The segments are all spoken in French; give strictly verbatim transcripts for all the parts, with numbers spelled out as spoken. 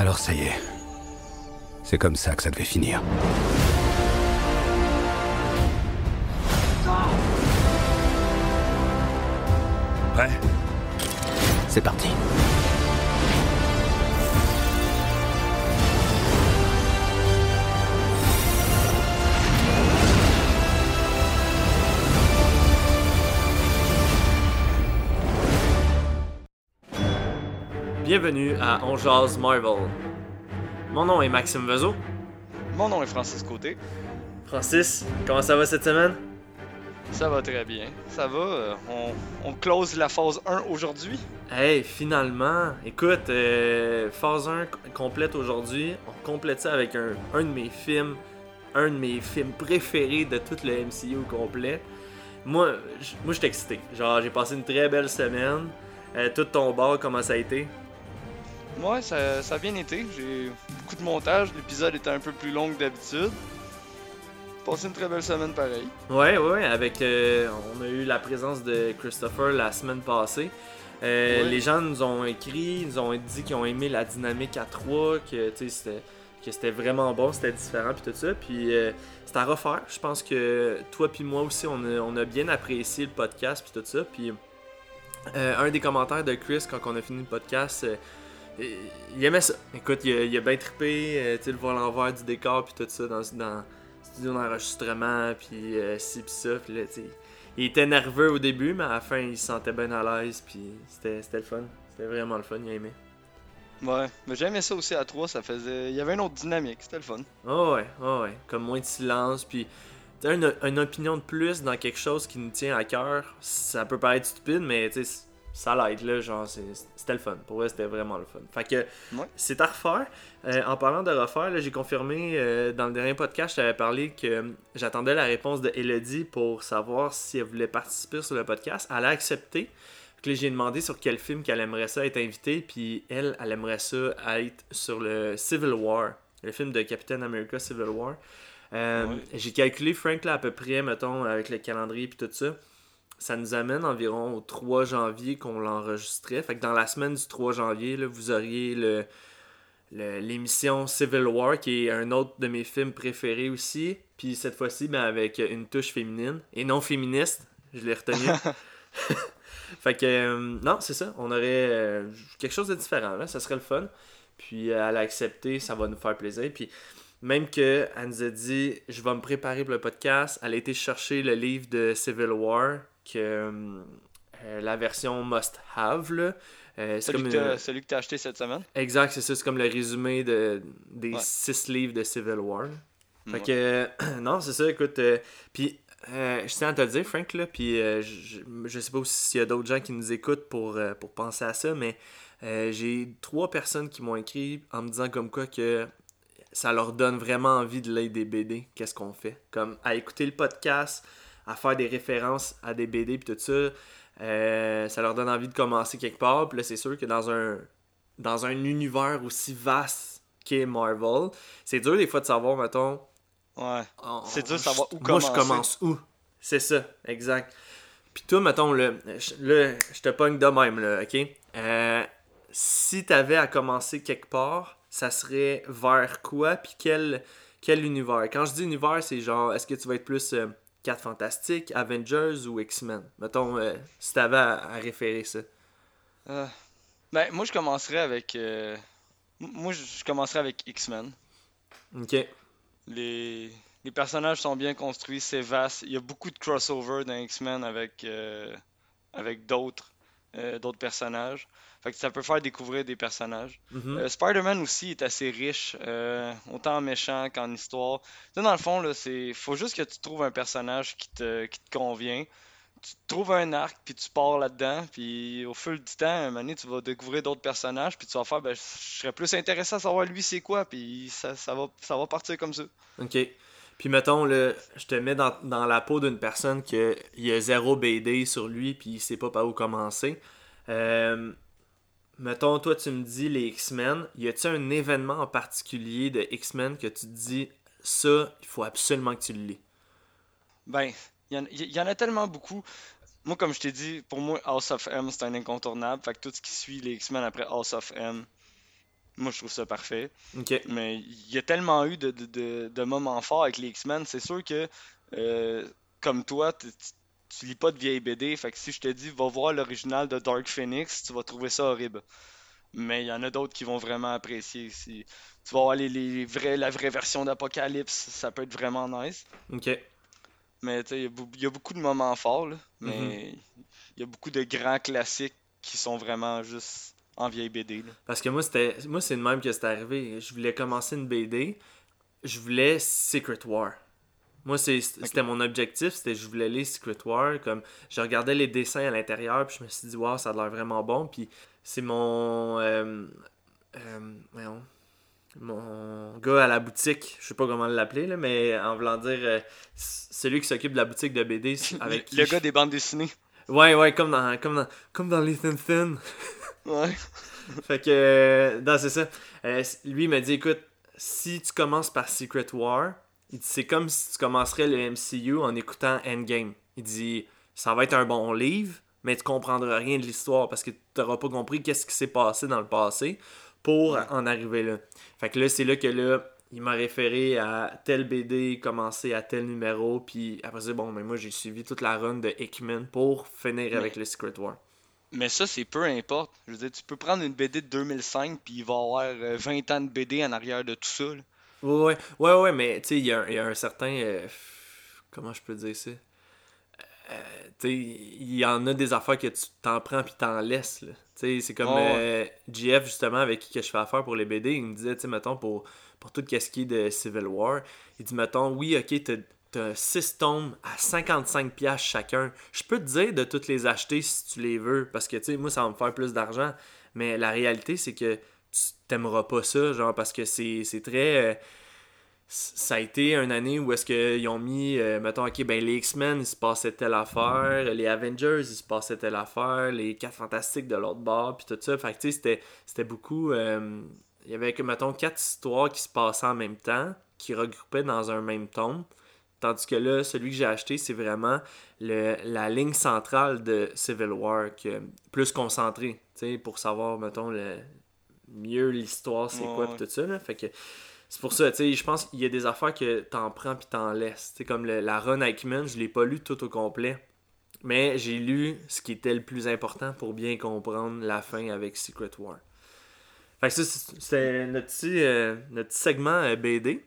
Alors ça y est. C'est comme ça que ça devait finir. Prêt ? C'est parti. Bienvenue à On Jase Marvel. Mon nom est Maxime Vezeau. Mon nom est Francis Côté. Francis, comment ça va cette semaine? Ça va très bien. Ça va. euh, on, on close la phase un aujourd'hui. Hey, finalement! Écoute, euh, phase un c- complète aujourd'hui. On complète ça avec un, un de mes films, un de mes films préférés de tout le M C U au complet. Moi, j- moi, j'étais excité. Genre, j'ai passé une très belle semaine. Euh, tout ton bord, comment ça a été? Ouais, ça, ça a bien été. J'ai beaucoup de montage. L'épisode était un peu plus long que d'habitude. Passé une très belle semaine pareil. Ouais, ouais, avec euh, on a eu la présence de Christopher la semaine passée. Euh, Ouais. Les gens nous ont écrit, ils nous ont dit qu'ils ont aimé la dynamique à trois, que tu sais, c'était que c'était vraiment bon, c'était différent puis tout ça. Puis euh, c'est à refaire. Je pense que toi puis moi aussi, on a, on a bien apprécié le podcast puis tout ça. Puis euh, un des commentaires de Chris quand on a fini le podcast, euh, il aimait ça. Écoute, il a, il a bien trippé, euh, tu sais, le voir l'envers du décor puis tout ça dans, dans le studio d'enregistrement, puis euh, ci puis ça. Puis là, tu sais, il était nerveux au début, mais à la fin, il se sentait bien à l'aise, puis c'était, c'était le fun. C'était vraiment le fun, il a aimé. Ouais, mais j'aimais ça aussi à trois. Ça faisait. Il y avait une autre dynamique. C'était le fun. Oh ouais, oh ouais, comme moins de silence, puis tu sais, une, une opinion de plus dans quelque chose qui nous tient à cœur, ça peut paraître stupide, mais tu sais, ça l'aide, là, genre, c'est- c'était le fun. Pour vrai, c'était vraiment le fun. Fait que, Ouais. c'est à refaire. Euh, en parlant de refaire, là, j'ai confirmé, euh, dans le dernier podcast, je t'avais parlé que euh, j'attendais la réponse de Elodie pour savoir si elle voulait participer sur le podcast. Elle a accepté. Puis là, j'ai demandé sur quel film qu'elle aimerait ça être invitée, puis elle, elle aimerait ça être sur le Civil War, le film de Captain America Civil War. Euh, Ouais. J'ai calculé, Frank, là, à peu près, mettons, avec le calendrier puis tout ça, ça nous amène environ au trois janvier qu'on l'enregistrait. Fait que dans la semaine du trois janvier, là, vous auriez le, le- l'émission Civil War, qui est un autre de mes films préférés aussi. Puis cette fois-ci, ben, avec une touche féminine et non féministe, je l'ai retenu. Fait que, euh, non, c'est ça. On aurait euh, quelque chose de différent, là. Ça serait le fun. Puis euh, elle a accepté, ça va nous faire plaisir. Puis même qu'elle nous a dit, je vais me préparer pour le podcast, elle a été chercher le livre de Civil War, que euh, euh, la version must-have, là. Euh, c'est Celui comme que, une- t'as, celui que t'as acheté cette semaine. Exact, c'est ça. C'est comme le résumé de, des Ouais. six livres de Civil War. Fait Ouais. que, euh, non, c'est ça, écoute. euh, puis, euh, je tiens à te le dire, Frank, là, puis euh, je, je sais pas s'il y a d'autres gens qui nous écoutent pour, euh, pour penser à ça, mais euh, j'ai trois personnes qui m'ont écrit en me disant comme quoi que ça leur donne vraiment envie de lire des B D. Qu'est-ce qu'on fait? Comme à écouter le podcast, à faire des références à des B D, puis tout ça. Euh, ça leur donne envie de commencer quelque part. Puis là, c'est sûr que dans un, dans un univers aussi vaste qu'est Marvel, c'est dur des fois de savoir, mettons. Ouais. on- C'est dur de je- savoir où Moi, je commencer. commence où? C'est ça, exact. Puis toi, mettons, là, je, là, je te pogne de même, là, ok? Euh, si t'avais à commencer quelque part, ça serait vers quoi? Puis quel, quel univers? Quand je dis univers, c'est genre, est-ce que tu vas être plus euh, quatre Fantastiques, Avengers ou X-Men? Mettons, euh, si t'avais à, à référer ça. Euh, ben, moi, je commencerais avec. euh, m- Moi, je je commencerais avec X-Men. Ok. Les... les personnages sont bien construits, c'est vaste. Il y a beaucoup de crossover dans X-Men avec, euh, avec d'autres euh, d'autres personnages. Fait que ça peut faire découvrir des personnages. Mhm. Euh, Spider-Man aussi est assez riche, euh, autant en méchant qu'en histoire. Tu sais, dans le fond, là, c'est faut juste que tu trouves un personnage qui te, qui te convient. Tu trouves un arc, puis tu pars là-dedans, puis au fil du temps, un moment donné, tu vas découvrir d'autres personnages, puis tu vas faire, ben, je serais plus intéressé à savoir lui c'est quoi, puis ça, ça va, ça va partir comme ça. Ok. Puis mettons, là, je te mets dans, dans la peau d'une personne que il y a zéro B D sur lui, puis il sait pas par où commencer. Euh, mettons, toi, tu me dis les X-Men. Y a-t-il un événement en particulier de X-Men que tu te dis, ça, il faut absolument que tu le lis? Ben, il y, en- il y en a tellement beaucoup. Moi, comme je t'ai dit, pour moi, House of M, c'est un incontournable. Fait que tout ce qui suit les X-Men après House of M, Moi, je trouve ça parfait. Ok. Mais il y a tellement eu de, de, de, de moments forts avec les X-Men. C'est sûr que, euh, comme toi, tu, tu, tu lis pas de vieilles B D. Fait que si je te dis, va voir l'original de Dark Phoenix, tu vas trouver ça horrible. Mais il y en a d'autres qui vont vraiment apprécier. Si tu vas voir les, les vrais, la vraie version d'Apocalypse, ça peut être vraiment nice. Ok. Mais tu sais, il y, a beau- il y a beaucoup de moments forts, là. Mhm. Mais il y a beaucoup de grands classiques qui sont vraiment juste en vieille B D, là. Parce que moi, c'était moi c'est de même que c'est arrivé. Je voulais commencer une B D. Je voulais Secret War. Moi, c'est- Ok. c'était mon objectif, c'était je voulais lire Secret War. Comme, je regardais les dessins à l'intérieur, puis je me suis dit, waouh, ça a l'air vraiment bon. Puis c'est mon. Euh, euh, voyons, mon gars à la boutique, je sais pas comment l'appeler, là, mais en voulant dire, euh, c- celui qui s'occupe de la boutique de B D Le, avec qui. le je- gars des bandes dessinées. Ouais, ouais, comme dans, comme dans, comme dans Ethan Thin. Ouais. Fait que, euh, non, c'est ça. Euh, lui, il m'a dit, écoute, si tu commences par Secret War, il dit, c'est comme si tu commencerais le M C U en écoutant Endgame. Il dit, ça va être un bon livre, mais tu comprendras rien de l'histoire parce que tu n'auras pas compris qu'est-ce qui s'est passé dans le passé pour Ouais. en arriver là. Fait que là, c'est là que là, il m'a référé à tel B D, commencer à tel numéro, puis après ça, bon, mais moi, j'ai suivi toute la run de Hickman pour finir avec Mais, le Secret War. mais ça, c'est peu importe. Je veux dire, tu peux prendre une B D de deux mille cinq, puis il va y avoir euh, vingt ans de B D en arrière de tout ça, là. Ouais, ouais, ouais, ouais, mais tu sais, il y, a un- il y a un certain. Euh, comment je peux dire ça? Tu sais, il y en a des affaires que tu t'en prends puis t'en laisses, là. Tu sais, c'est comme Ouais, ouais. euh, J F, justement, avec qui que je fais affaire pour les B D, il me disait, tu sais, mettons, pour, pour tout ce qui est de Civil War, il dit, mettons, oui, ok, t'as, t'as six tomes à cinquante-cinq piastres chacun. Je peux te dire de toutes les acheter si tu les veux, parce que, tu sais, moi, ça va me faire plus d'argent. Mais la réalité, c'est que tu t'aimeras pas ça, genre, parce que c'est, c'est très. Euh, ça a été une année où est-ce qu'ils ont mis, euh, mettons, ok, ben les X-Men, il se passait telle affaire, les Avengers, il se passait telle affaire, les quatre Fantastiques de l'autre bord, puis tout ça. Fait que, tu sais, c'était, c'était beaucoup. Euh, il y avait, que, mettons, quatre histoires qui se passaient en même temps, qui regroupaient dans un même tome. Tandis que là, celui que j'ai acheté, c'est vraiment le, la ligne centrale de Civil War, que, plus concentrée, tu sais, pour savoir, mettons, le, mieux l'histoire, Ouais, c'est quoi, ouais. puis tout ça. Là. Fait que c'est pour ça, tu sais, je pense qu'il y a des affaires que t'en prends puis t'en laisses. Tu sais, comme le- la run Eichmann, je l'ai pas lu tout au complet. Mais j'ai lu ce qui était le plus important pour bien comprendre la fin avec Secret War. Fait que ça, c'est- c'était notre petit, euh, notre petit segment euh, B D.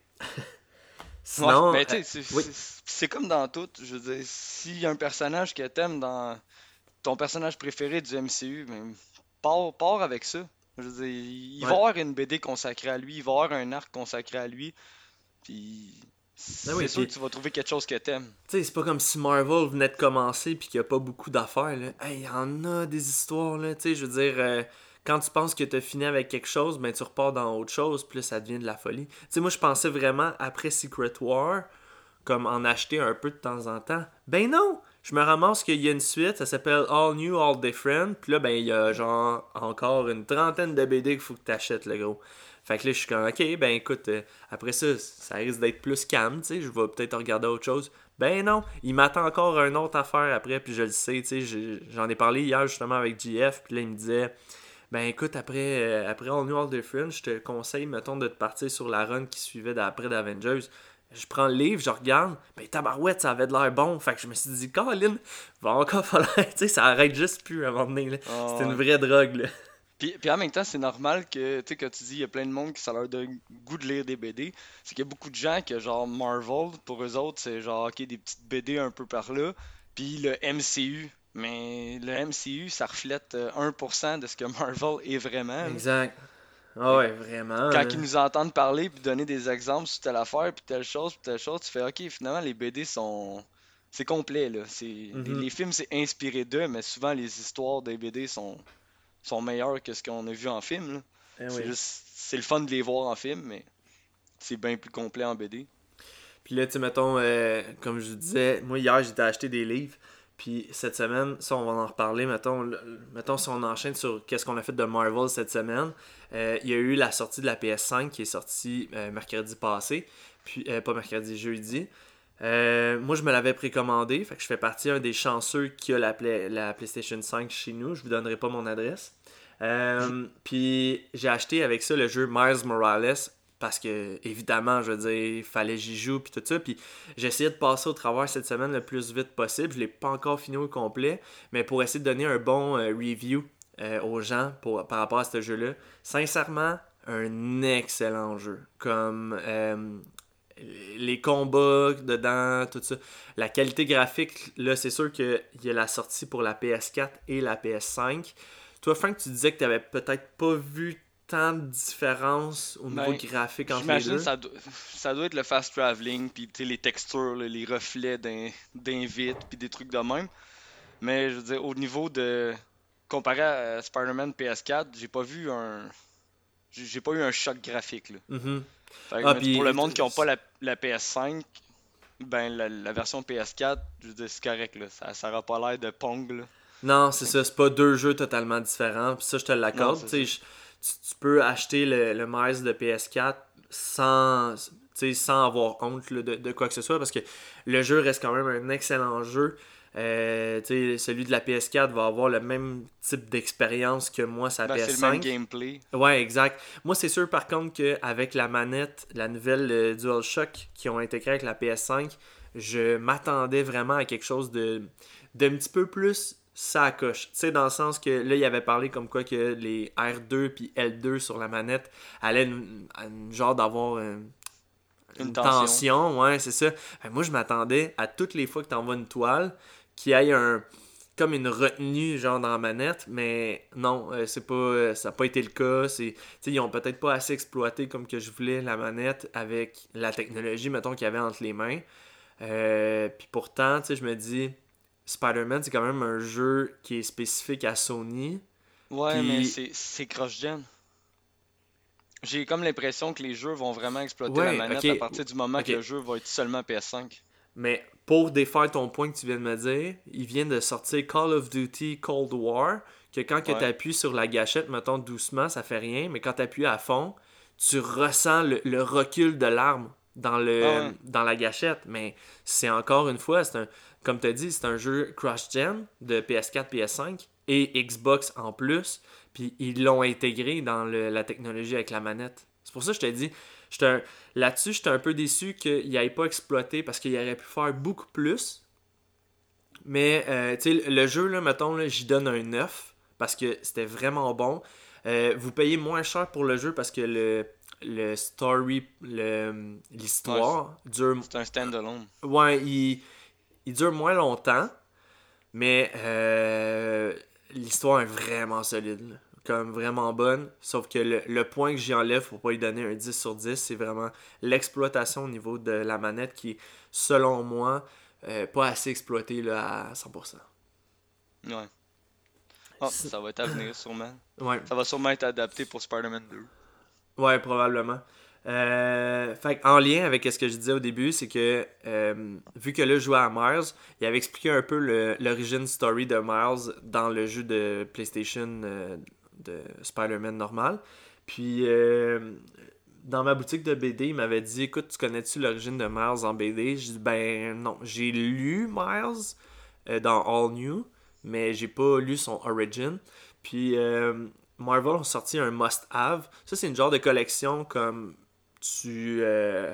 Ouais, Sinon, mais euh, tu sais, c'est oui, c'est- c'est comme dans tout. Je veux dire, s'il y a un personnage que t'aimes dans ton personnage préféré du M C U, ben, pars, pars avec ça. Je veux dire, il va y ouais. avoir une B D consacrée à lui, il va y avoir un arc consacré à lui, puis Ben c'est oui, sûr puis que tu vas trouver quelque chose que t'aimes. tu sais, c'est pas comme si Marvel venait de commencer puis qu'il y a pas beaucoup d'affaires, là. Hey, il y en a des histoires, là. Tu sais, je veux dire, euh, quand tu penses que t'as fini avec quelque chose, ben tu repars dans autre chose, puis là, ça devient de la folie. Tu sais, moi, je pensais vraiment, après Secret War, comme en acheter un peu de temps en temps. Ben non! Je me ramasse qu'il y a une suite, ça s'appelle All New, All Different, puis là, ben, il y a genre encore une trentaine de B D qu'il faut que t'achètes, le gros. Fait que là, je suis comme, ok, ben écoute, euh, après ça, ça risque d'être plus calme, tu sais, je vais peut-être regarder autre chose. Ben non, il m'attend encore une autre affaire après, puis je le sais, tu sais, j'ai- j'en ai parlé hier justement avec J F, puis là, il me disait, ben écoute, après, euh, après All New All Different, je te conseille, mettons, de te partir sur la run qui suivait d'après d'Avengers. Je prends le livre, je regarde, ben tabarouette, ça avait de l'air bon. Fait que je me suis dit, Colin, va encore falloir, tu sais, ça arrête juste plus à un moment donné, là. C'est Ah une ouais. vraie drogue, là. Puis, puis en même temps, c'est normal que, tu sais, quand tu dis il y a plein de monde qui ça leur donne goût de lire des B D, c'est qu'il y a beaucoup de gens que, genre, Marvel, pour eux autres, c'est genre, ok, des petites B D un peu par là, puis le M C U. Mais le M C U, ça reflète euh, un pour cent de ce que Marvel est vraiment, là. Exact. Ah Fait que ouais, vraiment, quand là. ils nous entendent parler puis donner des exemples sur telle affaire, puis telle chose, puis telle chose, tu fais, ok, finalement, les B D sont. C'est complet, là. C'est... Les, Mhm. les films, c'est inspiré d'eux, mais souvent, les histoires des B D sont sont meilleurs que ce qu'on a vu en film, là. Eh C'est oui. juste, c'est le fun de les voir en film, mais c'est bien plus complet en B D. Puis là, tu sais, mettons, euh, comme je vous disais, moi hier, j'étais acheté des livres. Puis cette semaine, ça, on va en reparler. Mettons, le- mettons si on enchaîne sur qu'est-ce qu'on a fait de Marvel cette semaine. Euh, il y a eu la sortie de la P S cinq qui est sortie euh, mercredi passé. Puis, euh, pas mercredi, jeudi. Euh, moi, je me l'avais précommandé, fait que je fais partie un des chanceux qui a la, Play- la PlayStation cinq chez nous. Je vous donnerai pas mon adresse. Euh, puis j'ai acheté avec ça le jeu Miles Morales parce que, évidemment, je veux dire, il fallait que j'y joue puis tout ça. Puis j'ai essayé de passer au travers cette semaine le plus vite possible. Je l'ai pas encore fini au complet, mais pour essayer de donner un bon euh, review euh, aux gens pour, par rapport à ce jeu-là. Sincèrement, un excellent jeu. Comme euh, les combats dedans, tout ça. La qualité graphique, là, c'est sûr qu'il y a la sortie pour la P S quatre et la P S cinq. Toi, Frank, tu disais que tu n'avais peut-être pas vu tant de différence au niveau Ben, graphique entre les j'imagine deux. ça, do- ça doit être le fast traveling, puis tu sais, les textures, là, les reflets d'un d'un vide, puis des trucs de même. Mais je veux dire, au niveau de. Comparé à Spider-Man P S quatre, j'ai pas vu un. J'ai j'ai pas eu un choc graphique, là. Mhm. Fait que, Ah, mais pour le puis... monde qui n'a pas la, la P S cinq, ben la, la version P S quatre, je veux dire, c'est correct, là. Ça, ça aura pas l'air de Pong, là. Non, c'est Fait ça. que- C'est pas deux jeux totalement différents. Puis ça, je te Non, l'accorde. c'est ça. Tu sais, je- tu, tu peux acheter le, le Miles de P S quatre sans, tu sais, sans avoir honte là, de, de quoi que ce soit parce que le jeu reste quand même un excellent jeu. Euh, tu sais, celui de la P S quatre va avoir le même type d'expérience que moi, sa Ben, c'est le même P S cinq. gameplay. Ouais, exact. Moi, c'est sûr par contre qu'avec la manette, la nouvelle euh, DualShock qui ont intégré avec la P S cinq, je m'attendais vraiment à quelque chose de d'un petit peu plus ça coche. Tu sais, dans le sens que là, il avait parlé comme quoi que les R deux puis L deux sur la manette allaient une, une genre d'avoir une, Une une tension. tension. Ouais, c'est ça. Fait que moi, je m'attendais à toutes les fois que tu envoies une toile qu'il y ait un comme une retenue genre dans la manette, mais non, euh, c'est pas euh, ça n'a pas été le cas. C'est, tu sais, ils ont peut-être pas assez exploité comme que je voulais la manette avec la technologie, mettons, qu'il y avait entre les mains. Euh, puis pourtant, tu sais, je me dis, Spider-Man, c'est quand même un jeu qui est spécifique à Sony. Ouais, mais Puis, c'est c'est cross-gen. J'ai comme l'impression que les jeux vont vraiment exploiter la ouais, manette à ok, partir du moment que ok. le jeu va être seulement P S cinq. Mais pour défaire ton point que tu viens de me dire, ils viennent de sortir Call of Duty Cold War, que quand tu Ouais. appuies sur la gâchette, mettons doucement, ça fait rien, mais quand tu appuies à fond, tu ressens le, le recul de l'arme dans, Ah le, ouais. dans la gâchette. Mais c'est encore une fois, c'est un, comme tu as dit, c'est un jeu cross-gen de P S quatre, P S cinq et Xbox en plus. Puis ils l'ont intégré dans le- la technologie avec la manette. C'est pour ça que je te dis, j'étais un- là-dessus, j'étais un peu déçu qu'il n'aille pas exploité parce qu'il aurait pu faire beaucoup plus. Mais, euh, tu sais, le jeu, là, mettons, là, j'y donne un neuf parce que c'était vraiment bon. Euh, vous payez moins cher pour le jeu parce que le, le story, le- Ouais, c- l'histoire dure. c'est un standalone. Ouais, il, il dure moins longtemps, mais euh, l'histoire est vraiment solide, là. Comme vraiment bonne. Sauf que le, le point que j'y enlève pour pas lui donner un dix sur dix, c'est vraiment l'exploitation au niveau de la manette qui est, selon moi, euh, pas assez exploitée là, à cent pour cent. Ouais. Ah, ça va être à venir sûrement. Ouais, Ça va sûrement être adapté pour Spider-Man deux. ouais, probablement. Euh, fait en lien avec ce que je disais au début, c'est que euh, vu que là je jouais à Miles, il avait expliqué un peu le- l'origine story de Miles dans le jeu de PlayStation euh, de Spider-Man normal. Puis euh, dans ma boutique de B D, il m'avait dit écoute, tu connais-tu l'origine de Miles en B D? J'ai dit ben non, j'ai lu Miles euh, dans All New, mais j'ai pas lu son origin. Puis euh, Marvel ont sorti un must-have. Ça, c'est une genre de collection comme tu. euh,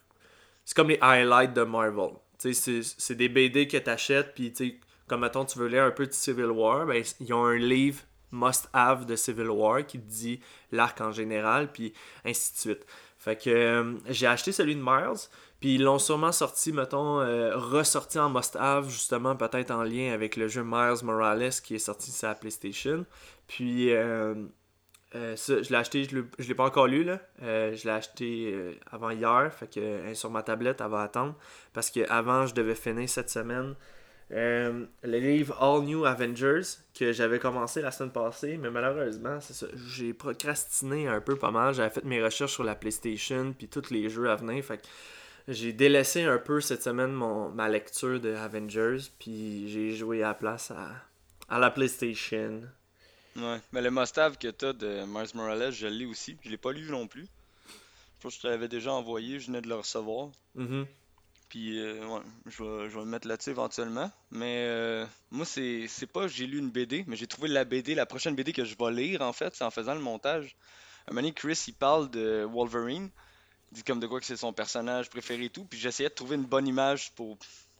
c'est comme les highlights de Marvel. Tu sais, c'est, c'est des B D que tu achètes, puis tu sais, comme mettons, tu veux lire un peu de Civil War, ben, ils ont un livre must-have de Civil War qui te dit l'arc en général, puis ainsi de suite. Fait que euh, j'ai acheté celui de Miles, puis ils l'ont sûrement sorti, mettons, euh, ressorti en must-have, justement, peut-être en lien avec le jeu Miles Morales qui est sorti sur la PlayStation. Puis, euh, euh, ça, je l'ai acheté, je ne l'ai pas encore lu, là. Euh, je l'ai acheté euh, avant hier, fait que euh, sur ma tablette, elle va attendre. Parce que avant je devais finir cette semaine euh, le livre All New Avengers que j'avais commencé la semaine passée, mais malheureusement, c'est ça, j'ai procrastiné un peu pas mal. J'avais fait mes recherches sur la PlayStation puis tous les jeux à venir, fait que j'ai délaissé un peu cette semaine mon, ma lecture de Avengers, puis j'ai joué à la place à, à la PlayStation. Ouais. Mais le must-have que t'as de Miles Morales, je l'ai aussi. Je l'ai pas lu non plus. Je pense que je te l'avais déjà envoyé, je venais de le recevoir. Mhm. Puis, euh, ouais, je vais, je vais me mettre là-dessus éventuellement. Mais euh, moi, c'est, c'est pas j'ai lu une B D, mais j'ai trouvé la B D, la prochaine B D que je vais lire, en fait, c'est en faisant le montage. Un moment donné, Chris, il parle de Wolverine. Il dit comme de quoi que c'est son personnage préféré et tout. Puis j'essayais de trouver une bonne image pour,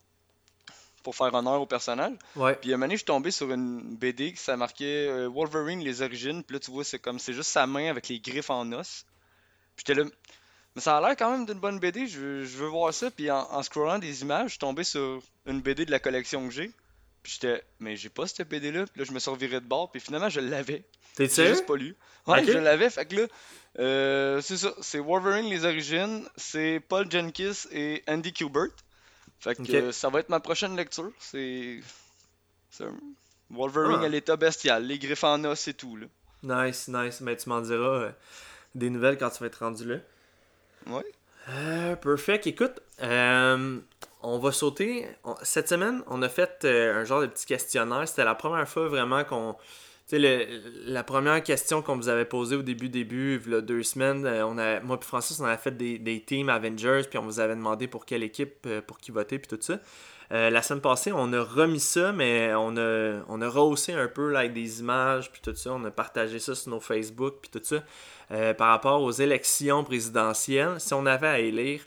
pour faire honneur au personnage. Ouais. Puis un moment donné, je suis tombé sur une B D qui ça marquait euh, Wolverine, les origines. Puis là, tu vois, c'est comme, c'est juste sa main avec les griffes en os. Puis j'étais là, mais ça a l'air quand même d'une bonne B D, je veux, je veux voir ça. Puis en, en scrollant des images, je suis tombé sur une B D de la collection que j'ai. Puis j'étais, mais j'ai pas cette B D-là. Puis là, je me suis reviré de bord. Puis finalement, je l'avais. T'es J'ai sûr? juste pas lu. Ouais, Ok. je l'avais. Fait que là, euh, c'est ça. C'est Wolverine, les origines. C'est Paul Jenkins et Andy Kubert. Fait que Ok. euh, ça va être ma prochaine lecture. C'est. c'est un- Wolverine Ah, à l'état bestial, les griffes en os et tout, là. nice, nice. Mais tu m'en diras euh, des nouvelles quand tu vas être rendu là. Ouais. Euh, perfect. Écoute, euh, on va sauter. On- cette semaine, on a fait euh, un genre de petit questionnaire. C'était la première fois vraiment qu'on. Tu sais, le- la première question qu'on vous avait posée au début, début, il y a deux semaines, euh, on a, moi et Francis, on avait fait des, des teams Avengers, puis on vous avait demandé pour quelle équipe, euh, pour qui voter, puis tout ça. Euh, la semaine passée, on a remis ça, mais on a, on a rehaussé un peu là, avec des images, puis tout ça. On a partagé ça sur nos Facebook, puis tout ça. Euh, par rapport aux élections présidentielles, si on avait à élire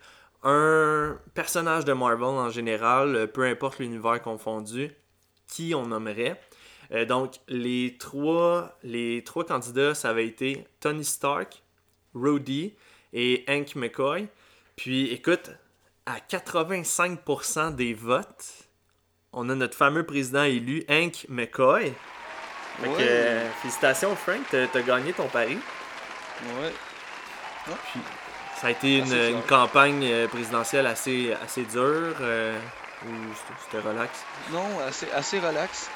un personnage de Marvel en général, euh, peu importe l'univers confondu, qui on nommerait. Euh, donc, les trois, les trois candidats, ça avait été Tony Stark, Rhodey et Hank McCoy. Puis, écoute, à quatre-vingt-cinq pour cent des votes, on a notre fameux président élu, Hank McCoy. Fait que, Ouais. euh, félicitations, Frank, t'as, t'as gagné ton pari. Ouais. Puis, ça a été une, Assez fier. une campagne euh, présidentielle assez, assez dure, euh, ou c'était, c'était relax. Non, assez, assez relax.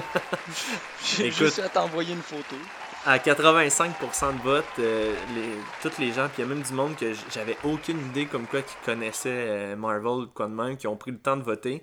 J'ai Écoute. juste à t'envoyer une photo. À quatre-vingt-cinq pour cent de votes, euh, les, tous les gens, puis il y a même du monde que j- j'avais aucune idée comme quoi qui connaissait euh, Marvel ou quoi de même, qui ont pris le temps de voter.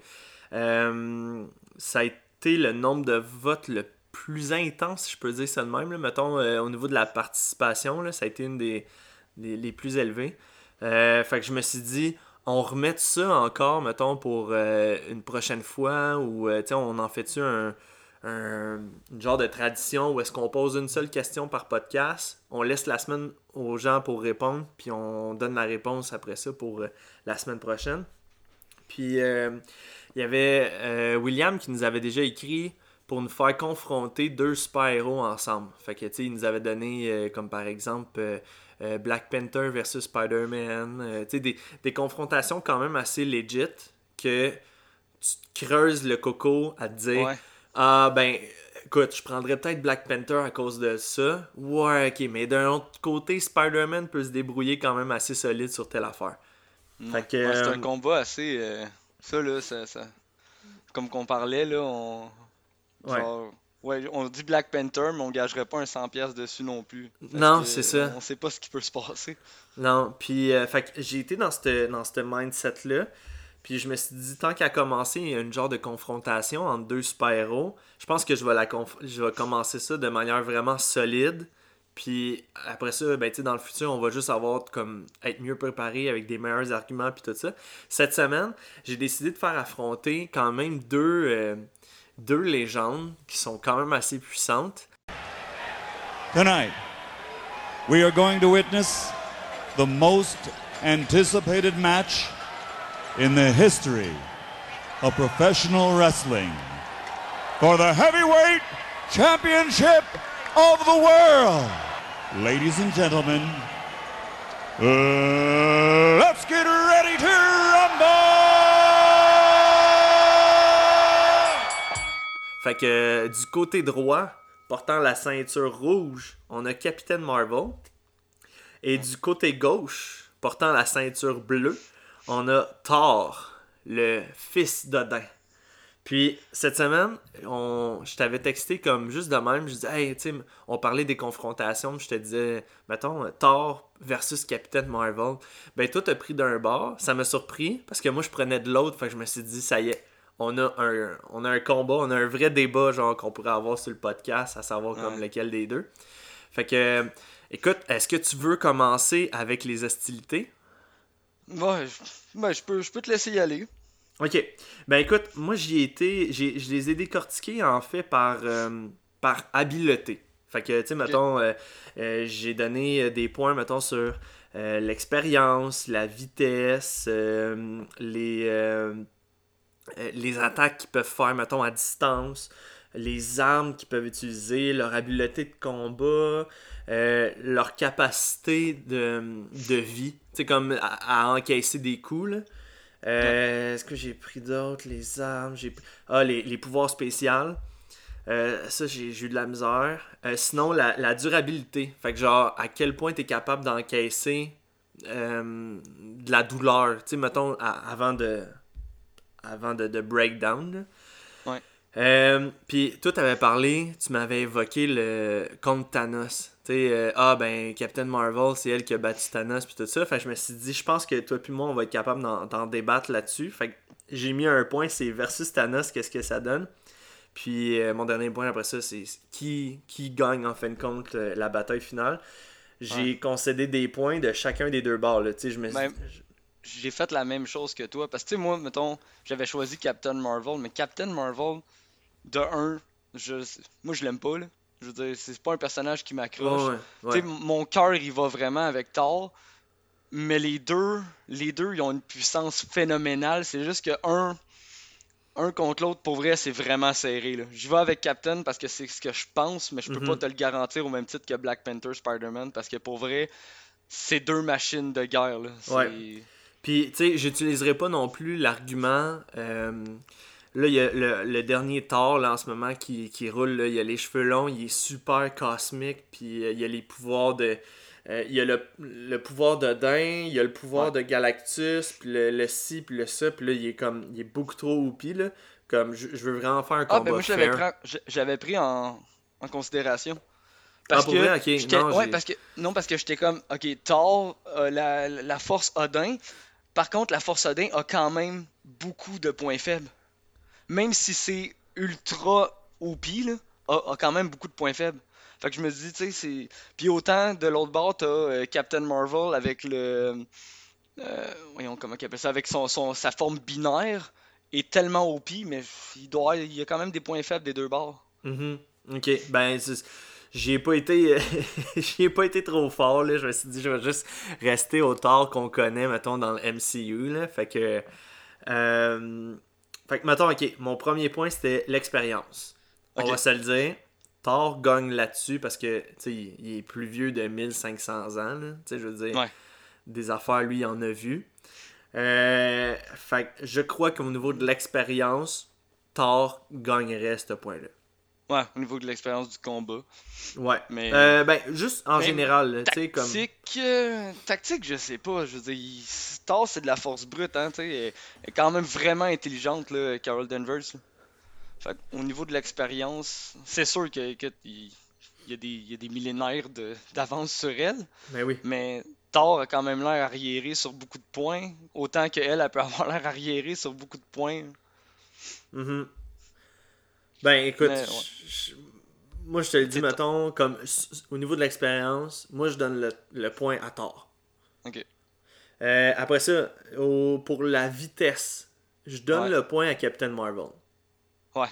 Euh, ça a été le nombre de votes le plus intense, si je peux dire ça de même. Là. Mettons, euh, au niveau de la participation, là, ça a été une des, des- les plus élevées. Euh, fait que je me suis dit, on remet ça encore, mettons, pour euh, une prochaine fois, ou euh, tu sais, on en fait-tu un un une genre de tradition où est-ce qu'on pose une seule question par podcast, on laisse la semaine aux gens pour répondre, puis on donne la réponse après ça pour euh, la semaine prochaine. Puis euh, il y avait euh, William qui nous avait déjà écrit pour nous faire confronter deux super-héros ensemble. Fait que tu sais, il nous avait donné euh, comme par exemple euh, euh, Black Panther versus Spider-Man, euh, tu sais, des, des confrontations quand même assez legit que tu te creuses le coco à te dire Ouais. ah ben, écoute, je prendrais peut-être Black Panther à cause de ça. Ouais, ok, mais d'un autre côté, Spider-Man peut se débrouiller quand même assez solide sur telle affaire. Ouais. Fait que, Ouais, c'est un euh, combat assez. euh, Ça, là, ça, ça- comme qu'on parlait, là, on. ouais. Genre. Ouais, on dit Black Panther, mais on gagerait pas un cent pièces dessus non plus. Parce Non, que c'est ça. On sait pas ce qui peut se passer. Non, puis, euh, fait que j'ai été dans ce dans cette mindset-là. Puis je me suis dit, tant qu'à commencer, il y a une genre de confrontation entre deux super-héros. Je pense que je vais, la conf- je vais commencer ça de manière vraiment solide. Puis après ça, ben, tu sais, dans le futur, on va juste avoir comme être mieux préparé avec des meilleurs arguments puis tout ça. Cette semaine, j'ai décidé de faire affronter quand même deux, euh, deux légendes qui sont quand même assez puissantes. Tonight, we are going to witness the most anticipated match in the history of professional wrestling for the heavyweight championship of the world. Ladies and gentlemen, uh, let's get ready to rumble! Fait que euh, du côté droit, portant la ceinture rouge, on a Captain Marvel. Et du côté gauche, portant la ceinture bleue, on a Thor, le fils d'Odin. Puis cette semaine, on, je t'avais texté comme juste de même. Je disais, hey, tu sais, on parlait des confrontations. Je te disais, mettons, Thor versus Captain Marvel. Ben, toi, t'as pris d'un bord. Ça m'a surpris parce que moi, je prenais de l'autre. Fait que je me suis dit, ça y est, on a un, on a un combat, on a un vrai débat, genre, qu'on pourrait avoir sur le podcast, à savoir comme Ouais. lequel des deux. Fait que, écoute, est-ce que tu veux commencer avec les hostilités? Ouais, je, ben, je peux, je peux te laisser y aller. Ok. Ben écoute, moi j'y ai été, j'ai, je les ai décortiqués en fait par, euh, par habileté. Fait que, tu sais, Ok. mettons, euh, euh, j'ai donné euh, des points, mettons, sur euh, l'expérience, la vitesse, euh, les, euh, euh, les attaques qu'ils peuvent faire, mettons, à distance, les armes qu'ils peuvent utiliser, leur habileté de combat, euh, leur capacité de, de vie, tu sais, comme à, à encaisser des coups, là. Ouais. Euh, est-ce que j'ai pris d'autres? Les armes, j'ai pris- Ah, les, les pouvoirs spéciaux. Euh, ça, j'ai, j'ai eu de la misère. Euh, sinon, la, la durabilité. Fait que genre, à quel point t'es capable d'encaisser euh, de la douleur. Tu sais, mettons, à- avant de avant de, de breakdown. Là. Ouais. Euh, Puis toi, t'avais parlé, tu m'avais évoqué le contre Thanos. Tu sais, euh, ah ben, Captain Marvel, c'est elle qui a battu Thanos, puis tout ça. Fait que je me suis dit, je pense que toi puis moi, on va être capable d'en, d'en débattre là-dessus. Fait que j'ai mis un point, c'est versus Thanos, qu'est-ce que ça donne. Puis euh, mon dernier point après ça, c'est qui, qui gagne en fin de compte euh, la bataille finale. Ouais. J'ai concédé des points de chacun des deux bords. Là. Tu sais, je me suis Ben, j'ai fait la même chose que toi. Parce que, tu sais, moi, mettons, j'avais choisi Captain Marvel, mais Captain Marvel, de un, je, moi, je l'aime pas, là. Je veux dire, c'est pas un personnage qui m'accroche. ouais, Tu ouais. sais, mon cœur, il va vraiment avec Thor, mais les deux, les deux, ils ont une puissance phénoménale. C'est juste que un, un contre l'autre, pour vrai, c'est vraiment serré, là. Je vais avec Captain parce que c'est ce que je pense, mais je peux pas Mhm. te le garantir au même titre que Black Panther, Spider-Man, parce que pour vrai, c'est deux machines de guerre, là. Ouais. C'est... Puis, tu sais, j'utiliserai pas non plus l'argument. euh, là, il y a le, le dernier Thor, là, en ce moment, qui, qui roule. Là, il a les cheveux longs, il est super cosmique. Puis, euh, il a les pouvoirs de. euh, il y a le, le pouvoir de Dain, il y a le Ouais. pouvoir de Galactus, puis le, le ci, puis le ça. Puis là, il est comme. Il est beaucoup trop oupi, là. Comme, je, je veux vraiment faire un Ah, ben combat moi, je l'avais fair. pris, en- je- j'avais pris en, en considération. Ah, Parce pour que vrai, ok. j'étais. Non, Ouais, j'ai. parce que. Non, parce que j'étais comme. Ok, Thor, euh, la, la force Odin. Par contre, la force Odin a quand même beaucoup de points faibles. Même si c'est ultra O P, là, a, a quand même beaucoup de points faibles. Fait que je me dis, tu sais, c'est. Puis autant de l'autre bord, t'as euh, Captain Marvel avec le. euh, voyons comment il appelle ça, avec son, son, sa forme binaire, est tellement O P, mais il doit, il y a quand même des points faibles des deux bords. Mhm. Ok, ben, c'est- j'y ai pas été j'y ai pas été trop fort, là. Je me suis dit, je vais juste rester au tard qu'on connaît, mettons, dans le M C U, là. Fait que, euh, fait que, mettons, ok, mon premier point, c'était l'expérience. On Ok, va se le dire, Thor gagne là-dessus parce que, tu sais, il, il est plus vieux de mille cinq cents ans, là. Tu sais, je veux dire, ouais. des affaires, lui, il en a vu. Euh, fait que je crois qu'au niveau de l'expérience, Thor gagnerait ce point-là. Ouais, au niveau de l'expérience du combat. Ouais. Mais, Euh, ben, juste en mais général, là, tu sais, comme. tactique, euh, tactique, je sais pas. Je veux dire, il- Thor, c'est de la force brute, hein, tu sais. Elle, elle est quand même vraiment intelligente, là, Carol Danvers. Là. Fait au niveau de l'expérience, c'est sûr que, que il, il y a des, il y a des millénaires de- d'avance sur elle, Ben oui. mais Thor a quand même l'air arriéré sur beaucoup de points, autant qu'elle, elle peut avoir l'air arriérée sur beaucoup de points. Mhm. Ben, écoute, Mais ouais, je- je- moi, je te le dis, c'est Thor. mettons, comme s- s- au niveau de l'expérience, moi, je donne le, le point à Thor. Ok, Euh, après ça, au- pour la vitesse, je donne ouais, le point à Captain Marvel. ouais.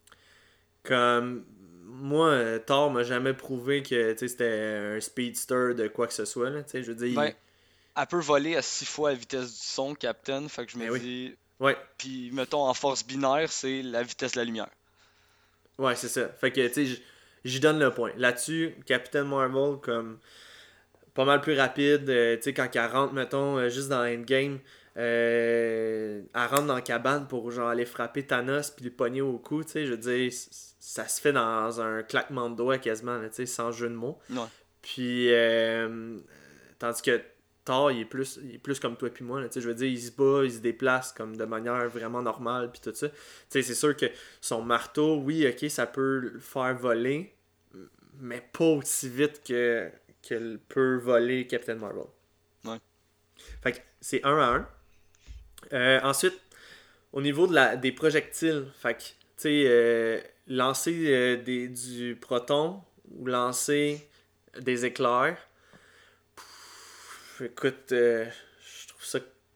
Comme, moi, euh, Thor m'a jamais prouvé que, tu sais, c'était un speedster de quoi que ce soit, là, tu sais, je veux dire, Ben, il- elle peut voler à six fois la vitesse du son, Captain, fait que je me ben oui. dis, Ouais, puis mettons en force binaire, c'est la vitesse de la lumière. ouais, c'est ça. Fait que, tu sais, j- j'y donne le point. Là-dessus, Captain Marvel, comme, pas mal plus rapide. Euh, tu sais, quand elle rentre, mettons, euh, juste dans Endgame, euh, elle rentre dans la cabane pour genre aller frapper Thanos puis le pogner au cou, tu sais, je veux dire, c- ça se fait dans un claquement de doigts quasiment, là, tu sais, sans jeu de mots. Ouais, Puis, euh, tandis que Thor, il est plus, il est plus comme toi puis moi, là, tu sais, je veux dire, il se bat, il se déplace comme de manière vraiment normale puis tout ça. Tu sais, c'est sûr que son marteau, oui, ok, ça peut le faire voler, mais pas aussi vite que qu'elle peut voler Captain Marvel. ouais. Fait que c'est un à un. Euh, ensuite, au niveau de la, des projectiles, fait que, tu sais, euh, lancer euh, des, du proton ou lancer des éclairs, pff, écoute, euh, je trouve ça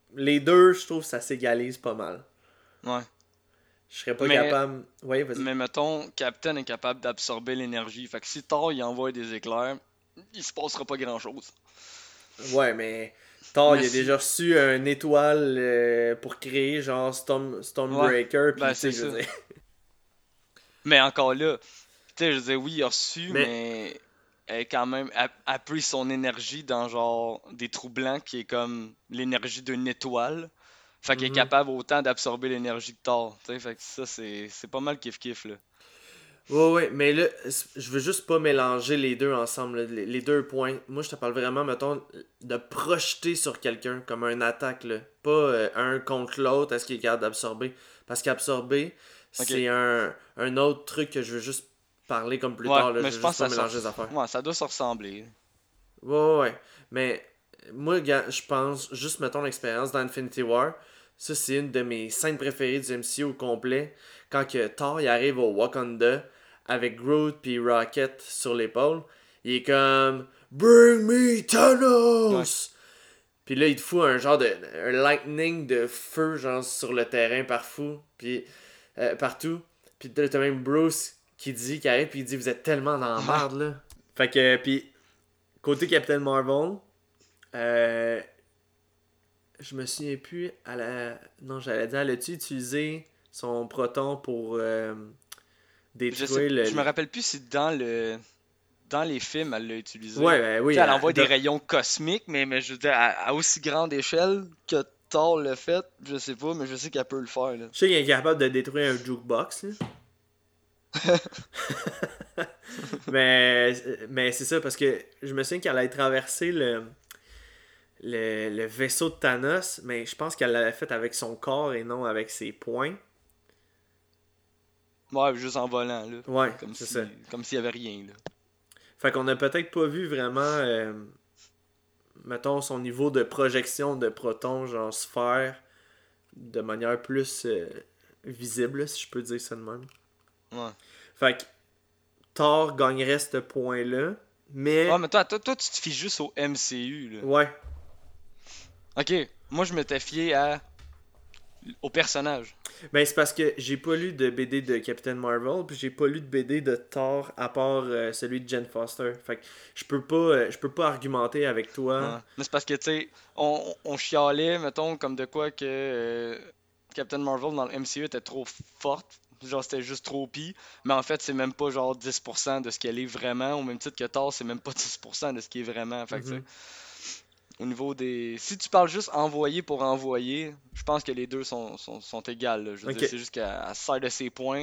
les deux, je trouve que ça s'égalise pas mal. Ouais. Je serais pas Mais- capable... Ouais, vas-y. Mais mettons, Captain est capable d'absorber l'énergie. Fait que si Thor il envoie des éclairs, il se passera pas grand chose. Ouais, mais Thor, il a Merci. déjà reçu une étoile euh, pour créer genre Storm, Stormbreaker. Puis, ben, tu sais, c'est je veux ça. dire... Mais encore là, tu sais, je disais oui, il a reçu, Mais- mais, elle est quand même a, a pris son énergie dans genre des trous blancs qui est comme l'énergie d'une étoile. Fait qu'il est Mhm. capable autant d'absorber l'énergie de Thor. Tu sais, fait que ça, c'est c'est pas mal kiff-kiff là. Ouais, ouais, mais là, je veux juste pas mélanger les deux ensemble, là, les, les deux points. Moi, je te parle vraiment, mettons, de projeter sur quelqu'un comme un attaque, là. Pas euh, un contre l'autre, est-ce qu'il est capable d'absorber. Parce qu'absorber, Ok. c'est un, un autre truc que je veux juste parler comme plus Ouais, tard, là. mais Je je veux pense juste que pas ça, mélanger les se- affaires. ouais, ça doit se ressembler. Ouais, ouais, ouais. Mais moi, gars, je pense, juste mettons l'expérience dans Infinity War, ça c'est une de mes scènes préférées du M C U au complet. Quand que Thor il arrive au Wakanda avec Groot puis Rocket sur l'épaule, il est comme Bring me Thanos! Puis là, il te fout un genre de un lightning de feu genre sur le terrain partout, puis euh, partout. Puis là, t'as même Bruce qui dit, qui arrive puis il dit vous êtes tellement dans la merde là. Fait que puis côté Captain Marvel, euh, je me souviens plus à la non, j'allais dire elle a-tu utilisé son proton pour euh, Je, détruire sais, le je me rappelle plus si dans le dans les films elle l'a utilisé. Ouais, ben oui. Tu sais, elle euh, envoie des dans- rayons cosmiques, mais, mais je veux dire, à, à aussi grande échelle que Thor le fait, je sais pas, mais je sais qu'elle peut le faire. Là. Je sais qu'il est capable de détruire un jukebox. Là. mais mais c'est ça parce que je me souviens qu'elle allait traverser le, le le vaisseau de Thanos, mais je pense qu'elle l'avait fait avec son corps et non avec ses poings. Ouais, juste en volant, là. Ouais, Comme c'est si, ça. comme s'il y avait rien, là. Fait qu'on a peut-être pas vu vraiment, euh, mettons, son niveau de projection de protons, genre se faire de manière plus euh, visible, si je peux dire ça de même. Ouais. Fait que Thor gagnerait ce point-là, mais... Ouais, mais toi, toi, toi, tu te fies juste au M C U, là. Ouais. Ok, moi, je m'étais fié à... au personnage. Ben, c'est parce que j'ai pas lu de B D de Captain Marvel, puis j'ai pas lu de B D de Thor à part euh, celui de Jen Foster. Fait que je peux pas, euh, je peux pas argumenter avec toi. Ouais. Mais c'est parce que, tu sais, on, on chialait, mettons, comme de quoi que euh, Captain Marvel dans le M C U était trop forte. Genre, c'était juste trop pis. Mais en fait, c'est même pas genre dix pour cent de ce qu'elle est vraiment. Au même titre que Thor, c'est même pas dix pour cent de ce qui est vraiment. Fait que, tu sais, Mhm. au niveau des. Si tu parles juste envoyer pour envoyer, je pense que les deux sont, sont, sont égales. Là. Je veux Ok. dire, c'est juste qu'elle elle sert de ses points.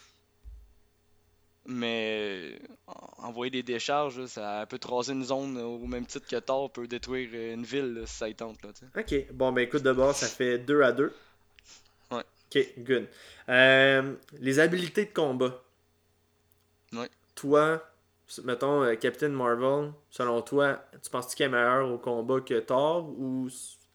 Mais en- envoyer des décharges, là, ça peut te raser une zone au même titre que Thor peut détruire une ville là, si ça y tente. Là, tu sais. Ok, bon ben écoute d'abord, ça fait deux à deux. Ouais. Ok, good. Euh, les habilités de combat. Ouais. Toi, mettons, euh, Captain Marvel, selon toi, tu penses-tu qu'elle est meilleure au combat que Thor ou...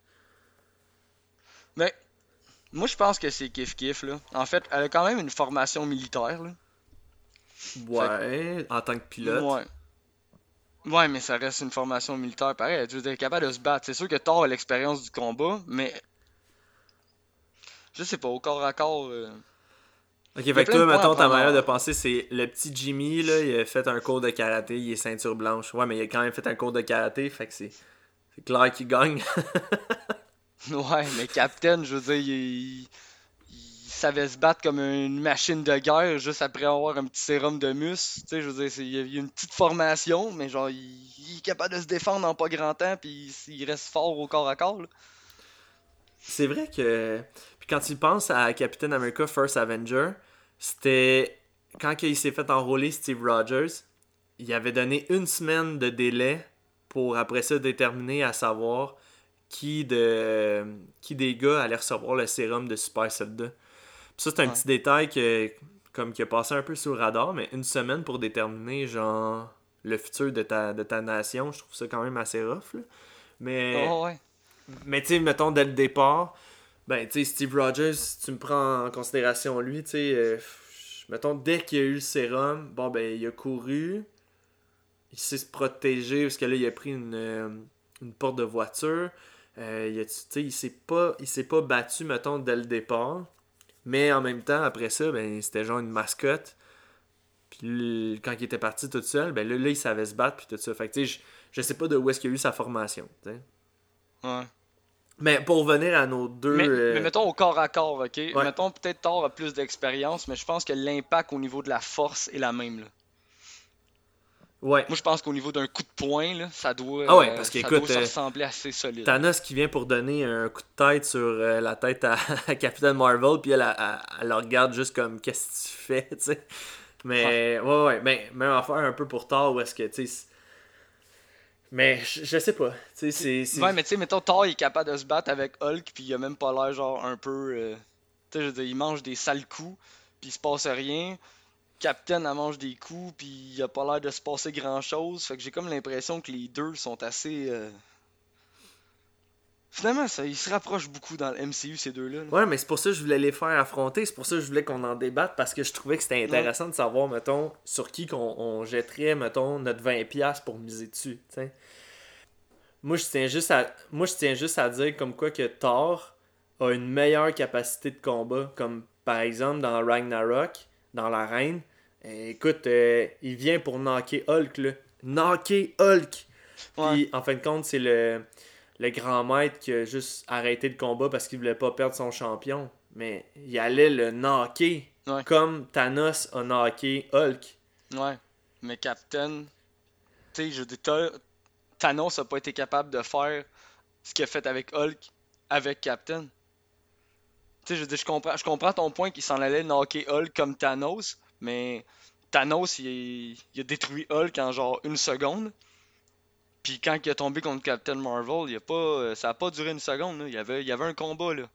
Mais moi, je pense que c'est kiff-kiff. Là. En fait, elle a quand même une formation militaire. Là. Ouais, en tant que pilote. Ouais. Ouais, mais ça reste une formation militaire pareil. Tu veux dire, elle est capable de se battre. C'est sûr que Thor a l'expérience du combat, mais. Je sais pas, au corps à corps. euh, Ok, y a fait que plein toi, de points à mettons, ta prendre manière en- de penser, c'est le petit Jimmy, là, il a fait un cours de karaté, il est ceinture blanche. Ouais, mais il a quand même fait un cours de karaté, fait que c'est c'est clair qu'il gagne. Ouais, mais Captain, je veux dire, il... il savait se battre comme une machine de guerre juste après avoir un petit sérum de muscle. Tu sais, je veux dire, c'est- il y a il y a une petite formation, mais genre, il... il est capable de se défendre en pas grand temps, puis il il reste fort au corps à corps. Là. C'est vrai que. Puis quand tu penses à Captain America First Avenger, c'était. Quand il s'est fait enrôler Steve Rogers, il avait donné une semaine de délai pour après ça déterminer à savoir qui de qui des gars allait recevoir le sérum de Super Soldat. Puis ça, c'est un Ouais. petit détail que, comme qui a passé un peu sous le radar, mais une semaine pour déterminer genre le futur de ta, de ta nation, je trouve ça quand même assez rough. Là. Mais. Oh, ouais. Mais tu sais, mettons, dès le départ, ben, tu sais, Steve Rogers, si tu me prends en considération lui, tu sais, euh, mettons, dès qu'il a eu le sérum, bon, ben, il a couru, il sait se protéger, parce que là, il a pris une, euh, une porte de voiture, Euh, il, a, tu sais, il s'est pas, il s'est pas battu, mettons, dès le départ. Mais en même temps, après ça, ben, c'était genre une mascotte. Puis le- quand il était parti tout seul, ben là, là, il savait se battre, puis tout ça. Fait que, tu sais, je, je sais pas de où est-ce qu'il a eu sa formation, tu sais. Ouais. Mais pour revenir à nos deux... Mais, euh, mais mettons au corps à corps, ok? Ouais. Mettons peut-être Thor a plus d'expérience, mais je pense que l'impact au niveau de la force est la même, là. Ouais. Moi, je pense qu'au niveau d'un coup de poing, là, ça doit, Ah ouais, euh, parce ça qu'écoute, doit se euh, ressembler assez solide. Thanos qui vient pour donner un coup de tête sur euh, la tête à, à Captain Marvel, puis elle, elle, elle, elle le regarde juste comme « Qu'est-ce que tu fais? » tu sais. Mais ouais, ouais, ben, même affaire un peu pour Thor, où est-ce que, tu sais... Mais je, je sais pas, tu sais, c'est... c'est- Ouais, mais tu sais, mettons, Thor il est capable de se battre avec Hulk, puis il a même pas l'air genre un peu. euh, Tu sais, je veux dire, il mange des sales coups, puis il se passe rien. Captain, elle mange des coups, puis il a pas l'air de se passer grand chose. Fait que j'ai comme l'impression que les deux sont assez. euh, Finalement, ça, ils se rapprochent beaucoup dans le M C U, ces deux-là. là. Ouais, mais c'est pour ça que je voulais les faire affronter, c'est pour ça que je voulais qu'on en débatte, parce que je trouvais que c'était intéressant de savoir, mettons, sur qui qu'on on jetterait, mettons, notre vingt piastres pour miser dessus, tu sais. Moi, je tiens juste à moi je tiens juste à dire comme quoi que Thor a une meilleure capacité de combat, comme par exemple dans Ragnarok, dans l'arène. Euh, écoute, euh, il vient pour knocker Hulk là, knocker Hulk. Ouais. Puis en fin de compte, c'est le le grand maître qui a juste arrêté le combat parce qu'il voulait pas perdre son champion, mais il allait le knocker Ouais. comme Thanos a knocké Hulk. Ouais. Mais Captain, tu sais, je dis, Thor- Thanos a pas été capable de faire ce qu'il a fait avec Hulk avec Captain. Tu sais, je veux dire, je comprends, je comprends ton point qu'il s'en allait knocker Hulk comme Thanos, mais Thanos, il, il a détruit Hulk en genre une seconde. Puis quand il a tombé contre Captain Marvel, il a pas, euh, ça a pas duré une seconde. Là. Il y avait, il y avait un combat, là.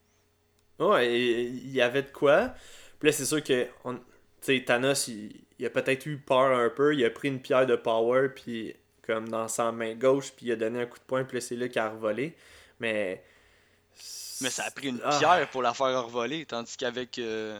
Ouais, et- il y avait de quoi. Puis là, c'est sûr que on, tu sais, Thanos, il, il a peut-être eu peur un peu. Il a pris une pierre de power, puis comme dans sa main gauche, puis il a donné un coup de poing, puis là, c'est là qu'il a revolé. Mais. Mais ça a pris une Ah. pierre pour la faire revoler, tandis qu'avec... euh,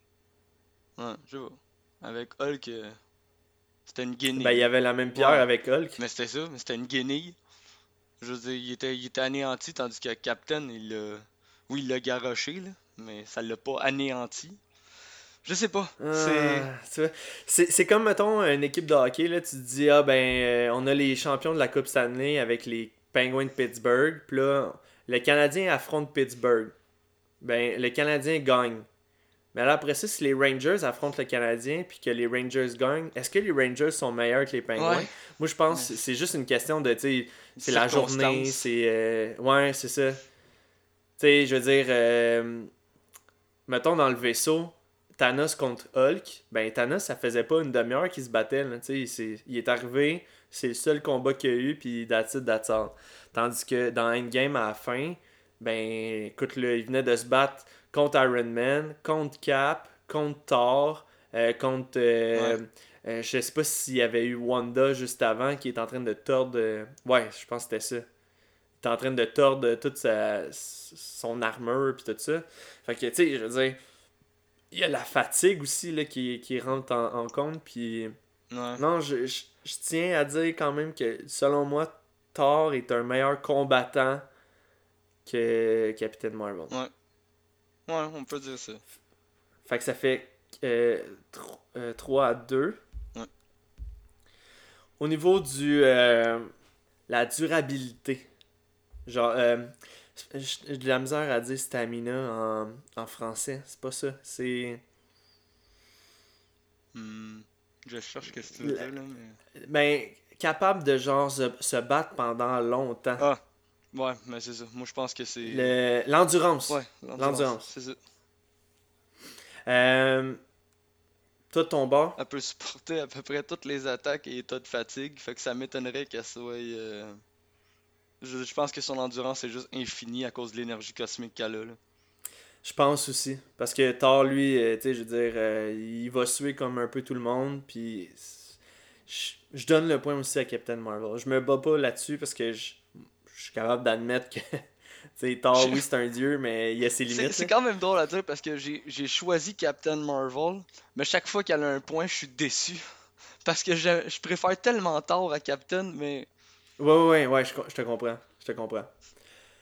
Ouais, je sais pas. Avec Hulk, euh, c'était une guenille. Ben, il y avait la même pierre Ouais. avec Hulk. Mais c'était ça, mais c'était une guenille. Je veux dire, il était, il était anéanti, tandis que Captain, il l'a... Oui, il l'a garoché, là, mais ça l'a pas anéanti. Je sais pas. C'est... Ah, tu vois, c'est, c'est comme, mettons, une équipe de hockey, là, tu te dis, ah ben, euh, on a les champions de la Coupe Stanley avec les Penguins de Pittsburgh, puis là, le Canadien affronte Pittsburgh. Ben, le Canadien gagne. Mais là, après ça, si les Rangers affrontent le Canadien, puis que les Rangers gagnent, est-ce que les Rangers sont meilleurs que les Penguins? Ouais. Moi, je pense que Ouais. c'est juste une question de, tu sais, c'est la Circonstances. journée, c'est... euh, ouais, c'est ça. Tu sais, je veux dire, euh, mettons dans le vaisseau, Thanos contre Hulk, ben Thanos, ça faisait pas une demi-heure qu'il se battait, là, tu sais, il, s'est- il est arrivé, c'est le seul combat qu'il y a eu, puis that's it, that's all. Tandis que dans Endgame, à la fin, ben, écoute, là, il venait de se battre contre Iron Man, contre Cap, contre Thor, euh, contre... euh, euh, je sais pas s'il y avait eu Wanda juste avant, qui est en train de tordre... euh, ouais, je pense que c'était ça. Il est en train de tordre toute sa, son armure, puis tout ça. Fait que, tu sais, je veux dire... Il y a la fatigue aussi là, qui, qui rentre en, en compte. Puis Ouais. non, je, je, je tiens à dire quand même que selon moi, Thor est un meilleur combattant que Captain Marvel. Ouais. Ouais, on peut dire ça. Fait que ça fait euh, trois à deux. Ouais. Au niveau du euh, la durabilité, genre, euh, j'ai de la misère à dire stamina en, en français. C'est pas ça. C'est. Hmm. Je cherche ce que tu veux La- dire, là, mais... Ben, capable de genre se, se battre pendant longtemps. Ah, ouais, mais c'est ça. Moi, je pense que c'est... Le- l'endurance. Ouais, l'endurance. C'est ça. Euh, toi, de ton bord. Elle peut supporter à peu près toutes les attaques et états de fatigue, fait que ça m'étonnerait qu'elle soit... euh, Je, je pense que son endurance est juste infinie à cause de l'énergie cosmique qu'elle a, là. Je pense aussi. Parce que Thor, lui, euh, tu sais, je veux dire, euh, il va suer comme un peu tout le monde. Puis je, je donne le point aussi à Captain Marvel. Je me bats pas là-dessus parce que je, je suis capable d'admettre que, tu sais, Thor, oui, c'est un dieu, mais il y a ses C'est limites. c'est là. quand même drôle à dire parce que j'ai j'ai choisi Captain Marvel, mais chaque fois qu'elle a un point, je suis déçu. Parce que je, je préfère tellement Thor à Captain, mais... Ouais, ouais, ouais, ouais, je, co- je te comprends. Je te comprends.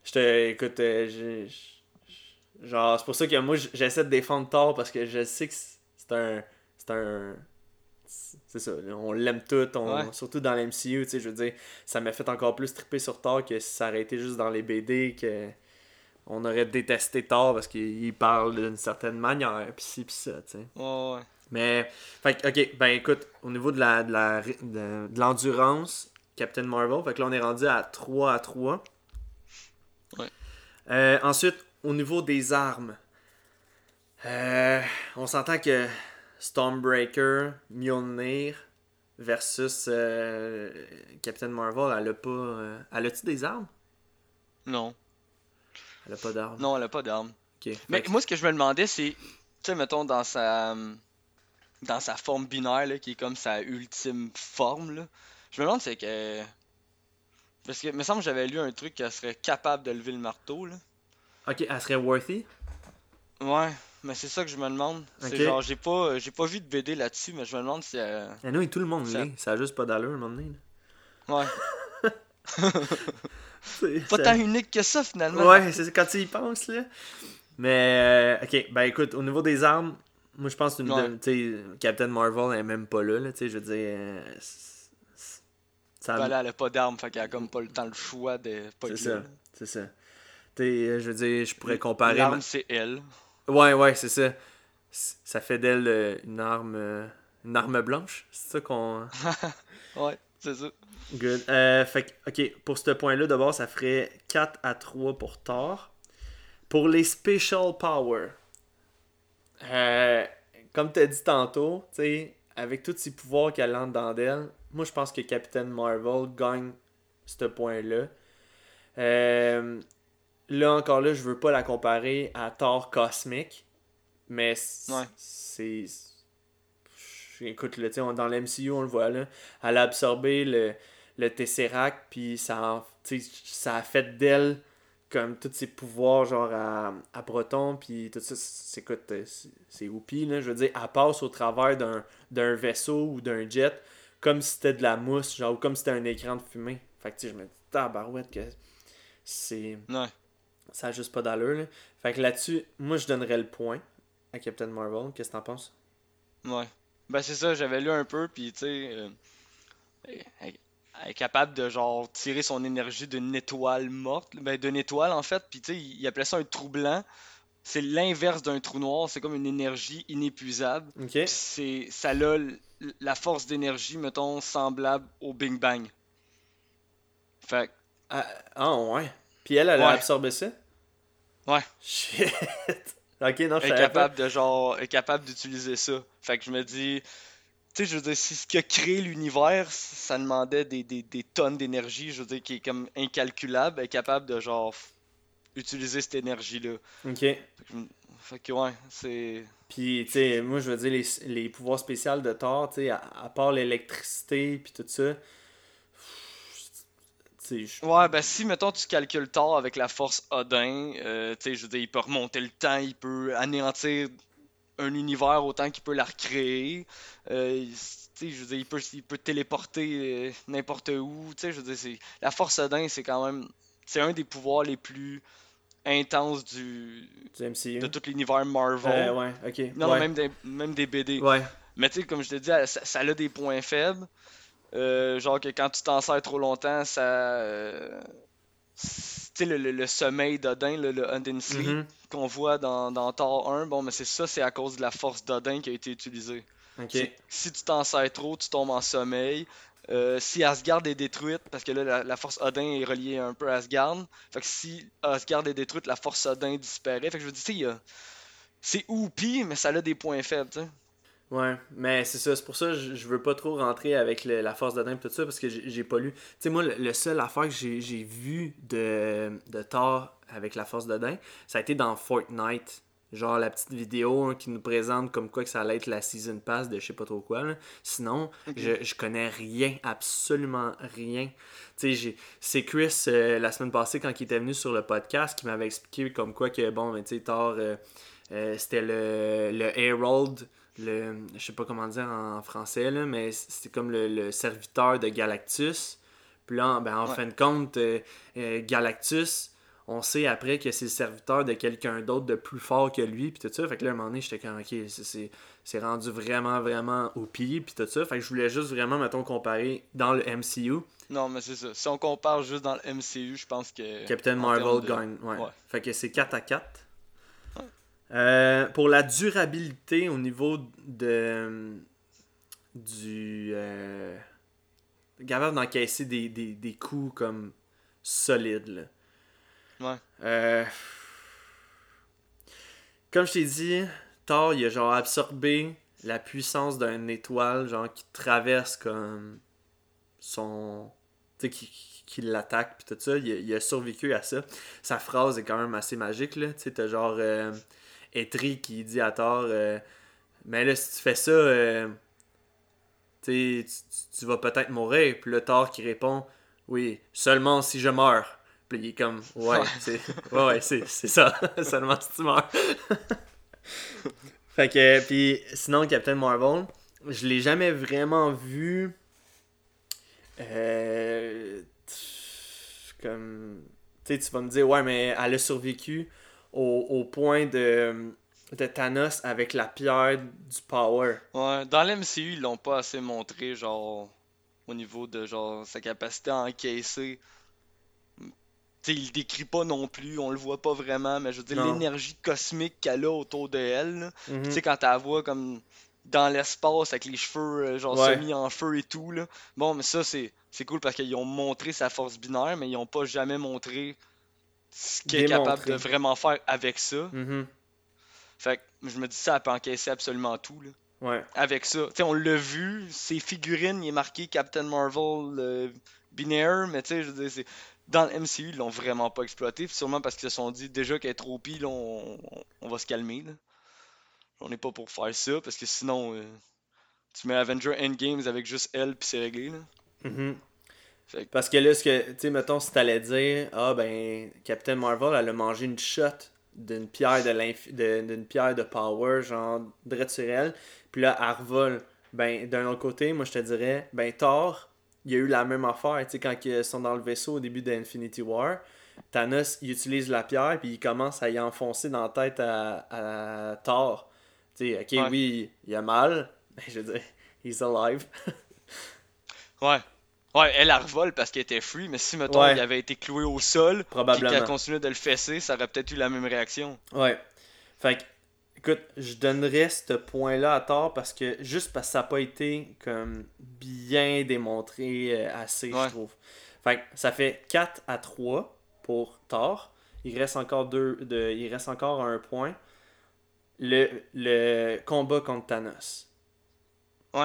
Je te. Écoute, euh, j'ai- j'ai- genre, c'est pour ça que moi, j- j'essaie de défendre Thor parce que je sais que c'est un. C'est un. C'est ça, on l'aime tout, Ouais. on, surtout dans l'M C U, tu sais, je veux dire, ça m'a fait encore plus triper sur Thor que si ça aurait été juste dans les B D, que on aurait détesté Thor parce qu'il il parle d'une certaine manière, pis ci pis ça, tu sais. Ouais, ouais. Mais, fait que, ok, ben écoute, au niveau de la de la de, de l'endurance, Captain Marvel, fait que là on est rendu à trois à trois. Ouais. Euh, ensuite, au niveau des armes, euh, on s'entend que Stormbreaker, Mjolnir versus euh, Captain Marvel, elle a pas. Euh, elle a-tu des armes? Non. Elle a pas d'armes. Non, elle a pas d'arme. Ok. Mais Fait que- moi, ce que je me demandais, c'est, tu sais, mettons, dans sa, dans sa forme binaire, là, qui est comme sa ultime forme, là, je me demande, c'est que. Parce que, il me semble que j'avais lu un truc qu'elle serait capable de lever le marteau, là. ok, elle serait worthy? Ouais, mais c'est ça que je me demande. C'est Ok. genre, j'ai pas, j'ai pas vu de B D là-dessus, mais je me demande si. euh, Et nous, tout le monde Ça- l'est. Ça a juste pas d'allure à un moment donné. là. Ouais. C'est- Pas ça- tant unique que ça, finalement. Ouais, c'est quand tu y penses, là. Mais, euh, ok, ben écoute, au niveau des armes, moi je pense que Ouais. tu sais, Captain Marvel est même pas là, là tu sais, je veux dire. euh, c'est- c'est- ça, Ben là, elle a pas d'arme, fait qu'elle a comme pas le temps le choix de pas c'est être ça, là, là. c'est ça. Tu sais, euh, je veux dire, je pourrais comparer. L'arme, ma- c'est elle. Ouais, ouais, c'est ça. C- Ça fait d'elle euh, une arme. euh, une arme blanche, c'est ça qu'on. Ouais, c'est ça. Good. Euh, fait que, ok, pour ce point-là, d'abord, ça ferait quatre à trois pour Thor. Pour les Special Power, euh, comme tu as dit tantôt, tu sais, avec tous ces pouvoirs qu'elle entre dans d'elle, moi je pense que Captain Marvel gagne ce point-là. Euh, là encore là, je veux pas la comparer à Thor Cosmic, mais c- Ouais. c'est. Écoute, là, tu sais, on- dans l'M C U, on le voit là, elle a absorbé le, le Tesseract, puis ça, en- tu sais, ça a fait d'elle comme tous ses pouvoirs genre à, à Proton, puis tout ça, c'est, écoute, euh, c'est, c'est oupi, là, je veux dire, elle passe au travers d'un, d'un vaisseau ou d'un jet comme si c'était de la mousse, genre, ou comme si c'était un écran de fumée. Fait que tu sais, je me dis, tabarouette, que c'est... Ouais. Ça a juste pas d'allure, là. Fait que là-dessus, moi, je donnerais le point à Captain Marvel. Qu'est-ce que t'en penses? Ouais. Ben c'est ça, j'avais lu un peu, puis tu sais, euh, elle, elle- elle est capable de genre tirer son énergie d'une étoile morte, ben d'une étoile en fait, puis tu sais, il il appelait ça un trou blanc. C'est l'inverse d'un trou noir, c'est comme une énergie inépuisable. Ok. Puis c'est, ça a l- la force d'énergie, mettons, semblable au Big Bang. Fait que, Ah, ah, ouais. Puis elle, elle a Ouais. absorbé ça? ouais, Shit. Ok, non, je elle est savais pas. capable de genre, elle est capable d'utiliser ça. Fait que je me dis, tu sais, je veux dire, si ce qui a créé l'univers, ça demandait des, des, des tonnes d'énergie, je veux dire, qui est comme incalculable, elle est capable de genre f- utiliser cette énergie-là. Ok. Fait que, je me- fait que ouais, c'est. Puis, tu sais, moi, je veux dire, les, les pouvoirs spéciaux de Thor, tu sais, à, à part l'électricité, puis tout ça. Tu sais, je- Ouais, ben si, mettons, tu calcules tard avec la force Odin, euh, tu sais, je veux dire, il peut remonter le temps, il peut anéantir un univers autant qu'il peut la recréer. Euh, il- tu sais, je veux dire, il peut, il peut téléporter euh, n'importe où. Tu sais, je veux dire, c'est, la force Odin, c'est quand même, c'est un des pouvoirs les plus intenses du, du M C U. de tout l'univers Marvel. Euh, ouais, ok. Non, ouais. même des, même des B D. Ouais. Mais tu sais, comme je te dis, elle- ça, ça a des points faibles. Euh, genre que quand tu t'en sers trop longtemps, ça. euh, tu sais, le, le- le sommeil d'Odin, le, le Odin Sleep, Mhm. qu'on voit dans, dans Thor un, bon, mais c'est ça, c'est à cause de la force d'Odin qui a été utilisée. Ok. C'est- Si tu t'en sers trop, tu tombes en sommeil. Euh, si Asgard est détruite, parce que là, la, la force Odin est reliée un peu à Asgard. Fait que si Asgard est détruite, la force Odin disparaît. Fait que je veux dire, tu sais, il y a- c'est oupi, mais ça a des points faibles, tu sais. Ouais, mais c'est ça, c'est pour ça que je, je veux pas trop rentrer avec le- la force d'Odin et tout ça parce que j'ai j'ai pas lu. Tu sais, moi, le, le seul affaire que j'ai j'ai vu de, de Thor avec la force d'Odin, ça a été dans Fortnite. Genre la petite vidéo hein, qui nous présente comme quoi que ça allait être la season pass de je sais pas trop quoi. Là. Sinon, Ok. je, je connais rien, absolument rien. Tu sais, j'ai- c'est Chris euh, la semaine passée quand il était venu sur le podcast qui m'avait expliqué comme quoi que bon, mais tu sais, Thor, euh, euh, c'était le, le Herald, le, je sais pas comment dire en français, là, mais c'était comme le, le serviteur de Galactus. Puis là, ben, en Ouais. fin de compte, euh, euh, Galactus, on sait après que c'est le serviteur de quelqu'un d'autre de plus fort que lui, puis tout ça. Fait que là, à un moment donné, j'étais comme, ok, c'est, c'est, c'est rendu vraiment, vraiment au pied, puis tout ça. Fait que je voulais juste vraiment, mettons, comparer dans le M C U. Non, mais c'est ça. Si on compare juste dans le M C U, je pense que. Captain en Marvel termes de- gagne. Ouais. Ouais. Fait que c'est quatre à quatre. Ouais. Euh, pour la durabilité au niveau de du euh, capable d'encaisser des, des, des coups comme solides là. Ouais. Euh, comme je t'ai dit, Thor il a genre absorbé la puissance d'une étoile genre qui traverse comme son tu sais qui, qui, qui l'attaque puis tout ça, il a, il a survécu à ça. Sa phrase est quand même assez magique là, tu sais t'as genre euh, Eitri qui dit à Thor euh, mais là si tu fais ça euh, tu, tu, tu vas peut-être mourir. Puis le Thor qui répond oui, seulement si je meurs. Puis il est comme ouais, c'est, ouais, ouais, c'est, c'est ça, seulement si tu meurs. Fait que, puis sinon, Captain Marvel, je l'ai jamais vraiment vu. Euh, comme, tu sais, tu vas me dire ouais, mais elle a survécu au, au point de. de Thanos avec la pierre du power. Ouais, dans l'M C U, ils l'ont pas assez montré, genre, au niveau de genre sa capacité à encaisser. Tu sais, il le décrit pas non plus, on le voit pas vraiment, mais je veux dire, Non. l'énergie cosmique qu'elle a autour de elle. là. Mhm. Tu sais, quand tu la vois comme dans l'espace avec les cheveux, euh, genre, Ouais. semi en feu et tout, là. Bon, mais ça, c'est c'est cool parce qu'ils ont montré sa force binaire, mais ils ont pas jamais montré ce qu'il est capable Démontré. de vraiment faire avec ça. Mhm. Fait que je me dis ça, elle peut encaisser absolument tout, là. Ouais. Avec ça. Tu sais, on l'a vu, ses figurines, il est marqué Captain Marvel euh, binaire, mais tu sais, je veux dire, c'est... dans le M C U, ils l'ont vraiment pas exploité, puis sûrement parce qu'ils se sont dit déjà qu'elle est trop pire, là, on... on va se calmer, là. On n'est pas pour faire ça, parce que sinon, euh, tu mets Avenger Endgames avec juste elle, puis c'est réglé, là. Mhm. Fait que, Parce que là, ce que, tu sais, mettons, si t'allais dire, ah ben, Captain Marvel, elle a mangé une shot d'une pierre de, l'inf... de d'une pierre de power, genre, direct sur elle, puis là, elle revole. Ben, d'un autre côté, moi, je te dirais, ben, Thor, il y a eu la même affaire, tu sais, quand ils sont dans le vaisseau au début d'Infinity War, Thanos, il utilise la pierre, puis il commence à y enfoncer dans la tête à, à Thor. Tu sais, ok, Ouais. oui, il a mal, ben, je veux dire, he's alive. ouais. Ouais, elle, elle revole parce qu'elle était free, mais si, mettons, Ouais. il avait été cloué au sol, puis Probablement. qu'elle continuait de le fesser, ça aurait peut-être eu la même réaction. Ouais. Fait que, écoute, je donnerais ce point-là à Thor parce que juste parce que ça n'a pas été comme bien démontré euh, assez, Ouais. je trouve. Fait que ça fait quatre à trois pour Thor. Il reste encore deux de, il reste encore un point. Le, le combat contre Thanos. Ouais.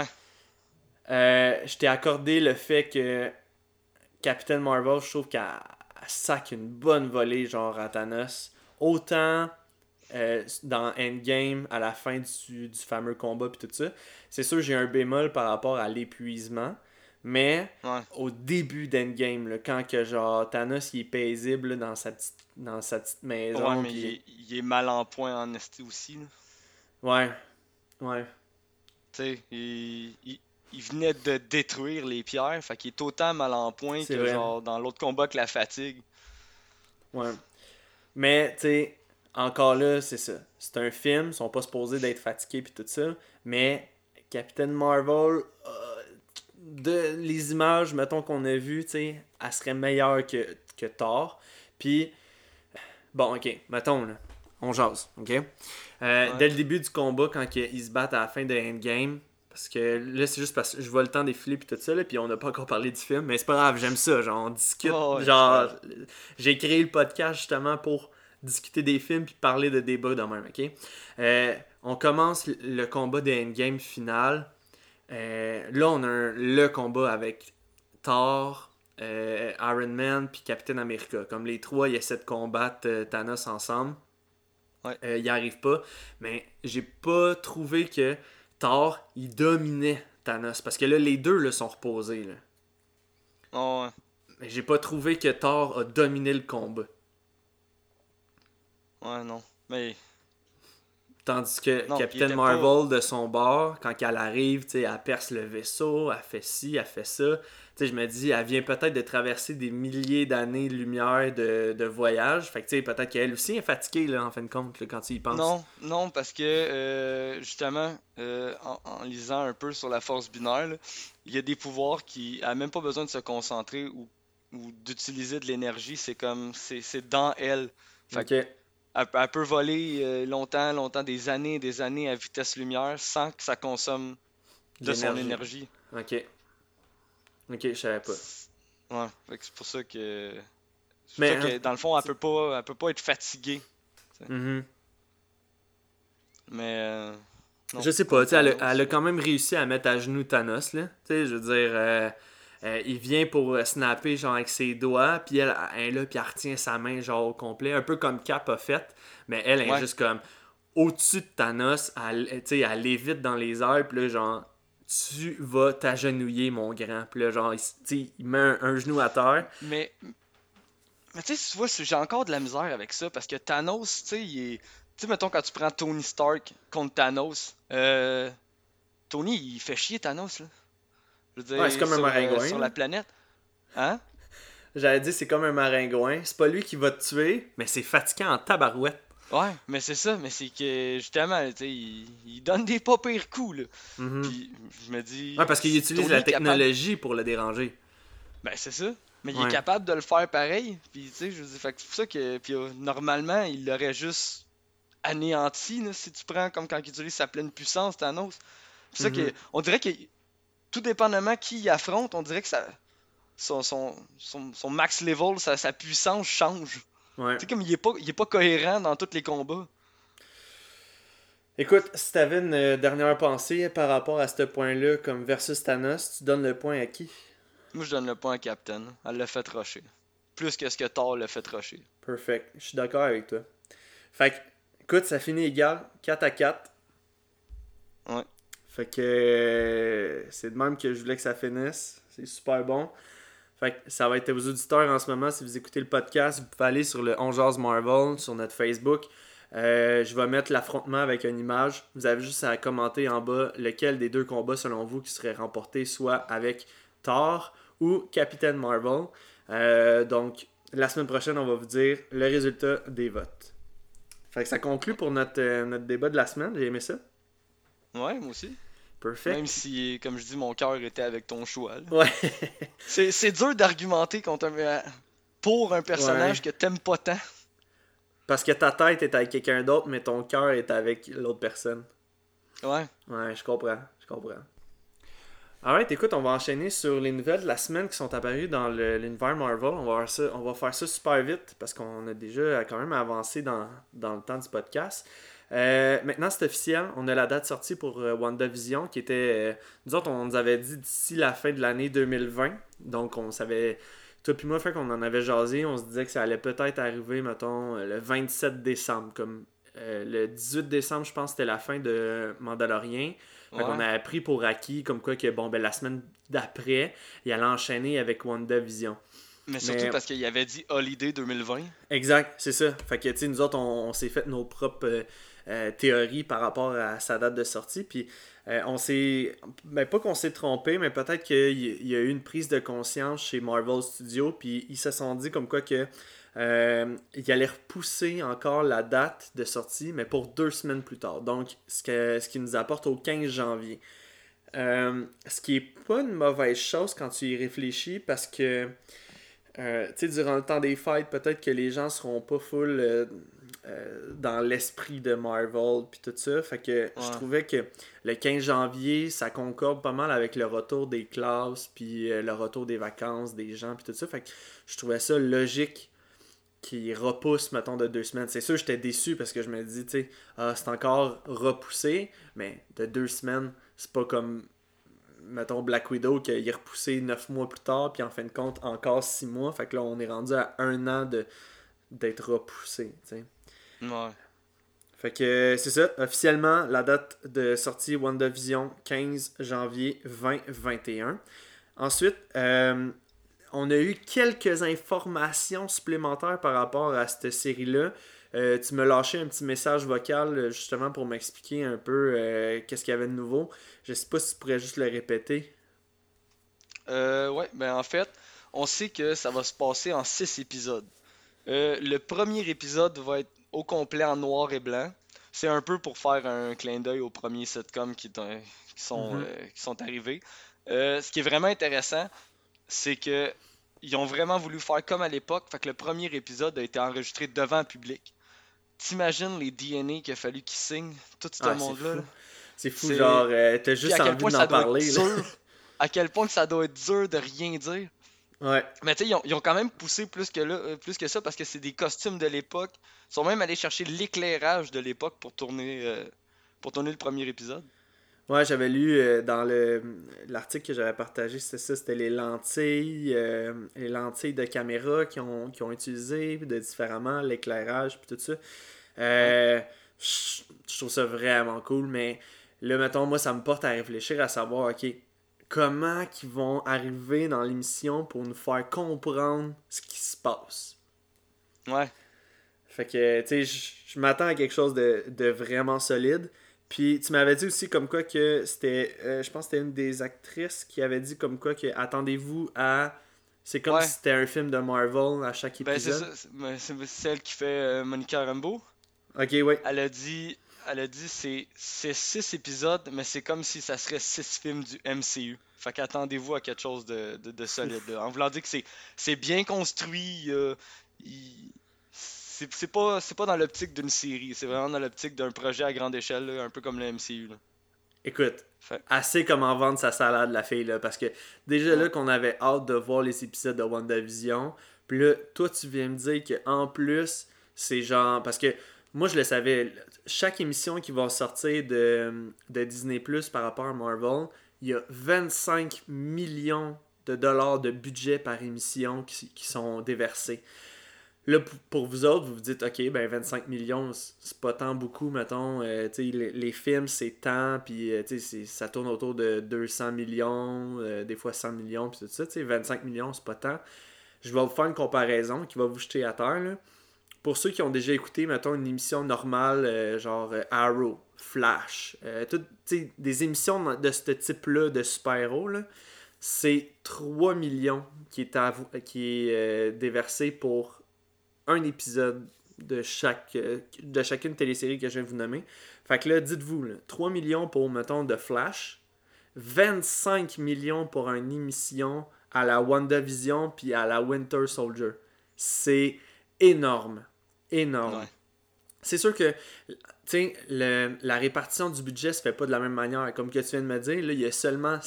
Euh, je t'ai accordé le fait que Captain Marvel, je trouve qu'elle elle sac une bonne volée genre à Thanos. Autant euh, dans Endgame, à la fin du, du fameux combat puis tout ça. C'est sûr j'ai un bémol par rapport à l'épuisement. Mais Ouais. au début d'Endgame, là, quand que genre Thanos il est paisible là, dans sa petite dans sa petite maison. Ouais, mais pis- il est, il est mal en point en esti aussi, là. Ouais. Ouais. Tu sais, il, il, il venait de détruire les pierres, fait qu'il est autant mal en point C'est que vrai. genre dans l'autre combat que la fatigue. Ouais. Mais, tu sais, encore là, c'est ça. C'est un film, ils sont pas supposés d'être fatigués puis tout ça. Mais Captain Marvel, euh, de les images, mettons, qu'on a vues, tu sais, elle serait meilleure que, que Thor. Puis, bon, ok, mettons, là, on jase, ok? Euh, Ouais. Dès le début du combat, quand ils se battent à la fin de Endgame, parce que là, c'est juste parce que je vois le temps défiler puis tout ça, là, puis on n'a pas encore parlé du film, mais c'est pas grave, j'aime ça, genre, on discute, Oh, ouais, genre, j'ai créé le podcast justement pour discuter des films puis parler de débats de même, ok? Euh, on commence le combat de Endgame final. Euh, là, on a un- le combat avec Thor, euh, Iron Man puis Captain America. Comme les trois, ils essaient de combattre euh, Thanos ensemble. Ouais. Euh, ils n'y arrivent pas. Mais j'ai pas trouvé que Thor, il dominait Thanos. Parce que là, les deux là, sont reposés. Là. Oh, ouais. Mais j'ai pas trouvé que Thor a dominé le combat. Ouais, non. Mais Tandis que Non, il Captain était Marvel, de son bord, quand elle arrive, tu sais, elle perce le vaisseau, elle fait ci, elle fait ça. Tu sais, je me dis, elle vient peut-être de traverser des milliers d'années-lumière de, de voyage. Fait que, tu sais, peut-être qu'elle aussi est fatiguée, là, en fin de compte, là, quand tu y penses. Non, non, parce que euh, justement, euh, en, en lisant un peu sur la force binaire, là, il y a des pouvoirs qui a même pas besoin de se concentrer ou, ou d'utiliser de l'énergie. C'est comme, c'est c'est dans elle. Fait que Ok. elle, elle peut voler euh, longtemps, longtemps, des années et des années à vitesse lumière sans que ça consomme De de son l'énergie. énergie. Ok. Ok, je savais pas. C'est- Ouais, fait que c'est pour ça que, c'est pour Mais, ça hein, que dans le fond, elle peut pas, elle peut pas être fatiguée. mhm. Mais euh, non, Je sais pas, contre tu sais, elle, a- Thanos. elle a quand même réussi à mettre à genoux Thanos, là. Tu sais, je veux dire, euh, euh, il vient pour euh, snapper, genre, avec ses doigts, puis elle, elle est là, puis elle retient sa main, genre, au complet, un peu comme Cap a fait, mais elle, elle est Ouais, juste comme au-dessus de Thanos, elle, tu sais, elle lévite dans les airs, puis là, genre, tu vas t'agenouiller, mon grand, puis là, genre, il, s- tu sais, il met un, un genou à terre. mais Mais tu sais, tu vois, j'ai encore de la misère avec ça parce que Thanos, tu sais, il est. Tu sais, mettons, quand tu prends Tony Stark contre Thanos, euh, Tony, il fait chier Thanos, là. Je veux Ouais, c'est dire, comme un sur, euh, maringouin, sur là. la planète. Hein? J'allais dire, c'est comme un maringouin, c'est pas lui qui va te tuer, mais c'est fatigant en tabarouette. Ouais, mais c'est ça, mais c'est que, justement, tu sais, il, il donne des pas pires coups, là. Mhm. Puis, je me dis, Ouais, parce qu'il si utilise Tony la est capable. technologie pour le déranger. Ben, c'est ça. Mais il est Ouais. capable de le faire pareil. Puis, tu sais, je veux dire, fait que c'est pour ça que, puis, euh, normalement, il l'aurait juste anéanti, là, si tu prends comme quand il utilise sa pleine puissance, Thanos. C'est ça Mhm. que, on dirait que tout dépendamment qui il affronte, on dirait que ça, son, son, son, son max level, sa, sa puissance change. Ouais. Tu sais, comme il est pas, il est pas cohérent dans tous les combats. Écoute, si t'avais une euh, dernière pensée par rapport à ce point-là, comme versus Thanos, tu donnes le point à qui? Moi, je donne le point à Captain. Elle l'a fait rusher. Plus que ce que Thor l'a fait rusher. Perfect. Je suis d'accord avec toi. Fait que, écoute, ça finit égal, quatre à quatre. Ouais. Fait que euh, c'est de même que je voulais que ça finisse. C'est super bon. Fait que ça va être aux auditeurs en ce moment. Si vous écoutez le podcast, vous pouvez aller sur le On Jase Marvel sur notre Facebook. Euh, je vais mettre l'affrontement avec une image. Vous avez juste à commenter en bas lequel des deux combats selon vous qui serait remporté, soit avec Thor ou Captain Marvel. Euh, donc, la semaine prochaine, on va vous dire le résultat des votes. Fait que ça conclut pour notre, euh, notre débat de la semaine. J'ai aimé ça. Ouais, moi aussi. Perfect. Même si, comme je dis, mon cœur était avec ton choix. là. Ouais. C'est, c'est dur d'argumenter contre un, pour un personnage Ouais. que t'aimes pas tant. Parce que ta tête est avec quelqu'un d'autre, mais ton cœur est avec l'autre personne. Ouais. Ouais, je comprends. Je comprends. Alright, écoute, on va enchaîner sur les nouvelles de la semaine qui sont apparues dans le- l'univers Marvel. On va, voir ça, on va faire ça super vite parce qu'on a déjà quand même avancé dans, dans le temps du podcast. Euh, maintenant, c'est officiel. On a la date sortie pour euh, WandaVision qui était. Euh, nous autres, on nous avait dit d'ici la fin de l'année deux mille vingt. Donc, on savait. Toi puis moi, fait qu'on en avait jasé. On se disait que ça allait peut-être arriver, mettons, le vingt-sept décembre. Comme euh, le dix-huit décembre, je pense, c'était la fin de Mandalorian. Fait qu'on Ouais. a appris pour acquis comme quoi que bon ben la semaine d'après, il allait enchaîner avec WandaVision. Mais surtout Mais- parce qu'il avait dit Holiday deux mille vingt. Exact, c'est ça. Fait que tu sais, nous autres, on, on s'est fait nos propres euh, euh, théories par rapport à sa date de sortie. Puis euh, on s'est. Ben pas qu'on s'est trompé, mais peut-être qu'il y, il y a eu une prise de conscience chez Marvel Studios. Puis ils se sont dit comme quoi que. Euh, il allait repousser encore la date de sortie, mais pour deux semaines plus tard. Donc, ce, que, ce qui nous apporte au quinze janvier. Euh, ce qui est pas une mauvaise chose quand tu y réfléchis parce que, euh, tu sais, durant le temps des fêtes, peut-être que les gens seront pas full euh, euh, dans l'esprit de Marvel puis tout ça. Fait que je Ouais. trouvais que le quinze janvier, ça concorde pas mal avec le retour des classes puis euh, le retour des vacances des gens puis tout ça. Fait que je trouvais ça logique qui repousse, mettons, de deux semaines. C'est sûr, j'étais déçu parce que je me dis, tu sais, ah, c'est encore repoussé, mais de deux semaines, c'est pas comme, mettons, Black Widow qui est repoussé neuf mois plus tard, puis en fin de compte, encore six mois. Fait que là, on est rendu à un an de, d'être repoussé, tu sais. Ouais. Fait que c'est ça, officiellement, la date de sortie WandaVision, quinze janvier vingt vingt et un. Ensuite, euh, on a eu quelques informations supplémentaires par rapport à cette série-là. Euh, tu m'as lâché un petit message vocal justement pour m'expliquer un peu euh, qu'est-ce qu'il y avait de nouveau. Je sais pas si tu pourrais juste le répéter. Euh, ouais, ben en fait, on sait que ça va se passer en six épisodes. Euh, le premier épisode va être au complet en noir et blanc. C'est un peu pour faire un clin d'œil aux premiers sitcoms qui, est- qui sont, Mhm. euh, qui sont arrivés. Euh, ce qui est vraiment intéressant, c'est que ils ont vraiment voulu faire comme à l'époque. Fait que le premier épisode a été enregistré devant le public. T'imagines les D N A qu'il a fallu qu'ils signent, tout ce Ah, c'est monde-là, là? fou. C'est fou, genre, C'est. euh, t'as Puis à juste quel envie point d'en ça doit être parler, là. dur. À quel point que ça doit être dur de rien dire. Ouais. Mais tu sais, ils ont, ils ont quand même poussé plus que, là, euh, plus que ça parce que c'est des costumes de l'époque. Ils sont même allés chercher l'éclairage de l'époque pour tourner, euh, pour tourner le premier épisode. Ouais, j'avais lu euh, dans le l'article que j'avais partagé, c'était ça, c'était les lentilles, euh, les lentilles de caméra qui ont, qui ont utilisé de différemment, l'éclairage, puis tout ça. Ouais. Euh, je je trouve ça vraiment cool, mais là, mettons, moi, ça me porte à réfléchir à savoir, ok, comment qu'ils vont arriver dans l'émission pour nous faire comprendre ce qui se passe. Ouais. Fait que, tu sais, je je m'attends à quelque chose de, de vraiment solide. Puis tu m'avais dit aussi comme quoi que c'était, euh, je pense que c'était une des actrices qui avait dit comme quoi que attendez-vous à, c'est comme Ouais. si c'était un film de Marvel à chaque Ben c'est épisode. ça. C'est ben, c'est celle qui fait euh, Monica Rambeau. Ok, ouais. Elle a dit, elle a dit c'est c'est six épisodes, mais c'est comme si ça serait six films du M C U. Fait qu'attendez-vous à quelque chose de, de, de solide. Là. En voulant dire que c'est c'est bien construit. euh, il- c'est c'est pas c'est pas dans l'optique d'une série, c'est vraiment dans l'optique d'un projet à grande échelle, là, un peu comme le M C U. Là. Écoute, Fait, assez comment vendre sa salade la fille là, parce que déjà là ouais. qu'on avait hâte de voir les épisodes de WandaVision, puis là toi tu viens me dire que en plus c'est genre parce que moi je le savais, chaque émission qui va sortir de, de Disney Plus par rapport à Marvel, il y a vingt-cinq millions de dollars de budget par émission qui, qui sont déversés. Là, pour- pour vous autres, vous vous dites, OK, ben vingt-cinq millions, c- c'est pas tant beaucoup, mettons. Euh, tu sais, les, les films, c'est tant, puis euh, tu sais, c'est- ça tourne autour de deux cents millions, euh, des fois cent millions, puis tout ça. Tu sais, vingt-cinq millions, c'est pas tant. Je vais vous faire une comparaison qui va vous jeter à terre, là. Pour ceux qui ont déjà écouté, mettons, une émission normale, euh, genre euh, Arrow, Flash, euh, toutes, tu sais, des émissions de ce type-là de super-héros, là, c'est trois millions qui est, avou- qui est euh, déversé pour un épisode de chaque euh, de chacune télésérie que je viens de vous nommer. Fait que là, dites-vous, là, trois millions pour, mettons, de Flash, vingt-cinq millions pour une émission à la WandaVision puis à la Winter Soldier. C'est énorme. Énorme. Ouais. C'est sûr que tu sais, le- la répartition du budget se fait pas de la même manière. Comme que tu viens de me dire, là, il y a seulement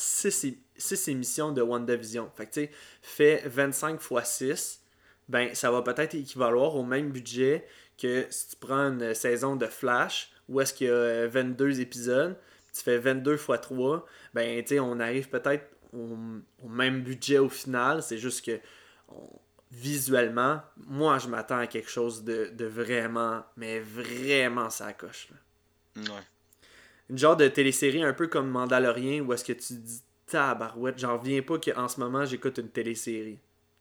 six émissions de WandaVision. Fait que tu sais, fais vingt-cinq fois six, ben ça va peut-être équivaloir au même budget que si tu prends une saison de Flash, où est-ce qu'il y a euh, vingt-deux épisodes, tu fais vingt-deux fois trois, ben tu sais, on arrive peut-être au, au même budget au final. C'est juste que on- visuellement, moi je m'attends à quelque chose de, de vraiment, mais vraiment ça coche. Là. Ouais. Une genre de télésérie un peu comme Mandalorian où est-ce que tu te dis tabarouette, j'en reviens pas qu'en ce moment j'écoute une télésérie.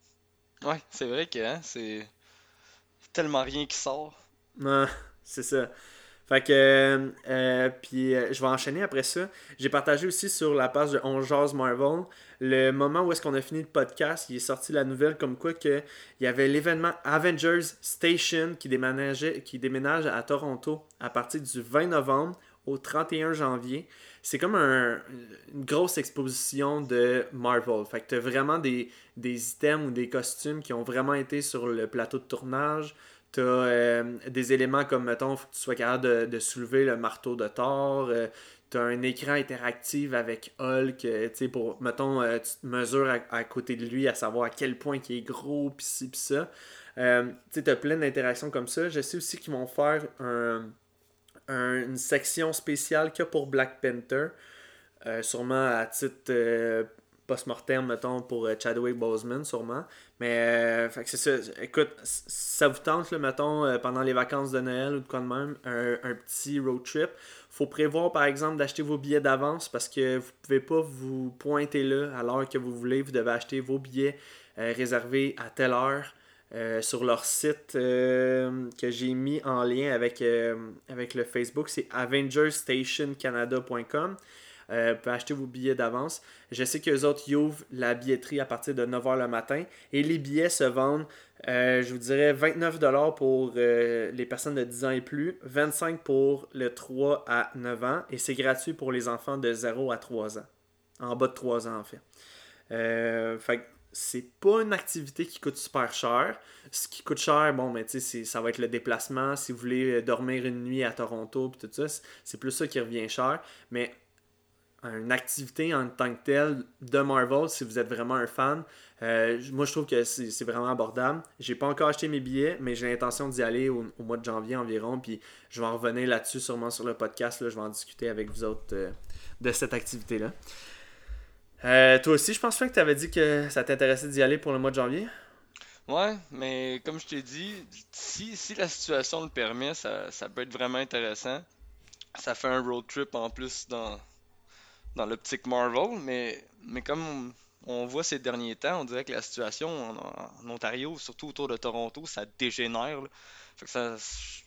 Ouais, c'est vrai que hein, c'est tellement rien qui sort. Non, c'est ça. Fait que, euh, euh, puis euh, je vais enchaîner après ça. J'ai partagé aussi sur la page de On Jase Marvel le moment où est-ce qu'on a fini le podcast. Il est sorti la nouvelle comme quoi que il y avait l'événement Avengers Station qui déménageait, qui déménage à Toronto à partir du vingt novembre au trente et un janvier. C'est comme un- une grosse exposition de Marvel. Fait que t'as vraiment des, des items ou des costumes qui ont vraiment été sur le plateau de tournage. T'as euh, des éléments comme, mettons, faut que tu sois capable de, de soulever le marteau de Thor. Euh, t'as un écran interactif avec Hulk, euh, tu sais, pour, mettons, euh, tu te mesures à, à côté de lui à savoir à quel point il est gros, pis ci, pis ça. Euh, tu sais, t'as plein d'interactions comme ça. Je sais aussi qu'ils vont faire un, un- une section spéciale que pour Black Panther. Euh, sûrement à titre euh, post-mortem, mettons, pour euh, Chadwick Boseman, sûrement. Mais, euh, fait que c'est ça. Écoute, si ça vous tente, là, mettons, euh, pendant les vacances de Noël ou de quoi de même, un, un petit road trip. Faut prévoir, par exemple, d'acheter vos billets d'avance parce que vous pouvez pas vous pointer là à l'heure que vous voulez. Vous devez acheter vos billets euh, réservés à telle heure. Euh, sur leur site euh, que j'ai mis en lien avec, euh, avec le Facebook, c'est avengersstationcanada point com. euh, vous pouvez acheter vos billets d'avance. Je sais qu'eux autres, ils ouvrent la billetterie à partir de neuf heures le matin. Et les billets se vendent, euh, je vous dirais, vingt-neuf dollars pour euh, les personnes de dix ans et plus, vingt-cinq pour le trois à neuf ans. Et c'est gratuit pour les enfants de zéro à trois ans. En bas de trois ans, en fait. Euh, fait que c'est pas une activité qui coûte super cher. Ce qui coûte cher, bon, mais tu sais, ça va être le déplacement. Si vous voulez dormir une nuit à Toronto, puis tout ça, c'est plus ça qui revient cher. Mais une activité en tant que telle de Marvel, si vous êtes vraiment un fan, euh, moi je trouve que c'est, c'est vraiment abordable. J'ai pas encore acheté mes billets, mais j'ai l'intention d'y aller au, au mois de janvier environ. Puis je vais en revenir là-dessus sûrement sur le podcast. Là, je vais en discuter avec vous autres euh, de cette activité-là. Euh, toi aussi, je pense pas que tu avais dit que ça t'intéressait d'y aller pour le mois de janvier. Ouais, mais comme je t'ai dit, si, si la situation le permet, ça, ça peut être vraiment intéressant. Ça fait un road trip en plus dans, dans l'optique Marvel, mais, mais comme on, on voit ces derniers temps, on dirait que la situation en, en Ontario, surtout autour de Toronto, ça dégénère. Là. Fait que ça,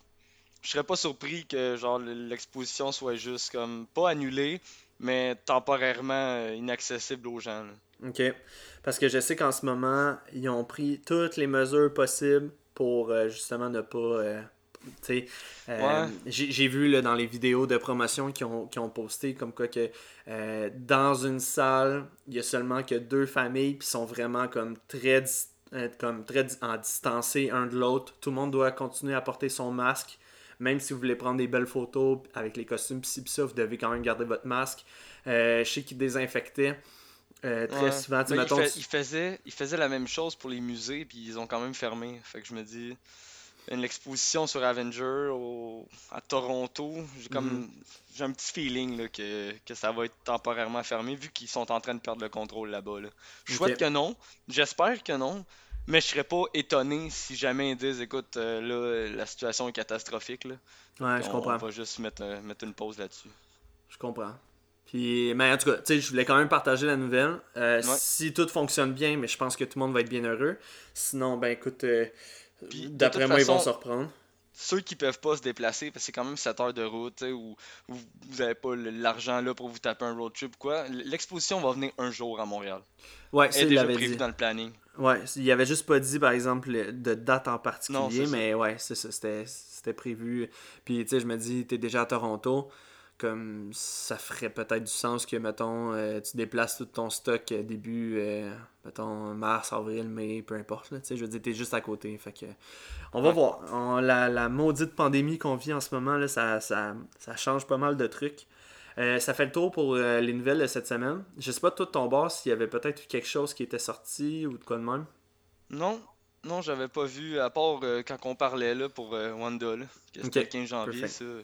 je serais pas surpris que genre l'exposition soit juste comme pas annulée, mais temporairement euh, inaccessible aux gens. Là. OK. Parce que je sais qu'en ce moment, ils ont pris toutes les mesures possibles pour euh, justement ne pas... Euh, tu sais, euh, Ouais. j'ai, j'ai vu là, dans les vidéos de promotion qu'ils ont, qu'ils ont posté comme quoi que euh, dans une salle, il y a seulement que deux familles puis sont vraiment comme très, dis- euh, comme très di- en distancés un de l'autre. Tout le monde doit continuer à porter son masque. Même si vous voulez prendre des belles photos avec les costumes pis ci pis ça, vous devez quand même garder votre masque. Euh, je sais qu'ils désinfectaient euh, très Ouais. souvent. Tu sais, Mais il, mettons, fait, tu- il faisait, il faisait la même chose pour les musées, puis ils ont quand même fermé. Fait que je me dis, une exposition sur Avenger au- à Toronto, j'ai Mhm. comme j'ai un petit feeling là, que, que ça va être temporairement fermé vu qu'ils sont en train de perdre le contrôle là-bas. Là. Je souhaite Ok. que non, j'espère que non, mais je serais pas étonné si jamais ils disent écoute, euh, là, la situation est catastrophique, là. Ouais, Puis je on, on comprends. va juste mettre, euh, mettre une pause là-dessus. Je comprends. Puis, mais en tout cas, tu sais, je voulais quand même partager la nouvelle. Euh, Ouais. si tout fonctionne bien, mais je pense que tout le monde va être bien heureux. Sinon, ben écoute, euh, Puis de d'après toute moi, ils vont façon, se reprendre. ceux qui peuvent pas se déplacer, parce que c'est quand même sept heures de route, tu sais, où, où vous avez pas le- l'argent là pour vous taper un road trip ou quoi, l'exposition va venir un jour à Montréal. Ouais, Elle ça, est il déjà l'avait prévue dit. dans le planning. Ouais, il avait juste pas dit, par exemple, de date en Non, particulier, c'est ça. mais ouais, c'est ça, c'était, c'était prévu. Puis, tu sais, je me dis, t'es déjà à Toronto, comme ça ferait peut-être du sens que, mettons, euh, tu déplaces tout ton stock euh, début, euh, mettons, mars, avril, mai, peu importe, là, tu sais, je veux dire, t'es juste à côté, fait que... On va Ouais. voir. On- la, la maudite pandémie qu'on vit en ce moment, là, ça, ça, ça change pas mal de trucs. Euh, ça fait le tour pour euh, les nouvelles de cette semaine. Je sais pas, toi, de ton bord, s'il y avait peut-être eu quelque chose qui était sorti ou de quoi de même. Non, non, j'avais pas vu, à part euh, quand on parlait là pour euh, Wanda, là, que c'était le Ok, quinze janvier, perfect. ça.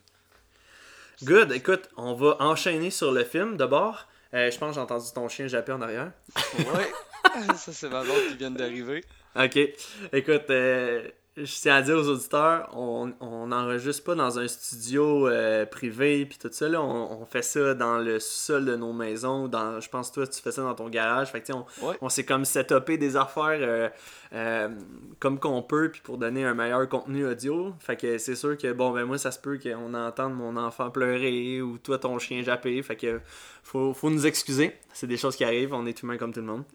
Good, écoute, on va enchaîner sur le film d'abord. Euh, je pense que j'ai entendu ton chien japper en arrière. Ouais, ça c'est ma blonde qui vient d'arriver. Ok, écoute, euh, je tiens à dire aux auditeurs, on on n'enregistre pas dans un studio euh, privé puis tout ça, là, on, on fait ça dans le sol de nos maisons, dans, je pense toi tu fais ça dans ton garage, fait que tu sais, on, Ouais, on s'est comme setupé des affaires euh, euh, comme qu'on peut puis pour donner un meilleur contenu audio, fait que c'est sûr que bon ben moi ça se peut qu'on entende mon enfant pleurer ou toi ton chien japper, fait que faut, faut nous excuser, c'est des choses qui arrivent, on est humain comme tout le monde.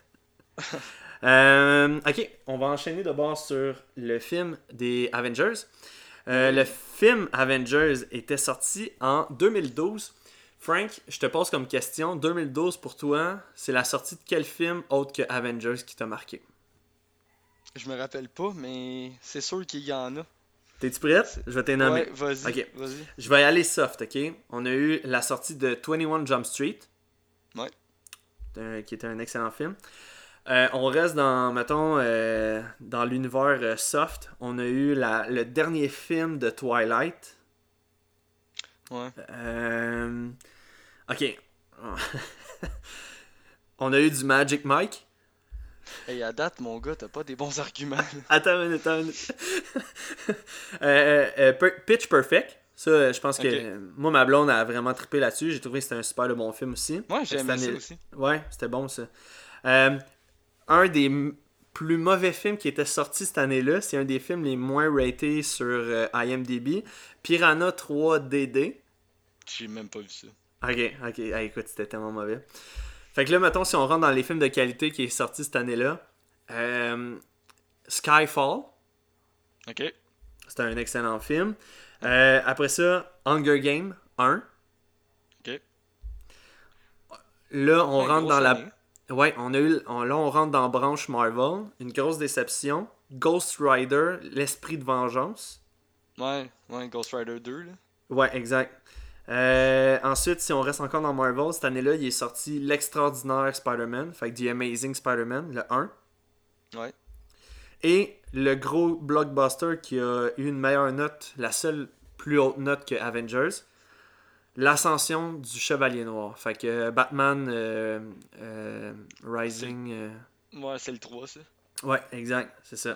Euh, ok, on va enchaîner d'abord sur le film des Avengers. Euh, le film Avengers était sorti en deux mille douze. Frank, je te pose comme question, deux mille douze pour toi, c'est la sortie de quel film autre que Avengers qui t'a marqué? je me rappelle pas, mais c'est sûr qu'il y en a. T'es-tu prête? C'est- Je vais t'en nommer. Ouais, vas-y, Ok. vas-y. Je vais y aller soft, ok? On a eu la sortie de vingt et un Jump Street, Ouais. euh, qui était un excellent film. Euh, on reste dans, mettons, euh, dans l'univers euh, soft. On a eu la, le dernier film de Twilight. Ouais. Euh, ok. On a eu du Magic Mike. Hey, à date, mon gars, t'as pas des bons arguments. là. Attends une minute, attends une minute. euh, euh, Per- Pitch Perfect. Ça, euh, je pense que Ok. euh, moi, ma blonde a vraiment trippé là-dessus. J'ai trouvé que c'était un super de bon film aussi. Ouais, j'ai Cette aimé ça année- aussi. Ouais, c'était bon ça. Euh, un des m- plus mauvais films qui était sorti cette année-là, c'est un des films les moins ratés sur euh, I M D B. Piranha trois D D. J'ai même pas vu ça. Ok, ok. Ah, écoute, c'était tellement mauvais. Fait que là, mettons, si on rentre dans les films de qualité qui est sorti cette année-là, euh, Skyfall, Ok. c'était un excellent film. Euh, après ça, Hunger Games un. Ok. Là, on Ouais, rentre grosse dans la... année. Ouais, on a eu... on- Là, on rentre dans branche Marvel. Une grosse déception. Ghost Rider, l'esprit de vengeance. Ouais, ouais, Ghost Rider deux, là. Ouais, exact. Euh, ensuite, si on reste encore dans Marvel, cette année-là, il est sorti l'extraordinaire Spider-Man, fait que The Amazing Spider-Man, le un. Ouais. Et le gros blockbuster qui a eu une meilleure note, la seule plus haute note que Avengers, l'ascension du Chevalier Noir. Fait que euh, Batman euh, euh, Rising... euh, Ouais, c'est le trois, ça. Ouais, exact, c'est ça.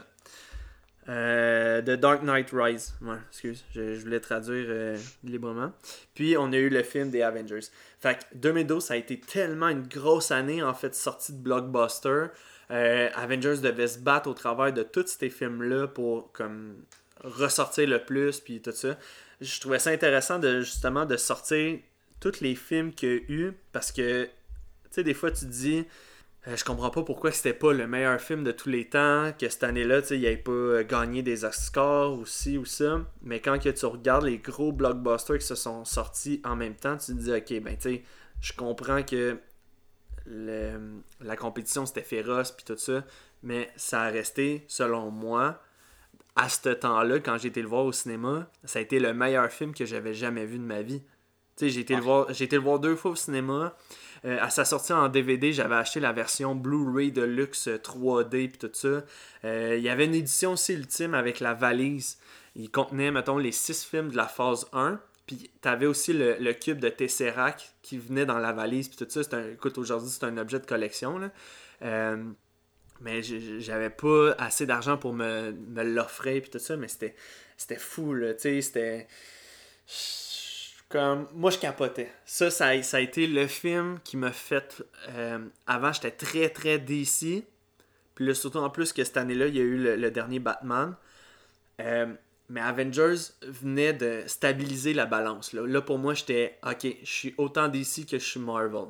Euh, The Dark Knight Rise. Ouais, excuse, je, je voulais traduire euh, librement. Puis on a eu le film des Avengers. Fait que deux mille douze, ça a été tellement une grosse année en fait, sortie de blockbuster. Euh, Avengers devait se battre au travers de tous ces films-là pour comme ressortir le plus, puis tout ça. Je trouvais ça intéressant de justement de sortir tous les films qu'il y a eu parce que, tu sais, des fois tu te dis. Euh, je comprends pas pourquoi c'était pas le meilleur film de tous les temps, que cette année-là, tu sais, il n'avait pas euh, gagné des Oscars ou ci ou ça. Mais quand que tu regardes les gros blockbusters qui se sont sortis en même temps, tu te dis, ok, ben tu sais, je comprends que le- la compétition c'était féroce puis tout ça, mais ça a resté, selon moi, à ce temps-là, quand j'ai été le voir au cinéma, ça a été le meilleur film que j'avais jamais vu de ma vie. Tu sais, j'ai été, le Ouais. voir, j'ai été le voir deux fois au cinéma. Euh, à sa sortie en D V D, j'avais acheté la version Blu-ray de luxe trois D et tout ça. Euh, il y avait une édition aussi ultime avec la valise. Il contenait, mettons, les six films de la phase un. Puis t'avais aussi le, le cube de Tesseract qui venait dans la valise. Puis tout ça, c'est un, écoute, aujourd'hui, c'est un objet de collection. Là. Euh, mais j- j'avais pas assez d'argent pour me, me l'offrir puis tout ça. Mais c'était, c'était fou, là. Tu sais, c'était... Comme, moi, je capotais. Ça, ça a, ça a été le film qui m'a fait... euh, avant, j'étais très, très D C. Puis là, surtout en plus que cette année-là, il y a eu le, le dernier Batman. Euh, mais Avengers venait de stabiliser la balance. Là, là pour moi, j'étais... OK, je suis autant D C que je suis Marvel.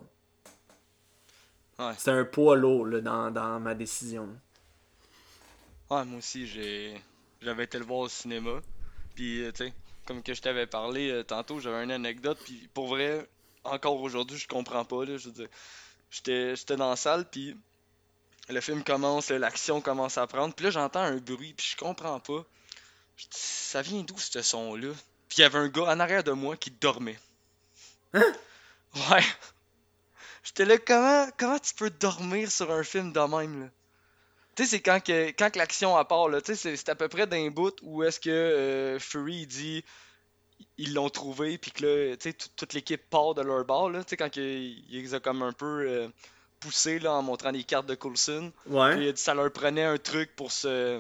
Ouais. C'était un poids lourd là, dans, dans ma décision. Ouais, moi aussi, j'ai j'avais été le voir au cinéma. Puis, euh, tu sais, comme que je t'avais parlé euh, tantôt, j'avais une anecdote. Puis, pour vrai, encore aujourd'hui, je comprends pas. Là, je veux dire, j'étais j'étais dans la salle, puis le film commence, là, l'action commence à prendre. Puis là, j'entends un bruit, puis je comprends pas. Je dis, ça vient d'où ce son-là? Puis, il y avait un gars en arrière de moi qui dormait. Hein? Ouais. J'étais là, comment, comment tu peux dormir sur un film de même, là? Tu sais, c'est quand que, quand que l'action à part, là, tu sais, c'est c'est à peu près d'un bout où est-ce que euh, Fury il dit ils l'ont trouvé, puis que là, tu sais, tout- toute l'équipe part de leur bord, là, tu sais, quand que, il les a comme un peu euh, poussés, là, en montrant les cartes de Coulson. Puis Ouais. il a dit ça leur prenait un truc pour se...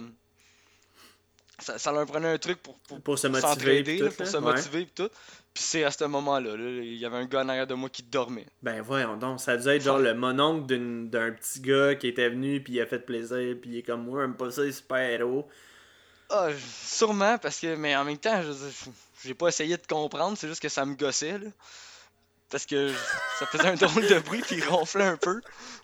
Ça, ça leur prenait un truc pour, pour, Pour se pour motiver pis s'entraider, là, tout, pour là. se Ouais. motiver, puis tout. Puis c'est à ce moment-là, là, il y avait un gars en arrière de moi qui dormait. Ben voyons donc, ça a dû être genre le mononcle d'une- d'un petit gars qui était venu puis il a fait plaisir puis il est comme moi, j'aime pas ça les super-héros. Ah, j- sûrement, parce que, mais en même temps, je veux dire, j'ai pas essayé de comprendre, c'est juste que ça me gossait, là. Parce que j- ça faisait un drôle de bruit, puis il ronflait un peu.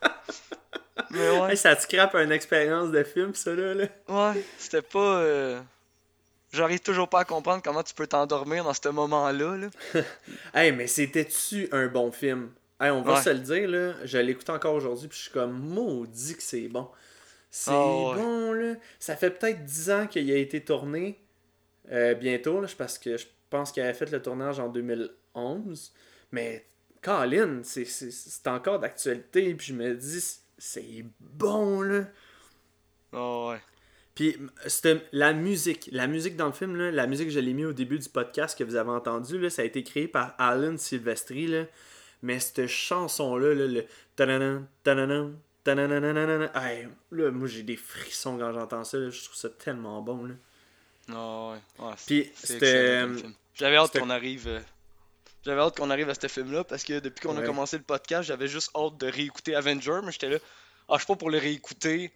Mais ouais, Hey, ça te scrape une expérience de film ça là, là. ouais, c'était pas. euh, J'arrive toujours pas à comprendre comment tu peux t'endormir dans ce moment-là, là. Hey, mais c'était-tu un bon film? Hey, on va Ouais. se le dire là, je l'écoute encore aujourd'hui puis je suis comme maudit que c'est bon. C'est Ah, ouais. bon là. Ça fait peut-être dix ans qu'il a été tourné euh, bientôt là, parce que je pense qu'il avait fait le tournage en deux mille onze. Mais Colin, c'est, c'est, c'est encore d'actualité puis je me dis c'est bon là. Ah, ouais. Puis c'était la musique, la musique dans le film, là, la musique que je l'ai mis au début du podcast que vous avez entendu, là, ça a été créé par Alan Silvestri, là. Mais cette chanson-là, là, le tananan, tananan, tananananana, hey, là, moi j'ai des frissons quand j'entends ça, là, je trouve ça tellement bon. Là. Ah, ouais. Ouais, c'est- Puis c'est c'était. excellent comme film. J'avais hâte c'était- qu'on arrive. euh, J'avais hâte qu'on arrive à ce film-là, parce que depuis qu'on a Ouais. commencé le podcast, j'avais juste hâte de réécouter Avenger, mais j'étais là. Ah, je suis pas pour le réécouter.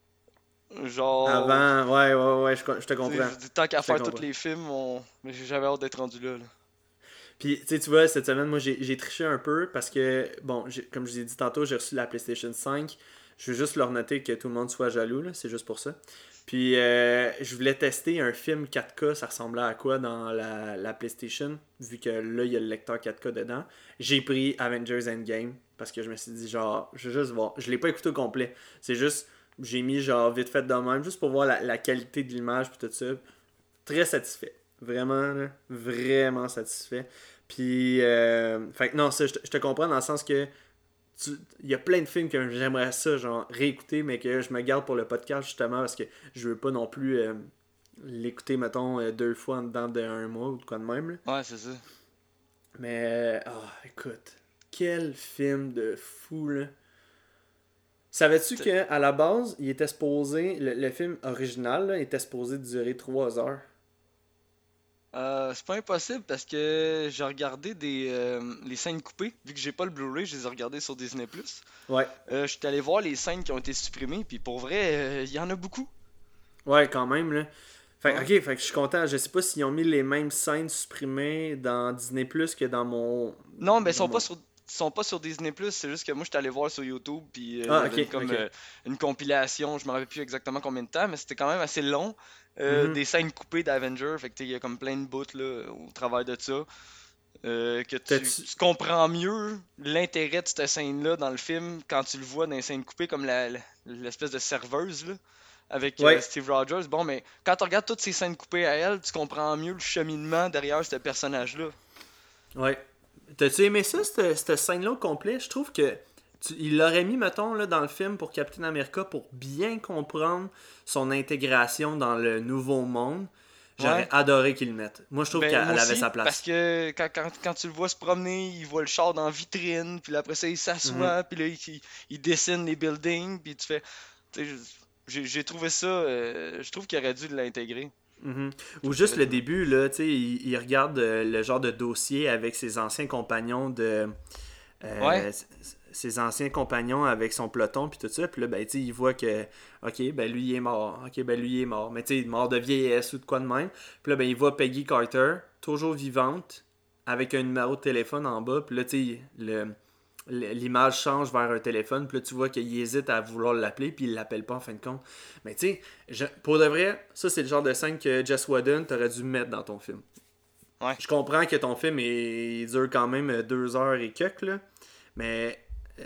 Genre. Avant, ouais, ouais, ouais, je, je te Tu sais, comprends. je dis, tant qu'à Je te faire comprends. tous les films, on... mais j'avais hâte d'être rendu là, là. Puis, tu sais, tu vois, cette semaine, moi, j'ai, j'ai triché un peu parce que, bon, j'ai, comme je vous ai dit tantôt, j'ai reçu la PlayStation cinq. Je veux juste leur noter que tout le monde soit jaloux, là, c'est juste pour ça. Puis, euh, je voulais tester un film quatre K, ça ressemblait à quoi dans la, la PlayStation, vu que là, il y a le lecteur quatre K dedans. J'ai pris Avengers Endgame parce que je me suis dit, genre, je veux juste voir. Je l'ai pas écouté au complet. C'est juste, j'ai mis, genre, vite fait de même, juste pour voir la, la qualité de l'image, puis tout ça. Très satisfait. Vraiment, là, vraiment satisfait. Puis, euh, fait que non, ça, je te, je te comprends dans le sens que il y a plein de films que j'aimerais ça, genre, réécouter, mais que je me garde pour le podcast, justement, parce que je veux pas non plus euh, l'écouter, mettons, euh, deux fois en dedans d'un mois ou de quoi de même, là. Ouais, c'est ça. Mais, ah, oh, écoute, quel film de fou, là. Savais-tu qu'à la base, il était supposé, le, le film original, là, était supposé durer trois heures? Euh, c'est pas impossible parce que j'ai regardé des, euh, les scènes coupées. Vu que j'ai pas le Blu-ray, je les ai regardées sur Disney plus. Ouais. Euh, je suis allé voir les scènes qui ont été supprimées, puis pour vrai, euh, il y en a beaucoup. Ouais, quand même, là. Fait, Ouais. ok, fait que je suis content. Je sais pas s'ils ont mis les mêmes scènes supprimées dans Disney plus que dans mon. Non, mais ils dans sont mon... pas sur, ils sont pas sur Disney plus. C'est juste que moi, je suis allé voir sur YouTube, puis euh, il y Ah, avait ok, comme ok. euh, une compilation. Je me rappelle plus exactement combien de temps, mais c'était quand même assez long. Euh, Mhm. Des scènes coupées d'Avengers. Fait que tu sais, il y a comme plein de bouts là, au travers de ça. Euh, que tu, T'as-tu- tu comprends mieux l'intérêt de cette scène-là dans le film quand tu le vois dans les scènes coupées comme la, la- l'espèce de serveuse là, avec euh, Ouais, Steve Rogers. Bon, mais quand tu regardes toutes ces scènes coupées à elle, tu comprends mieux le cheminement derrière ce personnage-là. ouais. T'as-tu aimé ça, cette, cette scène-là au complet? Je trouve que tu- il l'aurait mis, mettons, là, dans le film pour Captain America pour bien comprendre son intégration dans le nouveau monde. J'aurais Ouais. adoré qu'il le mette. Moi, je trouve Ben, qu'elle moi elle avait aussi, sa parce place. que quand, quand, quand tu le vois se promener, il voit le char dans la vitrine, puis là, après ça, il Mhm. s'assoit, puis là, il, il- il dessine les buildings, puis tu fais. Tu sais, j'ai j'ai trouvé ça. Euh, je trouve qu'il aurait dû l'intégrer. Mhm. Je Ou trouve qu'il juste aurait le dû. début, là, tu sais, il, il regarde euh, le genre de dossier avec ses anciens compagnons de. Ouais, euh, s- ses anciens compagnons avec son peloton, puis tout ça. Puis là, ben, tu sais, il voit que, ok, ben lui, il est mort. Ok, ben lui, il est mort. Mais tu sais, mort de vieillesse ou de quoi de même. Puis là, ben, il voit Peggy Carter, toujours vivante, avec un numéro de téléphone en bas. Puis là, tu sais, le. l'image change vers un téléphone, puis là tu vois qu'il hésite à vouloir l'appeler, puis il l'appelle pas en fin de compte. Mais tu sais, je- pour de vrai, ça c'est le genre de scène que Jess Whedon t'aurais dû mettre dans ton film. ouais. Je comprends que ton film est, il dure quand même deux heures et quelques, là, mais euh,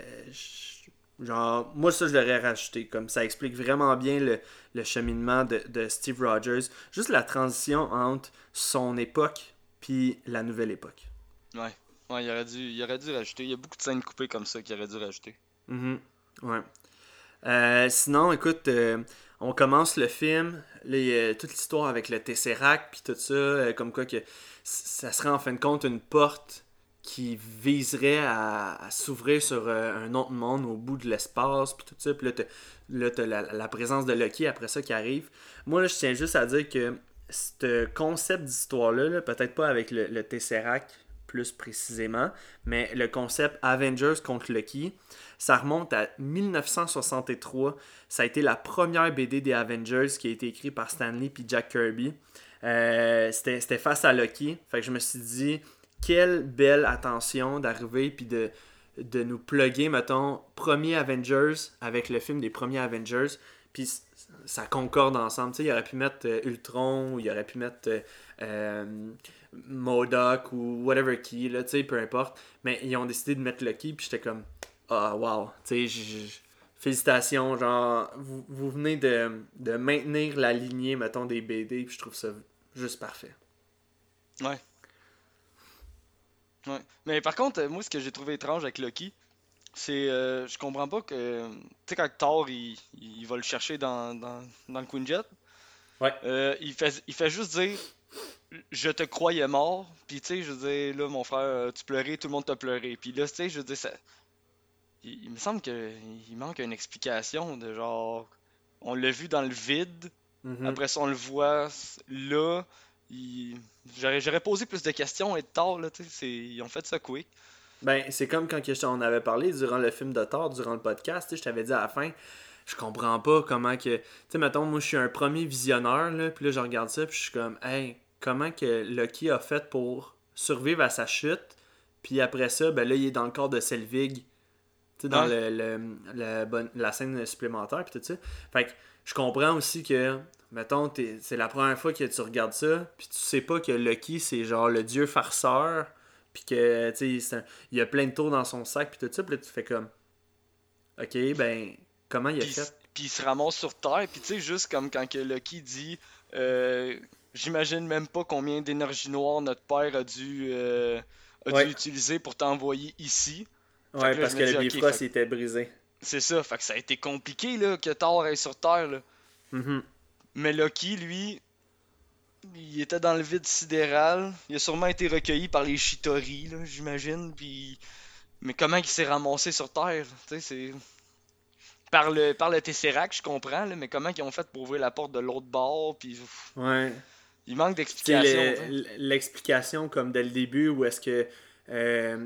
je- genre, moi ça je l'aurais rajouté, comme ça explique vraiment bien le, le cheminement de, de Steve Rogers, juste la transition entre son époque puis la nouvelle époque. Ouais. Ouais, il aurait dû, il aurait dû rajouter. Il y a beaucoup de scènes coupées comme ça qu'il aurait dû rajouter. Mhm. Ouais. Euh, sinon, écoute, euh, on commence le film, là, il y a toute l'histoire avec le Tesseract, puis tout ça, euh, comme quoi que c- ça serait en fin de compte une porte qui viserait à, à s'ouvrir sur euh, un autre monde au bout de l'espace, puis tout ça, puis là, t'as, là, t'as la, la présence de Loki après ça qui arrive. Moi, là, je tiens juste à dire que ce concept d'histoire-là, là, peut-être pas avec le, le Tesseract plus précisément, mais le concept Avengers contre Loki, ça remonte à dix-neuf cent soixante-trois. Ça a été la première B D des Avengers qui a été écrite par Stan Lee et Jack Kirby. Euh, c'était, c'était face à Loki. Fait que je me suis dit, quelle belle attention d'arriver puis de, de nous plugger, mettons, premier Avengers avec le film des premiers Avengers. Puis ça concorde ensemble. Tu sais, il aurait pu mettre euh, Ultron ou il aurait pu mettre euh, euh, MODOK ou whatever qui, là, tu sais, peu importe. Mais ils ont décidé de mettre Loki, puis j'étais comme, ah, wow, tu sais, j- j- félicitations, genre, vous, vous venez de, de maintenir la lignée, mettons, des B D, puis je trouve ça juste parfait. Ouais. Ouais. Mais par contre, euh, moi, ce que j'ai trouvé étrange avec Loki, c'est. Euh, je comprends pas que. Tu sais, quand Thor, il, il va le chercher dans, dans, dans le Quinjet, Ouais. euh, il, fait, il fait juste dire je te croyais mort, puis tu sais, je veux dire, là, mon frère, euh, tu pleurais, tout le monde t'a pleuré. Puis là, tu sais, je veux dire, ça. Il, il me semble qu'il manque une explication de genre. On l'a vu dans le vide, Mhm. après ça, on le voit s- là. il- J'aurais, j'aurais posé plus de questions et de tard, là, tu sais, c'est- ils ont fait ça quick. Ben, c'est comme quand que je t'en avais parlé durant le film de Thor, durant le podcast, tu sais, je t'avais dit à la fin, je comprends pas comment que... Tu sais, mettons, moi, je suis un premier visionneur, là, puis là, je regarde ça, puis je suis comme, hey, comment que Loki a fait pour survivre à sa chute. Puis après ça, ben là, il est dans le corps de Selvig. Tu sais, dans Ouais. le, le, le bon- la scène supplémentaire, puis tout ça. Fait que je comprends aussi que, mettons, t'es- c'est la première fois que tu regardes ça, puis tu sais pas que Loki, c'est genre le dieu farceur, puis que, tu sais, c'est un- il y a plein de tours dans son sac, puis tout ça, puis là, tu fais comme, ok, ben, comment il a Puis, fait? puis il se ramasse sur Terre, puis tu sais, juste comme quand que Loki dit euh, j'imagine même pas combien d'énergie noire notre père a dû, euh, a dû Ouais, utiliser pour t'envoyer ici. Fait ouais, que là, parce je que me le dis, ok, Bifrost, fait il était brisé. c'est ça, fait que ça a été compliqué là, que Thor aille sur Terre. Là. Mhm. Mais Loki, lui, il était dans le vide sidéral. Il a sûrement été recueilli par les Chitauri, là, j'imagine. Puis... Mais comment il s'est ramassé sur Terre? Tu sais, c'est... Par le, par le Tesseract, je comprends, là, mais comment ils ont fait pour ouvrir la porte de l'autre bord? Puis... Ouais. Il manque Puis, tu sais, d'explications, tu sais. le- l'explication, comme dès le début, où est-ce que. euh,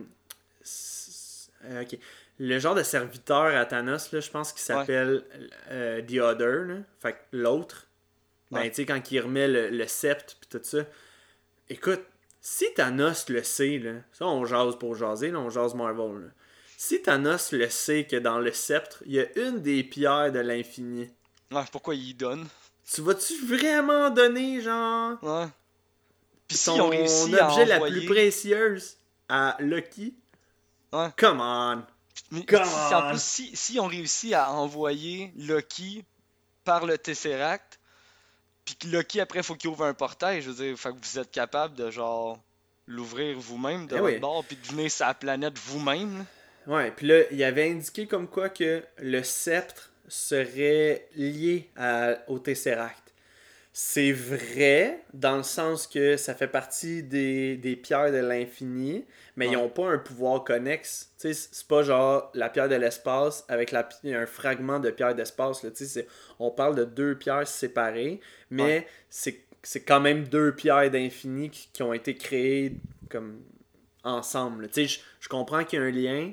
s- euh, ok. Le genre de serviteur à Thanos, là, je pense qu'il Ouais, s'appelle euh, The Other, là. Fait que l'autre, ben, ouais. tu sais, quand il remet le, le sceptre, puis tout ça. Écoute, si Thanos le sait, là, ça, on jase pour jaser, là, on jase Marvel, là. Si Thanos le sait que dans le sceptre, il y a une des pierres de l'infini, Ouais, pourquoi il y donne? tu vas-tu vraiment donner, genre, Ouais. Puis s'ils ont ton réussi à objet la plus envoyer... précieuse à Loki? Ouais. Come on! Mais Come si, en on! plus, si, si ont réussi à envoyer Loki par le Tesseract, puis que Loki, après, faut qu'il ouvre un portail, je veux dire, fait que vous êtes capable de, genre, l'ouvrir vous-même de Eh votre oui. bord, puis de venir sur la planète vous-même. Là. Ouais, puis là, il avait indiqué comme quoi que le sceptre serait lié à, au Tesseract. C'est vrai, dans le sens que ça fait partie des, des pierres de l'infini, mais ils Ouais. n'ont pas un pouvoir connexe. Tu sais, c'est pas genre la pierre de l'espace avec la, pi- un fragment de pierre d'espace. Là. Tu sais, c'est- on parle de deux pierres séparées, mais Ouais. c'est, c'est quand même deux pierres d'infini qui, qui ont été créées comme ensemble. là. Tu sais, je, je comprends qu'il y a un lien,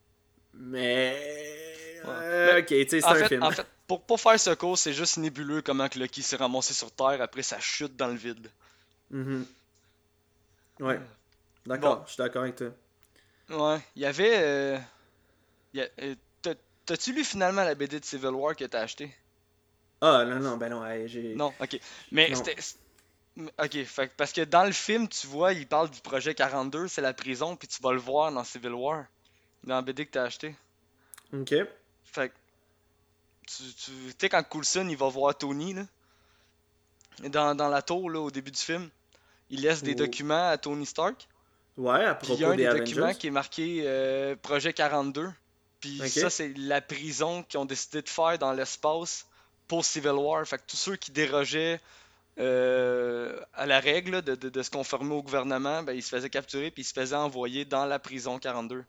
mais... Ouais. euh, Mais, ok, tu sais, c'est en un fait, film. en fait, pour pas faire ce cours, c'est juste nébuleux comment que Loki s'est ramassé sur Terre après sa chute dans le vide. Mhm. Ouais, Bon, d'accord, je suis d'accord avec toi. ouais, il y avait... euh, il y a- euh, t'as- T'as-tu lu finalement la B D de Civil War que t'as acheté? Ah, non, non, ben non, hey, j'ai... Non, ok. Mais Non. c'était... c'est- Ok, fait, que- parce que dans le film, tu vois, il parle du projet quarante-deux, c'est la prison, puis tu vas le voir dans Civil War, dans la B D que t'as acheté. Ok. Fait que, tu, tu tu sais, quand Coulson, il va voir Tony, là, dans, dans la tour, là, au début du film, il laisse des Ou- documents à Tony Stark, Ouais, à puis il y a propos un des des Avengers. documents qui est marqué euh, projet quarante-deux, puis Ok. ça, c'est la prison qu'ils ont décidé de faire dans l'espace pour Civil War. Fait que tous ceux qui dérogeaient euh, à la règle là, de, de, de se conformer au gouvernement, ben, ils se faisaient capturer puis ils se faisaient envoyer dans la prison quarante-deux.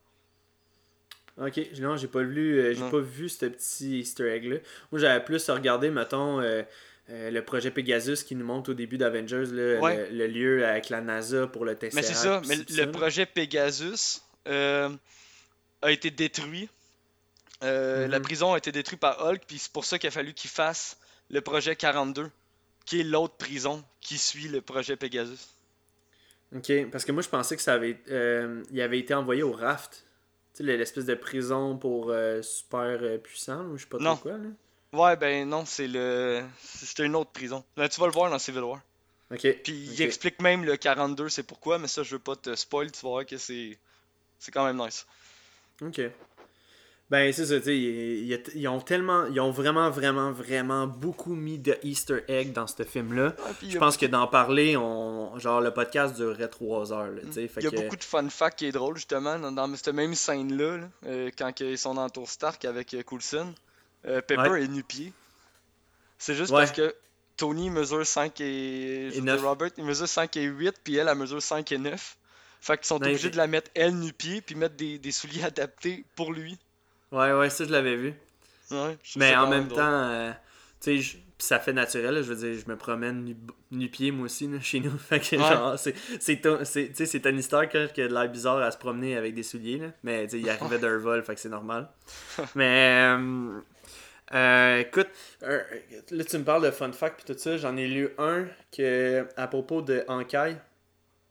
Ok, non, j'ai pas lu, euh, j'ai Non. pas vu ce petit easter egg-là. Moi, j'avais plus regardé, mettons, euh, euh, le projet Pegasus qui nous montre au début d'Avengers, là, Ouais, le, le lieu avec la NASA pour le mais c'est Tesseract. ça. pis Mais ci, pis le ça, là. projet Pegasus euh, a été détruit. Euh, la Mhm. prison a été détruite par Hulk, puis c'est pour ça qu'il a fallu qu'il fasse le projet quarante-deux, qui est l'autre prison qui suit le projet Pegasus. Ok, parce que moi, je pensais que ça avait, euh, il avait été envoyé au Raft. Tu sais, l'espèce de prison pour euh, super euh, puissant, ou je sais pas trop Non. quoi, là. Ouais, ben non, c'est le. C'était une autre prison. Là, tu vas le voir dans Civil War. Ok, Puis il ok. explique même le quarante-deux, c'est pourquoi, mais ça, je veux pas te spoil, tu vas voir que c'est. C'est quand même nice. Ok. Ben, c'est ça, tu sais, ils, ils- ils ont tellement, ils ont vraiment, vraiment, vraiment beaucoup mis de Easter egg dans ce film-là. Ouais, puis il y Je a pense que beaucoup, d'en parler, on, genre, le podcast durerait trois heures, là, tu sais, fait il y a que... beaucoup de fun facts qui est drôle, justement, dans, dans cette même scène-là, là, euh, quand que ils sont dans Tour Stark avec euh, Coulson. Euh, Pepper Ouais, est nu-pied. C'est juste parce ouais, que Tony mesure cinq et. Je et veux dire, neuf. Robert, il mesure cinq et huit, puis elle, elle mesure cinq et neuf. Fait qu'ils sont Non, obligés il- de la mettre, elle, nu-pied, puis mettre des, des souliers adaptés pour lui. Ouais, ouais, ça, je l'avais vu. Ouais, je trouve Mais ça en quand même même drôle. temps, euh, tu sais, je- pis ça fait naturel, là, je veux dire, je me promène nu- nu-pied, moi aussi, là, chez nous. Fait que, Ouais. genre, c'est c'est ton- c'est- tu sais, c'est Tony Stark là, qui a de l'air bizarre à se promener avec des souliers, là. Mais, tu sais, il arrivait d'un vol, fait que c'est normal. Mais... euh, Euh, écoute, euh, là tu me parles de fun fact puis tout ça, j'en ai lu un que à propos de Ankai.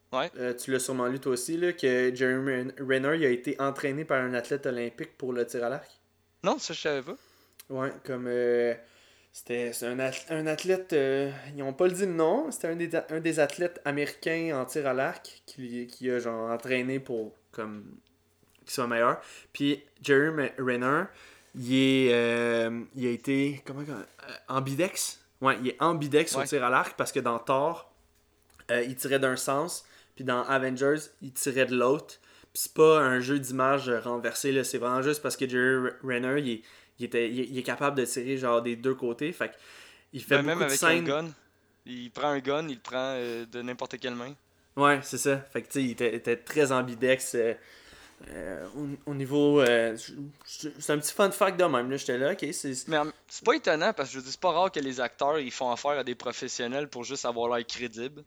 Ouais. Euh, tu l'as sûrement lu toi aussi, là, que Jeremy Renner il a été entraîné par un athlète olympique pour le tir à l'arc. Non, ça, je savais pas. Ouais, comme euh, c'était c'est un, athlète, un athlète euh, ils ont pas le dit le nom, c'était un des, un des athlètes américains en tir à l'arc qui, qui a genre entraîné pour comme qu'il soit meilleur. Puis Jeremy Renner, il est euh, il a été comment euh, ambidex. Ouais, il est ambidex Ouais. au tir à l'arc parce que dans Thor, euh, il tirait d'un sens, puis dans Avengers, il tirait de l'autre. Puis c'est pas un jeu d'image renversé là, c'est vraiment juste parce que Jeremy Renner, il est Il, était, il, il est capable de tirer genre des deux côtés. Fait il fait Ben, beaucoup même de avec scènes. un gun. Il prend un gun, il le prend euh, de n'importe quelle main. Ouais, c'est ça. Fait que tu sais, il était, était très ambidex euh, euh, au, au niveau. Euh, c'est un petit fun fact de même. Là, j'étais là, ok. C'est... Mais en- c'est pas étonnant parce que je veux dire, c'est pas rare que les acteurs ils font affaire à des professionnels pour juste avoir l'air crédible.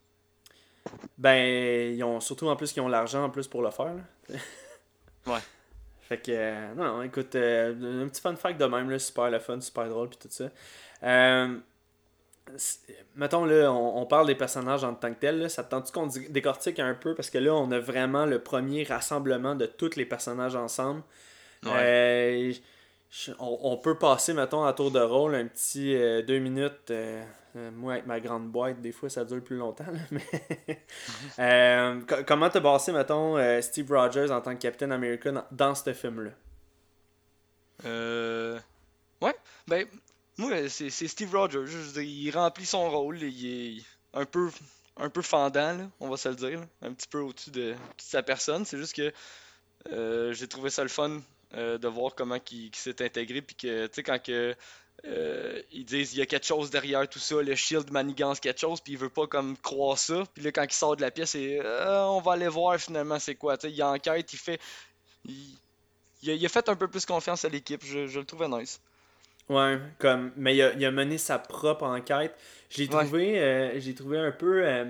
Ben, ils ont surtout en plus qu'ils ont l'argent en plus pour le faire. Là. Ouais. Fait que, euh, non, non, écoute, euh, un petit fun fact de même, là, super le fun, super drôle, puis tout ça. Euh, mettons, là, on, on parle des personnages en tant que tels, là, ça te tente-tu qu'on dé- décortique un peu, parce que là, on a vraiment le premier rassemblement de tous les personnages ensemble. Ouais. Euh, je- on, on peut passer, mettons, à tour de rôle, un petit euh, deux minutes. euh, euh, moi, avec ma grande boîte, des fois, ça dure plus longtemps. Là, mais euh, co- comment t'as passé, mettons, euh, Steve Rogers en tant que Captain America dans, dans ce film-là? Euh... Ouais. Ben, moi, c'est c'est Steve Rogers. Je veux dire, il remplit son rôle. Il est un peu, un peu fendant, là, on va se le dire. Là. Un petit peu au-dessus de, au-dessus de sa personne. C'est juste que euh, j'ai trouvé ça le fun euh, de voir comment il, il s'est intégré. Puis que, tu sais, quand que, euh, ils disent il y a quelque chose derrière tout ça, le Shield manigance quelque chose, puis il veut pas comme croire ça. Puis là, quand il sort de la pièce, c'est, euh, on va aller voir finalement c'est quoi. Tu sais, il enquête, il fait. Il, il a, il a fait un peu plus confiance à l'équipe. Je, je le trouvais nice. Ouais, comme, mais il a, il a mené sa propre enquête. Je l'ai Ouais. trouvé, euh, j'ai trouvé un peu, euh,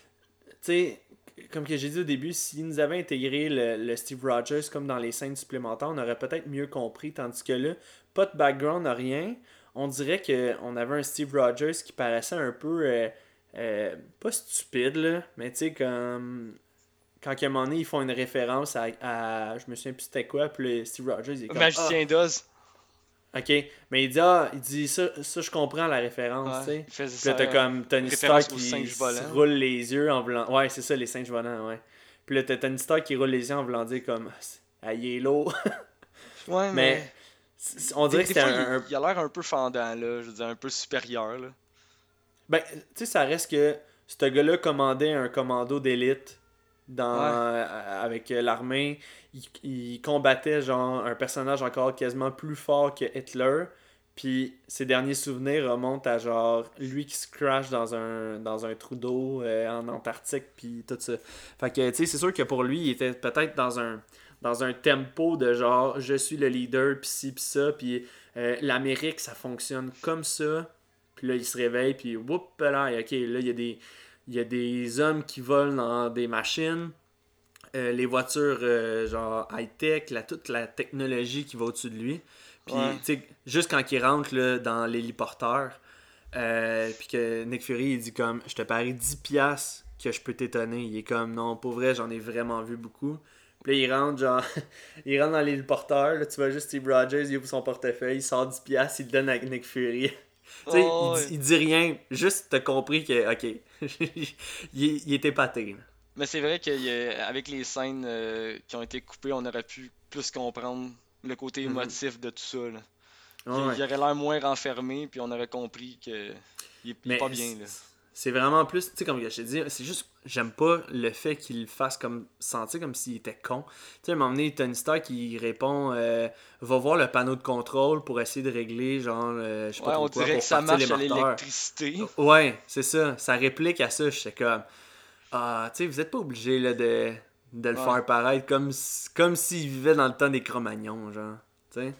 tu sais, comme que j'ai dit au début, s'ils nous avaient intégré le, le Steve Rogers comme dans les scènes supplémentaires, on aurait peut-être mieux compris, tandis que là, pas de background, rien. On dirait qu'on avait un Steve Rogers qui paraissait un peu, euh, euh, pas stupide, là, mais tu sais, comme, quand à un moment donné, ils font une référence à, à je me souviens plus c'était quoi, puis le Steve Rogers, il est comme, ah, Magicien d'Oz. ok, mais il dit, ah, il dit, ça, ça je comprends la référence, Ouais, tu il faisait sais. Puis là, ça, t'as comme Tony référence Stark aux qui singes volants. se roule les yeux en voulant. Ouais, c'est ça, les singes volants, ouais. Puis là, t'as Tony Stark qui roule les yeux en voulant dire comme, ah, il est lourd. Ouais, mais. Mais c'est- on dirait Des, que des c'était fois, un, un- il, il a l'air un peu fendant, là. Je veux dire, un peu supérieur, là. Ben, tu sais, ça reste que ce gars-là commandait un commando d'élite dans Ouais. euh, avec euh, l'armée. Il, il combattait genre un personnage encore quasiment plus fort que Hitler. Puis ses derniers souvenirs remontent à genre lui qui se crash dans un, dans un trou d'eau euh, en Antarctique puis tout ça. Fait que tu sais, c'est sûr que pour lui, il était peut-être dans un dans un tempo de genre je suis le leader puis ci puis ça puis euh, l'Amérique ça fonctionne comme ça. Puis là il se réveille puis whoop là, ok, là il y a des il y a des hommes qui volent dans des machines. Euh, les voitures euh, genre high-tech, la, toute la technologie qui va au-dessus de lui. Puis, Ouais. tu sais, juste quand il rentre là, dans l'héliporteur, euh, puis que Nick Fury, il dit comme, je te parie dix piastres que je peux t'étonner. Il est comme, non, pour vrai, j'en ai vraiment vu beaucoup. Puis là, il rentre, genre, il rentre dans l'héliporteur, là, tu vois juste Steve Rogers, il ouvre son portefeuille, il sort dix piastres, il le donne à Nick Fury. Tu sais, Oh, il, ouais. dit- il dit rien, juste t'as compris que, ok, il, il était épaté. Là. Mais c'est vrai qu'avec les scènes euh, qui ont été coupées, on aurait pu plus comprendre le côté Mhm. émotif de tout ça, là. Il, Ouais. il aurait l'air moins renfermé, puis on aurait compris que il est, il est Mais pas bien, là. c'est- c'est vraiment plus, tu sais, comme je t'ai dit, c'est juste, j'aime pas le fait qu'il le fasse comme, sentir comme s'il était con. Tu sais, à un moment donné, Tony Stark qui répond, euh, va voir le panneau de contrôle pour essayer de régler, genre, euh, je sais Ouais, pas on trop quoi, dirait pour que ça partir marche à les moteurs. l'électricité. Ouais, c'est ça. Ça réplique à ça, j'étais comme, ah, tu sais, vous êtes pas obligé, là, de, de le Ouais. faire paraître comme, si- comme s'il vivait dans le temps des Cro-Magnons, genre, tu sais.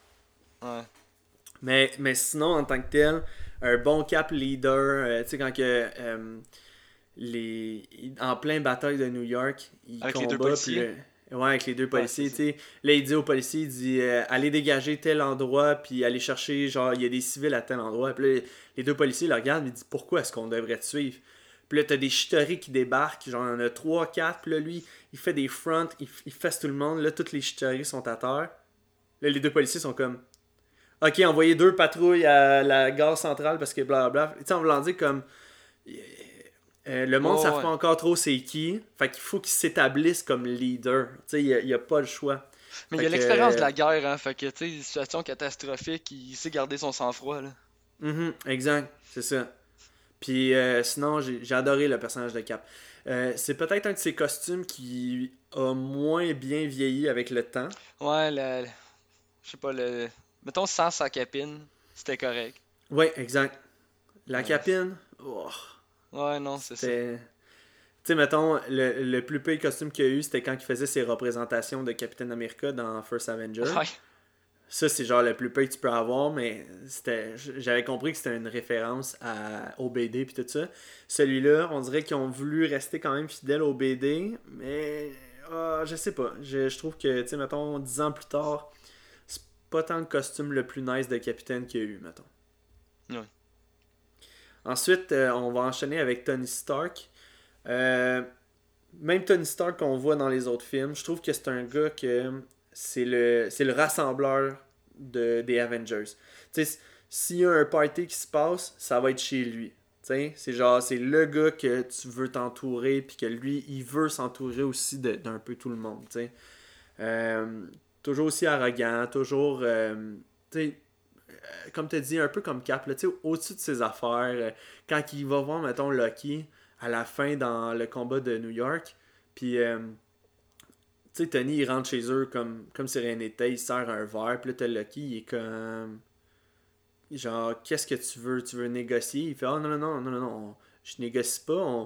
Ouais. Mais, mais sinon, en tant que tel, un bon cap leader, euh, tu sais, quand que, euh, les, en plein bataille de New York, il Avec les deux combat, policiers? puis le- ouais, avec les deux policiers, c'est tu sais. Là, il dit aux policiers, il dit, euh, allez dégager tel endroit, puis allez chercher, genre, il y a des civils à tel endroit. Puis là, les deux policiers le regardent, ils disent, pourquoi est-ce qu'on devrait te suivre? Puis là, t'as des Chitauri qui débarquent, genre, il y en a trois quatre, puis là, lui, il fait des fronts, il, il fesse tout le monde, là, tous les Chitauri sont à terre. Là, les deux policiers sont comme, ok, envoyez deux patrouilles à la gare centrale parce que blablabla. Tu sais, en voulant dire comme, euh, le monde ne Oh, savent ouais. pas encore trop c'est qui, fait qu'il faut qu'ils s'établissent comme leader. Tu sais, il n'y a, a pas le choix. Mais Fait il y a que, l'expérience euh, de la guerre, hein. Fait que, tu sais, situation catastrophique, il sait garder son sang-froid, là. Mhm, exact, c'est ça. Puis euh, sinon, j'ai j'ai adoré le personnage de Cap. Euh, c'est peut-être un de ses costumes qui a moins bien vieilli avec le temps. Ouais, le. Je sais pas, le. Mettons, sans sa capine, c'était correct. Oui, exact. La Ouais. capine, oh, Ouais, non, c'est ça. c'était... Tu sais, mettons, le, le plus pire costume qu'il y a eu, c'était quand il faisait ses représentations de Captain America dans First Avenger. Ouais. Ça, c'est genre le plus pire que tu peux avoir, mais c'était j'avais compris que c'était une référence à, au B D puis tout ça. Celui-là, on dirait qu'ils ont voulu rester quand même fidèles au B D, mais ah, je sais pas. Je, je trouve que, tu sais, mettons, dix ans plus tard, c'est pas tant le costume le plus nice de Capitaine qu'il y a eu, mettons. Ouais. Ensuite, euh, on va enchaîner avec Tony Stark. Euh, même Tony Stark qu'on voit dans les autres films, je trouve que c'est un gars que c'est le, c'est le rassembleur de, des Avengers. Tu sais, s'il y a un party qui se passe, ça va être chez lui. Tu sais, c'est genre, c'est le gars que tu veux t'entourer, puis que lui, il veut s'entourer aussi de- d'un peu tout le monde. Tu sais. Euh, toujours aussi arrogant, toujours, euh, tu sais, euh, comme tu as dit, un peu comme Cap, là, tu sais, au-dessus de ses affaires. euh, quand il va voir, mettons, Loki, à la fin dans le combat de New York, puis, euh, tu sais, Tony, il rentre chez eux comme, comme si rien n'était, il sert un verre, puis là, t'as Loki, il est comme... Genre, qu'est-ce que tu veux? Tu veux négocier? Il fait, oh non, non, non, non, non, non, je négocie pas, on,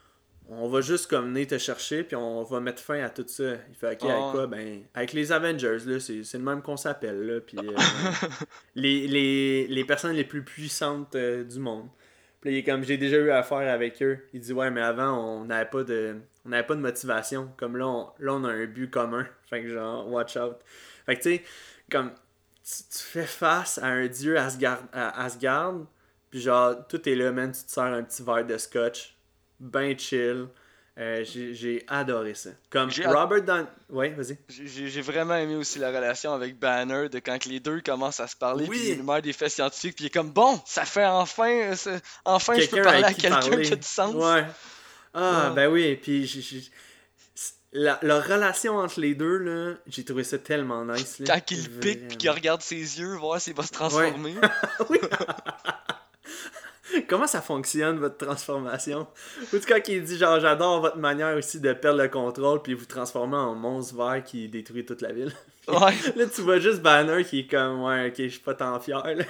on va juste comme venir te chercher, puis on va mettre fin à tout ça. Il fait, ok, Ah avec ouais. quoi? Ben, avec les Avengers, là, c'est, c'est le même qu'on s'appelle, là, puis euh, les, les, les personnes les plus puissantes euh, du monde. Puis là, il est comme, j'ai déjà eu affaire avec eux. Il dit, ouais, mais avant, on n'avait pas de on n'avait pas de motivation. Comme là on, là, on a un but commun. Fait que genre, watch out. Fait que tu sais, comme, tu, tu fais face à un dieu Asgard, à Asgard, puis genre, tout est là, man, tu te sers un petit verre de scotch, ben chill. Euh, j'ai, j'ai adoré ça. Comme J'ai ad- Robert Downey... Ouais, vas-y. J'ai j'ai vraiment aimé aussi la relation avec Banner, de quand que les deux commencent à se parler, Oui. puis il énumère des faits scientifiques, puis il est comme, bon, ça fait enfin, euh, c'est- enfin je peux Quelqu'un parler avec à qui quelqu'un parler. qui a du sens. Ouais. Ah, Ouais. ben oui, puis j'ai, j'ai- la, la relation entre les deux, là, j'ai trouvé ça tellement nice. Là. Quand il le pique, puis qu'il Vraiment. regarde ses yeux, voir s'il va se transformer. Oui. Comment ça fonctionne, votre transformation? Ou quand il dit, genre, j'adore votre manière aussi de perdre le contrôle puis vous transformer en monstre vert qui détruit toute la ville. Ouais. Là, tu vois juste Banner qui est comme, ouais, ok, je suis pas tant fier, là.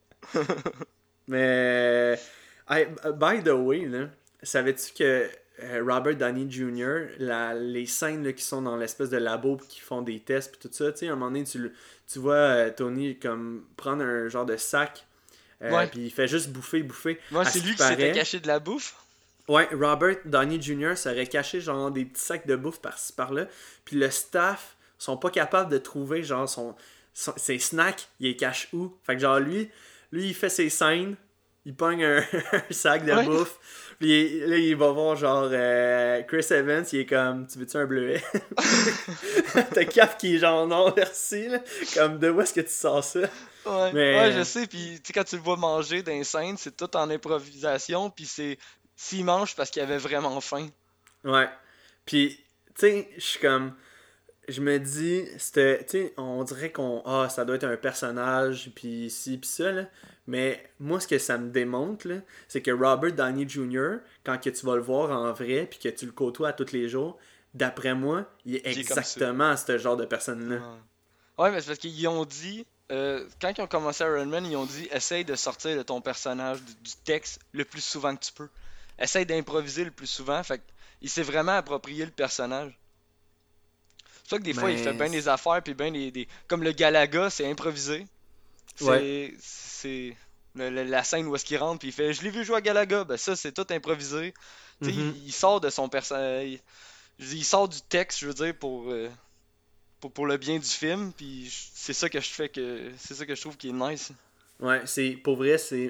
Mais, hey, by the way, là, savais-tu que euh, Robert Downey junior, la, les scènes là, qui sont dans l'espèce de labo pis qui font des tests pis tout ça, tu sais, à un moment donné, tu, le- tu vois euh, Tony comme prendre un genre de sac, euh, Ouais. puis il fait juste bouffer, bouffer. Moi, À c'est ce lui qui qui s'était paraît- caché de la bouffe. Ouais, Robert Downey junior serait caché genre des petits sacs de bouffe par-ci par-là. Puis le staff sont pas capables de trouver genre son, son- ses snacks, il les cache où. Fait que genre lui, lui il fait ses scènes, il pogne un, un sac de Ouais. bouffe. Puis il- là il va voir genre euh, Chris Evans, il est comme tu veux-tu un bleuet? T'as Cap qui est genre non merci là. Comme de où est-ce que tu sors ça? Ouais, Mais- ouais, je sais. Puis, tu sais, quand tu le vois manger dans les scènes, c'est tout en improvisation. Puis, c'est. S'il mange, c'est parce qu'il avait vraiment faim. Ouais. Puis, tu sais, je suis comme. Je me dis, c'était. Tu sais, on dirait qu'on. Ah, ça doit être un personnage, puis ci, puis ça, là. Mais moi, ce que ça me démontre, là, c'est que Robert Downey junior, quand que tu vas le voir en vrai, puis que tu le côtoies à tous les jours, d'après moi, il est Il est comme ça. exactement ce genre de personne-là. Ouais, mais c'est parce qu'ils ont dit. euh, quand ils ont commencé Iron Man, ils ont dit essaye de sortir de ton personnage, du, du texte, le plus souvent que tu peux. Essaye d'improviser le plus souvent. Fait qu'il s'est vraiment approprié le personnage. C'est pour ça que des fois, il Mais fait bien des affaires, puis bien des, des. Comme le Galaga, c'est improvisé. C'est. Ouais. C'est. le- le- la scène où est-ce qu'il rentre, puis il fait je l'ai vu jouer à Galaga. Ben, ça, c'est tout improvisé. Tu sais, Mhm. il, il sort de son personnage. Il, il sort du texte, je veux dire, pour. euh, pour, pour le bien du film, puis je- c'est ça que je fais que c'est ça que je trouve qui est nice. Ouais, c'est pour vrai, c'est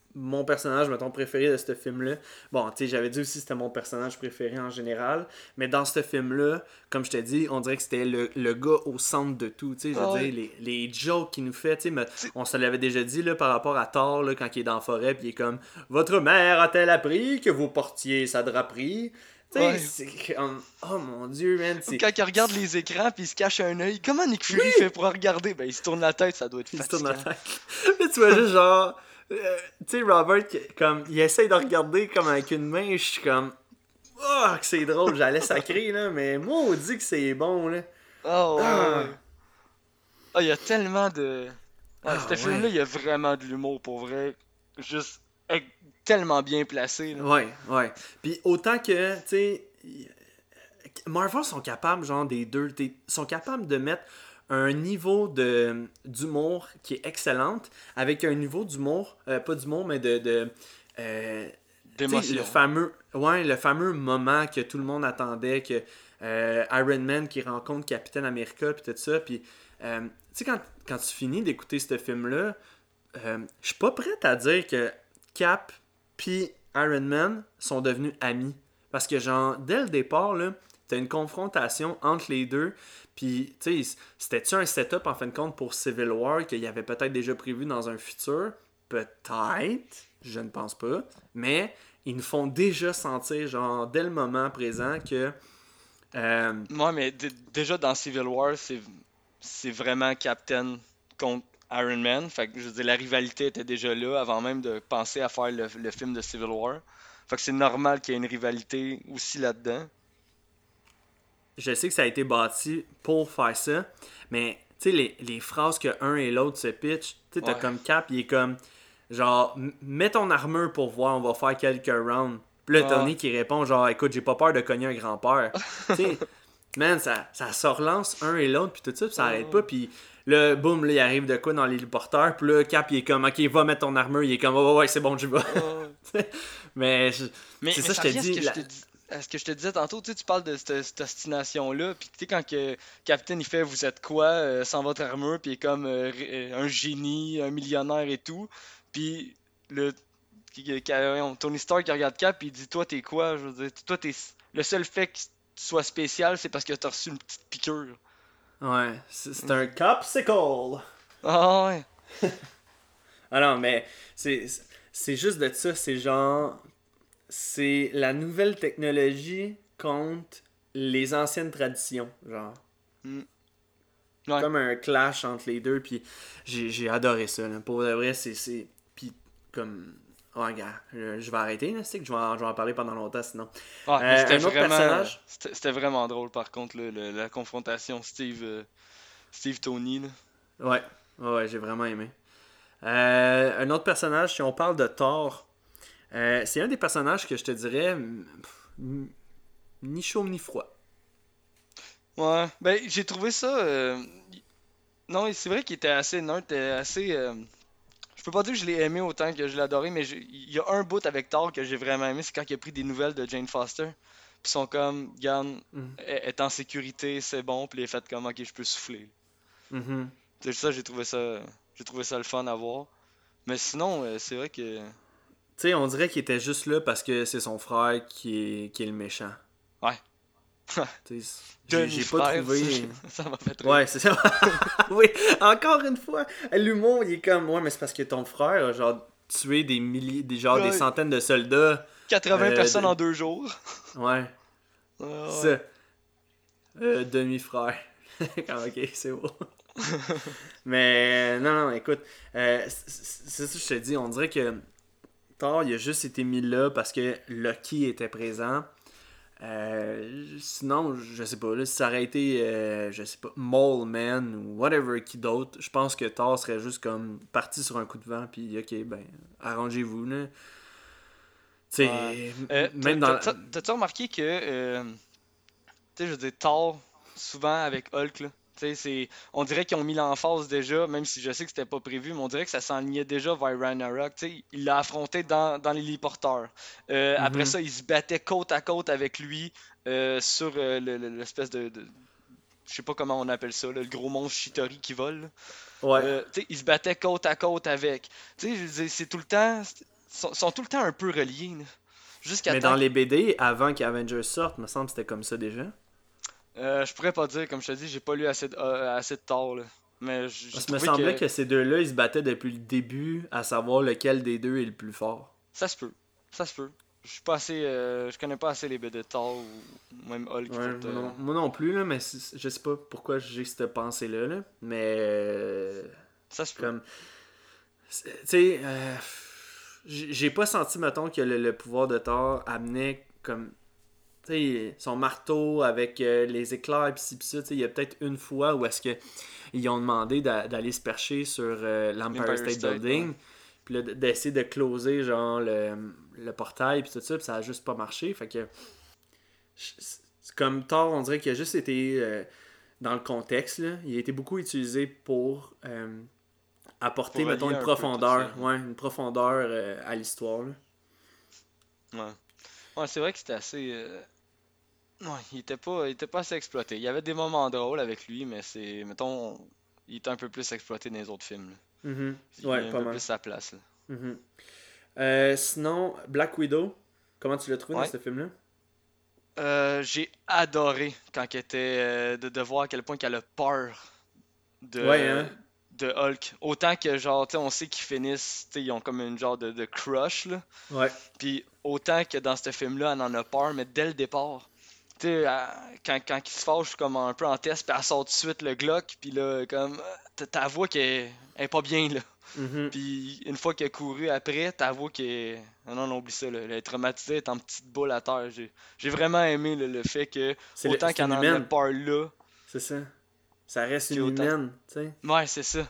mon personnage, mettons, préféré de ce film-là. Bon, tu sais, j'avais dit aussi que c'était mon personnage préféré en général. Mais dans ce film-là, comme je t'ai dit, on dirait que c'était le, le gars au centre de tout. Tu sais, je veux Ouais. dire, les, les jokes qu'il nous fait, tu sais, mais on se l'avait déjà dit là, par rapport à Thor, là, quand il est dans la forêt, puis il est comme « Votre mère a-t-elle appris que vous portiez sa draperie? » Tu sais, Ouais. c'est comme... Oh mon Dieu, man, Ou c'est... quand il regarde les écrans puis il se cache un œil, comment Nick Fury fait pour regarder? Ben il se tourne la tête, ça doit être Il se tourne la fatigant. tête. Mais tu vois juste genre... euh, tu sais, Robert, qui- comme, il essaye de regarder comme avec une main, je suis comme... Oh, que c'est drôle, j'allais sacrer, là, mais moi, on dit que c'est bon, là. Oh, ouais, Ah. ouais. Ah, il y a tellement de... Ouais, Ah, ce ouais. film-là, il y a vraiment de l'humour, pour vrai. Juste euh, tellement bien placé, là. Ouais, ouais. Puis autant que, tu sais... y- Marvel sont capables, genre, des deux... t'es- sont capables de mettre un niveau de d'humour qui est excellente, avec un niveau d'humour, euh, pas d'humour, mais de... de euh, Tu sais, D'émotion. le fameux, ouais, le fameux moment que tout le monde attendait, que euh, Iron Man qui rencontre Captain America, puis tout ça, puis euh, tu sais, quand, quand tu finis d'écouter ce film-là, euh, je suis pas prête à dire que Cap puis Iron Man sont devenus amis. Parce que, genre, dès le départ, là, t'as une confrontation entre les deux, puis, tu sais, c'était-tu un setup, en fin de compte, pour Civil War, qu'il y avait peut-être déjà prévu dans un futur? Peut-être, je ne pense pas, mais ils nous font déjà sentir, genre, dès le moment présent, que... euh, Ouais, mais d- déjà dans Civil War, c'est c'est vraiment Captain contre Iron Man. Fait que je veux dire, la rivalité était déjà là avant même de penser à faire le, le film de Civil War. Fait que c'est normal qu'il y ait une rivalité aussi là-dedans. je sais que ça a été bâti pour faire ça, mais, tu sais, les, les phrases que un et l'autre se pitch, tu sais, t'as Ouais. comme Cap, il est comme, genre, M- mets ton armure pour voir, on va faire quelques rounds. Puis là, Ouais. Tony qui répond, genre, écoute, j'ai pas peur de cogner un grand-père. Tu sais, man, ça, ça se relance un et l'autre, puis tout ça, puis ça arrête pas, puis là, boum, là, il arrive de quoi dans l'héliporteur, puis là, Cap, il est comme, ok, va mettre ton armure, il est comme, ouais, ouais, ouais, c'est bon, j'y vais. Ouais. mais je- Mais, c'est mais ça, ça je te revient à ce dis. que je la- te dis- à ce que je te disais tantôt, tu sais, tu parles de cette, cette ostination-là, puis tu sais, quand que Captain il fait vous êtes quoi euh, sans votre armure, puis il est comme euh, ré- euh, un génie, un millionnaire et tout, puis le qui- qui- qui- voyons, Tony Stark qui regarde Cap, puis il dit toi t'es quoi, je veux dire, toi t'es le seul fait que tu sois spécial, c'est parce que t'as reçu une petite piqûre. Ouais, c'est c'est un Copsicle. Ah ouais. Ah non, mais c'est c'est juste de ça, c'est genre... C'est la nouvelle technologie contre les anciennes traditions, genre. Ouais. Comme un clash entre les deux, puis j'ai j'ai adoré ça, là. Pour de vrai, c'est... c'est- Puis comme... Oh, regarde, je, je vais arrêter, là, c'est que je vais, en, je vais en parler pendant longtemps, sinon. Ah, mais Euh, c'était un autre vraiment, personnage? c'était c'était vraiment drôle par contre le- le- la confrontation Steve, euh, Steve Tony là. Ouais, ouais, ouais, j'ai vraiment aimé. Euh, un autre personnage, si on parle de Thor, euh, c'est un des personnages que je te dirais mm, mm, ni chaud ni froid. Ouais, ben j'ai trouvé ça. euh, y- Non, c'est vrai qu'il était assez neutre, était assez. euh, Je peux pas dire que je l'ai aimé autant que je l'ai adoré, mais j'ai- il y a un bout avec Thor que j'ai vraiment aimé, c'est quand il a pris des nouvelles de Jane Foster. Puis ils sont comme, regarde, Mhm. elle est en sécurité, c'est bon, puis il est fait comme, ok, je peux souffler. Mhm. C'est ça, j'ai trouvé ça, j'ai trouvé ça le fun à voir. Mais sinon, euh, c'est vrai que. Tu sais, on dirait qu'il était juste là parce que c'est son frère qui est, qui est le méchant. Ouais. Tu sais, j'ai j'ai pas Demi-frère, trouvé... ça m'a fait rire. Ouais, c'est ça. Oui, encore une fois, l'humour, il est comme... Ouais, mais c'est parce que ton frère a genre tué des milliers, des, genre des Ouais. centaines de soldats. quatre-vingts Euh, personnes de- en deux jours. Ouais, Ouais, ouais. ça. Euh, demi-frère. Comme, ok, c'est beau. Mais non, non, écoute, euh, c'est c'est ça que je te dis. On dirait que Thor, il a juste été mis là parce que Loki était présent. Euh, sinon, je sais pas, là, si ça aurait été, euh, je sais pas, Mole Man ou whatever qui d'autre, je pense que Thor serait juste comme parti sur un coup de vent, puis ok, ben, arrangez-vous, là. Tu sais, Ouais. m- Euh, même t'as- dans. t'as- T'as-tu remarqué que, euh, tu sais, je veux dire, Thor, souvent avec Hulk, là, tu sais, c'est, on dirait qu'ils ont mis l'emphase déjà, même si je sais que c'était pas prévu, mais on dirait que ça s'enlignait déjà vers Ragnarok, tu sais, il l'a affronté dans, dans l'héliporteur. Euh, Après Mhm. ça, il se battait côte à côte avec lui euh, sur euh, le- le- l'espèce de, de- je sais pas comment on appelle ça, là, le gros monstre Chitauri qui vole. Là. Ouais. Euh, tu sais, il se battait côte à côte avec. Tu sais, je veux dire, c'est tout le temps. sont, sont tout le temps un peu reliés. Là. Jusqu'à Mais temps dans les B D, avant qu'Avengers sorte, me semble que c'était comme ça déjà. Euh, je pourrais pas dire, comme je te dis, j'ai pas lu assez de, euh, assez de Thor, là. Mais j- j'ai Parce que me trouvé semblait que que ces deux-là, ils se battaient depuis le début à savoir lequel des deux est le plus fort. ça se peut. Ça se peut. Je suis pas assez. Euh, je connais pas assez les B D de Thor ou même Hulk Ouais, pour te. moi, non, moi non plus, là, mais c'est- je sais pas pourquoi j'ai cette pensée-là, là, mais euh, Ça se peut. comme, c'est- tu sais, euh, j'ai j'ai pas senti, mettons, que le, le pouvoir de Thor amenait comme, tu sais, son marteau avec euh, les éclairs pis ci pis ça, tu sais, il y a peut-être une fois où est-ce que ils ont demandé d'a- d'aller se percher sur euh, l'Empire L'Empire State, State, Building, ouais. puis là, d- d'essayer de closer, genre, le, le portail puis tout ça, puis ça a juste pas marché, fait que c'est comme Thor, on dirait qu'il a juste été euh, dans le contexte, là. Il a été beaucoup utilisé pour euh, apporter, Pour mettons, relier une un peu tout profondeur, ça. ouais, une profondeur euh, à l'histoire, là. Ouais. Ouais, c'est vrai que c'était assez. euh, Ouais, il était pas, il était pas assez exploité. Il y avait des moments drôles avec lui, mais c'est. Mettons, il était un peu plus exploité dans les autres films. Là. Mhm. Il Ouais, a un pas peu mal. plus sa place. Là. Mhm. Euh, sinon, Black Widow, comment tu l'as trouvé dans Ouais. ce film-là? Euh, j'ai adoré quand elle était. euh, de, de voir à quel point qu'elle a peur Ouais, de, hein? de Hulk. Autant que, genre, tu sais, on sait qu'ils finissent, tu sais, ils ont comme une genre de, de crush, là. Ouais. Puis autant que dans ce film-là, elle en a peur, mais dès le départ. Tu sais, elle- quand, quand il se fâche comme un peu en test, puis elle sort tout de suite le Glock, puis là, comme, t'as- t'avoues qu'elle elle est pas bien, là. Mhm. Puis une fois qu'elle a couru après, t'avoues qu'elle. Non, non, non, oublie ça, là. Elle est traumatisée, elle est en petite boule à terre. J'ai j'ai vraiment aimé là, le fait que, C'est le- autant c'est qu'elle une en a humaine, peur là, c'est ça. Ça reste une qu'autant. humaine, tu sais. Ouais, c'est ça.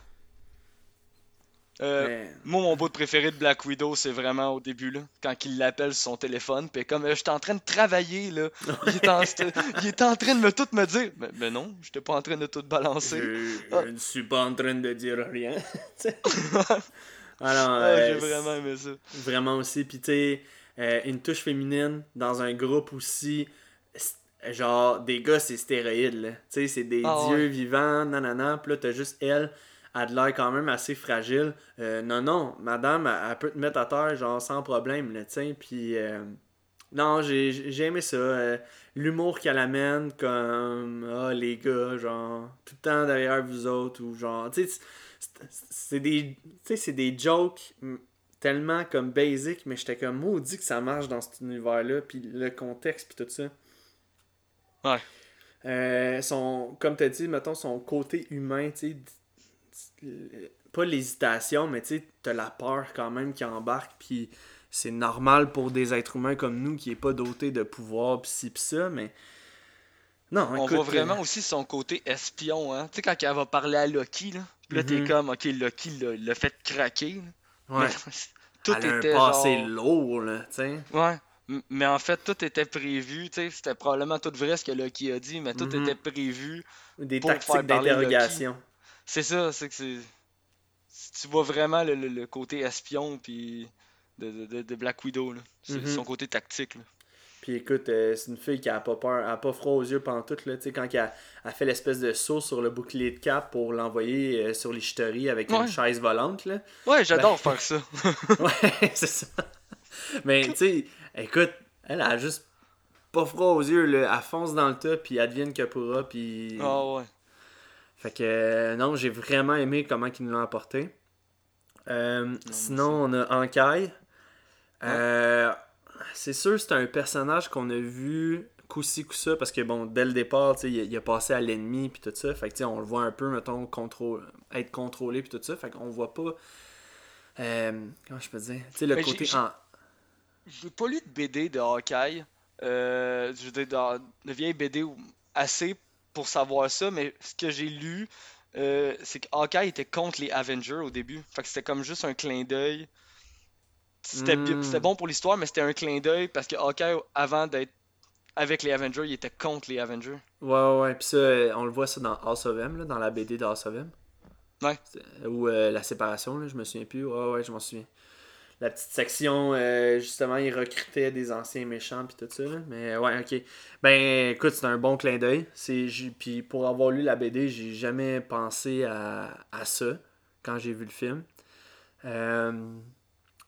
Euh, Mais... moi, mon bout préféré de Black Widow, c'est vraiment au début, là, quand il l'appelle sur son téléphone, puis comme euh, j'étais en train de travailler, là, il est en, c'te- il est en train de me tout me dire, mais, mais non, j'étais pas en train de tout balancer. Je, Ah, je ne suis pas en train de dire rien. Tu sais. Alors, ah, j'ai euh, vraiment aimé ça. vraiment aussi. Puis, tu sais, euh, une touche féminine dans un groupe aussi. c'est- Genre, des gars, c'est stéroïdes, là. Tu sais, c'est des Ah dieux ouais. vivants, nanana. Puis là, t'as juste elle, elle a de l'air quand même assez fragile. Euh, non, non, madame, elle, elle peut te mettre à terre, genre, sans problème, là, tu sais. Puis, euh, non, j'ai j'ai aimé ça. euh, L'humour qu'elle amène, comme, ah, les gars, genre, tout le temps derrière vous autres, ou genre, tu sais, c'est c'est des, tu sais, c'est des jokes mm, tellement comme basic, mais j'étais comme maudit que ça marche dans cet univers-là, puis le contexte, puis tout ça. Ouais. Euh, son, comme tu as dit, mettons, son côté humain, tu sais, d- pas l'hésitation, mais tu sais, t'as la peur quand même qui embarque, puis c'est normal pour des êtres humains comme nous qui est pas doté de pouvoir, pis ci pis ça, mais non, On voit écoute, euh, vraiment aussi son côté espion, hein. Tu sais, quand elle va parler à Loki, là, puis là, t'es mhm, comme, ok, Loki l'a l'a fait craquer, là. Mais ouais, tout elle a un était passé genre. lourd, là, tu sais, Ouais, m- mais en fait, tout était prévu, tu sais, c'était probablement tout vrai ce que Loki a dit, mais tout était mhm, prévu des pour faire tactiques parler Loki. d'interrogation, C'est ça, c'est que c'est... Tu vois vraiment le, le- le côté espion puis de, de- de- de Black Widow, là. C'est son mhm. côté tactique, là. Puis écoute, euh, c'est une fille qui a pas peur, elle a pas froid aux yeux pendant tout, là, tu sais, quand elle, elle fait l'espèce de saut sur le bouclier de Cap pour l'envoyer euh, sur l'Icheterie avec une Ouais, chaise volante, là. ouais, Ben, j'adore faire ça. ouais, c'est ça. Mais tu sais, écoute, elle a juste pas froid aux yeux, là. Elle fonce dans le tas, puis advienne que pourra, puis... Ah ouais. Fait que, euh, non, j'ai vraiment aimé comment ils nous l'ont apporté. Euh, Non, moi sinon, aussi. on a Ankai. Ouais, Euh, c'est sûr, c'est un personnage qu'on a vu coup-ci, coup-ça, parce que, bon, dès le départ, tu sais, il, a- il a passé à l'ennemi, puis tout ça. Fait que, tu sais, on le voit un peu, mettons, contrôle, être contrôlé, puis tout ça. Fait qu'on voit pas... euh, comment je peux dire? Tu sais, le mais j'ai côté... j'ai- En... j'ai pas lu de B D de Hawkeye. Euh, je veux dire, dans- de vieilles B D ou- assez pour savoir ça, mais ce que j'ai lu, euh, c'est que Hawkeye était contre les Avengers au début. Fait que c'était comme juste un clin d'œil. C'était bi- c'était Hmm. bon pour l'histoire, mais c'était un clin d'œil parce que Hawkeye, avant d'être avec les Avengers, il était contre les Avengers. Ouais, ouais, ouais. Puis ça, euh, on le voit ça dans House of M, là, dans la B D de House of M. Ouais. C'est- Ou euh, la séparation, là, je me souviens plus. Ouais, ouais, je m'en souviens. La petite section, euh, justement, ils recrutaient des anciens méchants puis tout ça. Là. Mais ouais, ok. Ben, écoute, c'est un bon clin d'œil. C'est, j'ai- puis pour avoir lu la B D, j'ai jamais pensé à, à ça quand j'ai vu le film. Euh,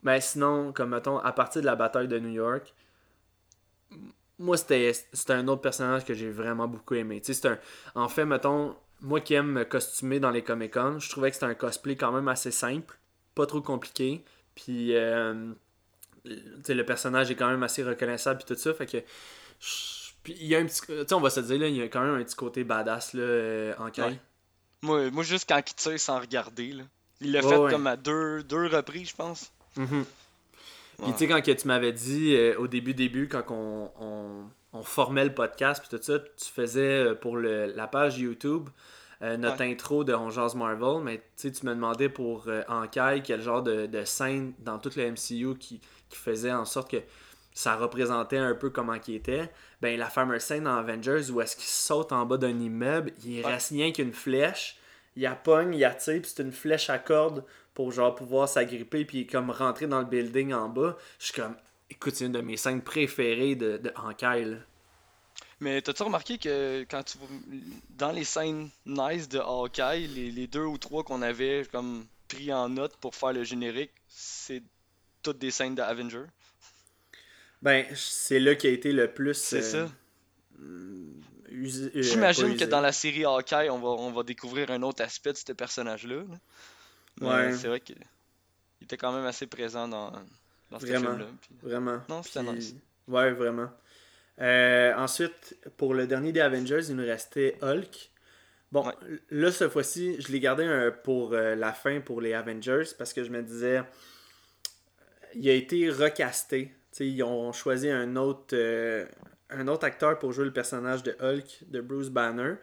Ben sinon, comme mettons, à partir de la bataille de New York, moi c'était c'était un autre personnage que j'ai vraiment beaucoup aimé. Tu sais, c'est un. En fait, mettons, moi qui aime me costumer dans les Comic-Con, je trouvais que c'était un cosplay quand même assez simple, pas trop compliqué. Puis euh, tu sais, le personnage est quand même assez reconnaissable puis tout ça. Fait que. je- Puis il y a un petit. Tu sais, on va se dire, là, il y a quand même un petit côté badass là, euh, en Kai. Ouais. Moi, moi, juste quand il tire sans regarder, là. Il l'a Ouais, fait ouais. comme à deux, deux reprises, je pense. Mhm. Puis Ouais. tu sais, quand que tu m'avais dit euh, au début, début, quand on, on, on formait le podcast, puis tout ça, tu faisais euh, pour le, la page YouTube euh, notre Ouais. intro de On Jase Marvel, mais tu sais, tu me demandais pour euh, Enkai quel genre de, de scène dans tout le M C U qui, qui faisait en sorte que ça représentait un peu comment il était. Ben, la fameuse scène dans Avengers où est-ce qu'il saute en bas d'un immeuble, il Ouais. reste rien qu'une flèche, il la pogne, il la tire, puis c'est une flèche à corde pour genre pouvoir s'agripper puis comme rentrer dans le building en bas. Je suis comme, écoute, c'est une de mes scènes préférées de, de Hawkeye, là. Mais t'as-tu remarqué que quand tu dans les scènes nice de Hawkeye, les, les deux ou trois qu'on avait comme pris en note pour faire le générique, c'est toutes des scènes de Avenger. Ben, c'est là qui a été le plus C'est euh, ça. usé, euh, J'imagine pas que usé. dans la série Hawkeye, on va, on va découvrir un autre aspect de ce personnage-là. là. Mais Ouais. c'est vrai qu'il était quand même assez présent dans, dans ce Vraiment. film-là. puis- Vraiment. Non, c'était Puis- nice. Ouais, vraiment. Euh, ensuite, pour le dernier des Avengers, il nous restait Hulk. Bon, Ouais. là, cette fois-ci, je l'ai gardé euh, pour euh, la fin pour les Avengers parce que je me disais, il a été recasté. Tu sais, ils ont choisi un autre, euh, un autre acteur pour jouer le personnage de Hulk, de Bruce Banner.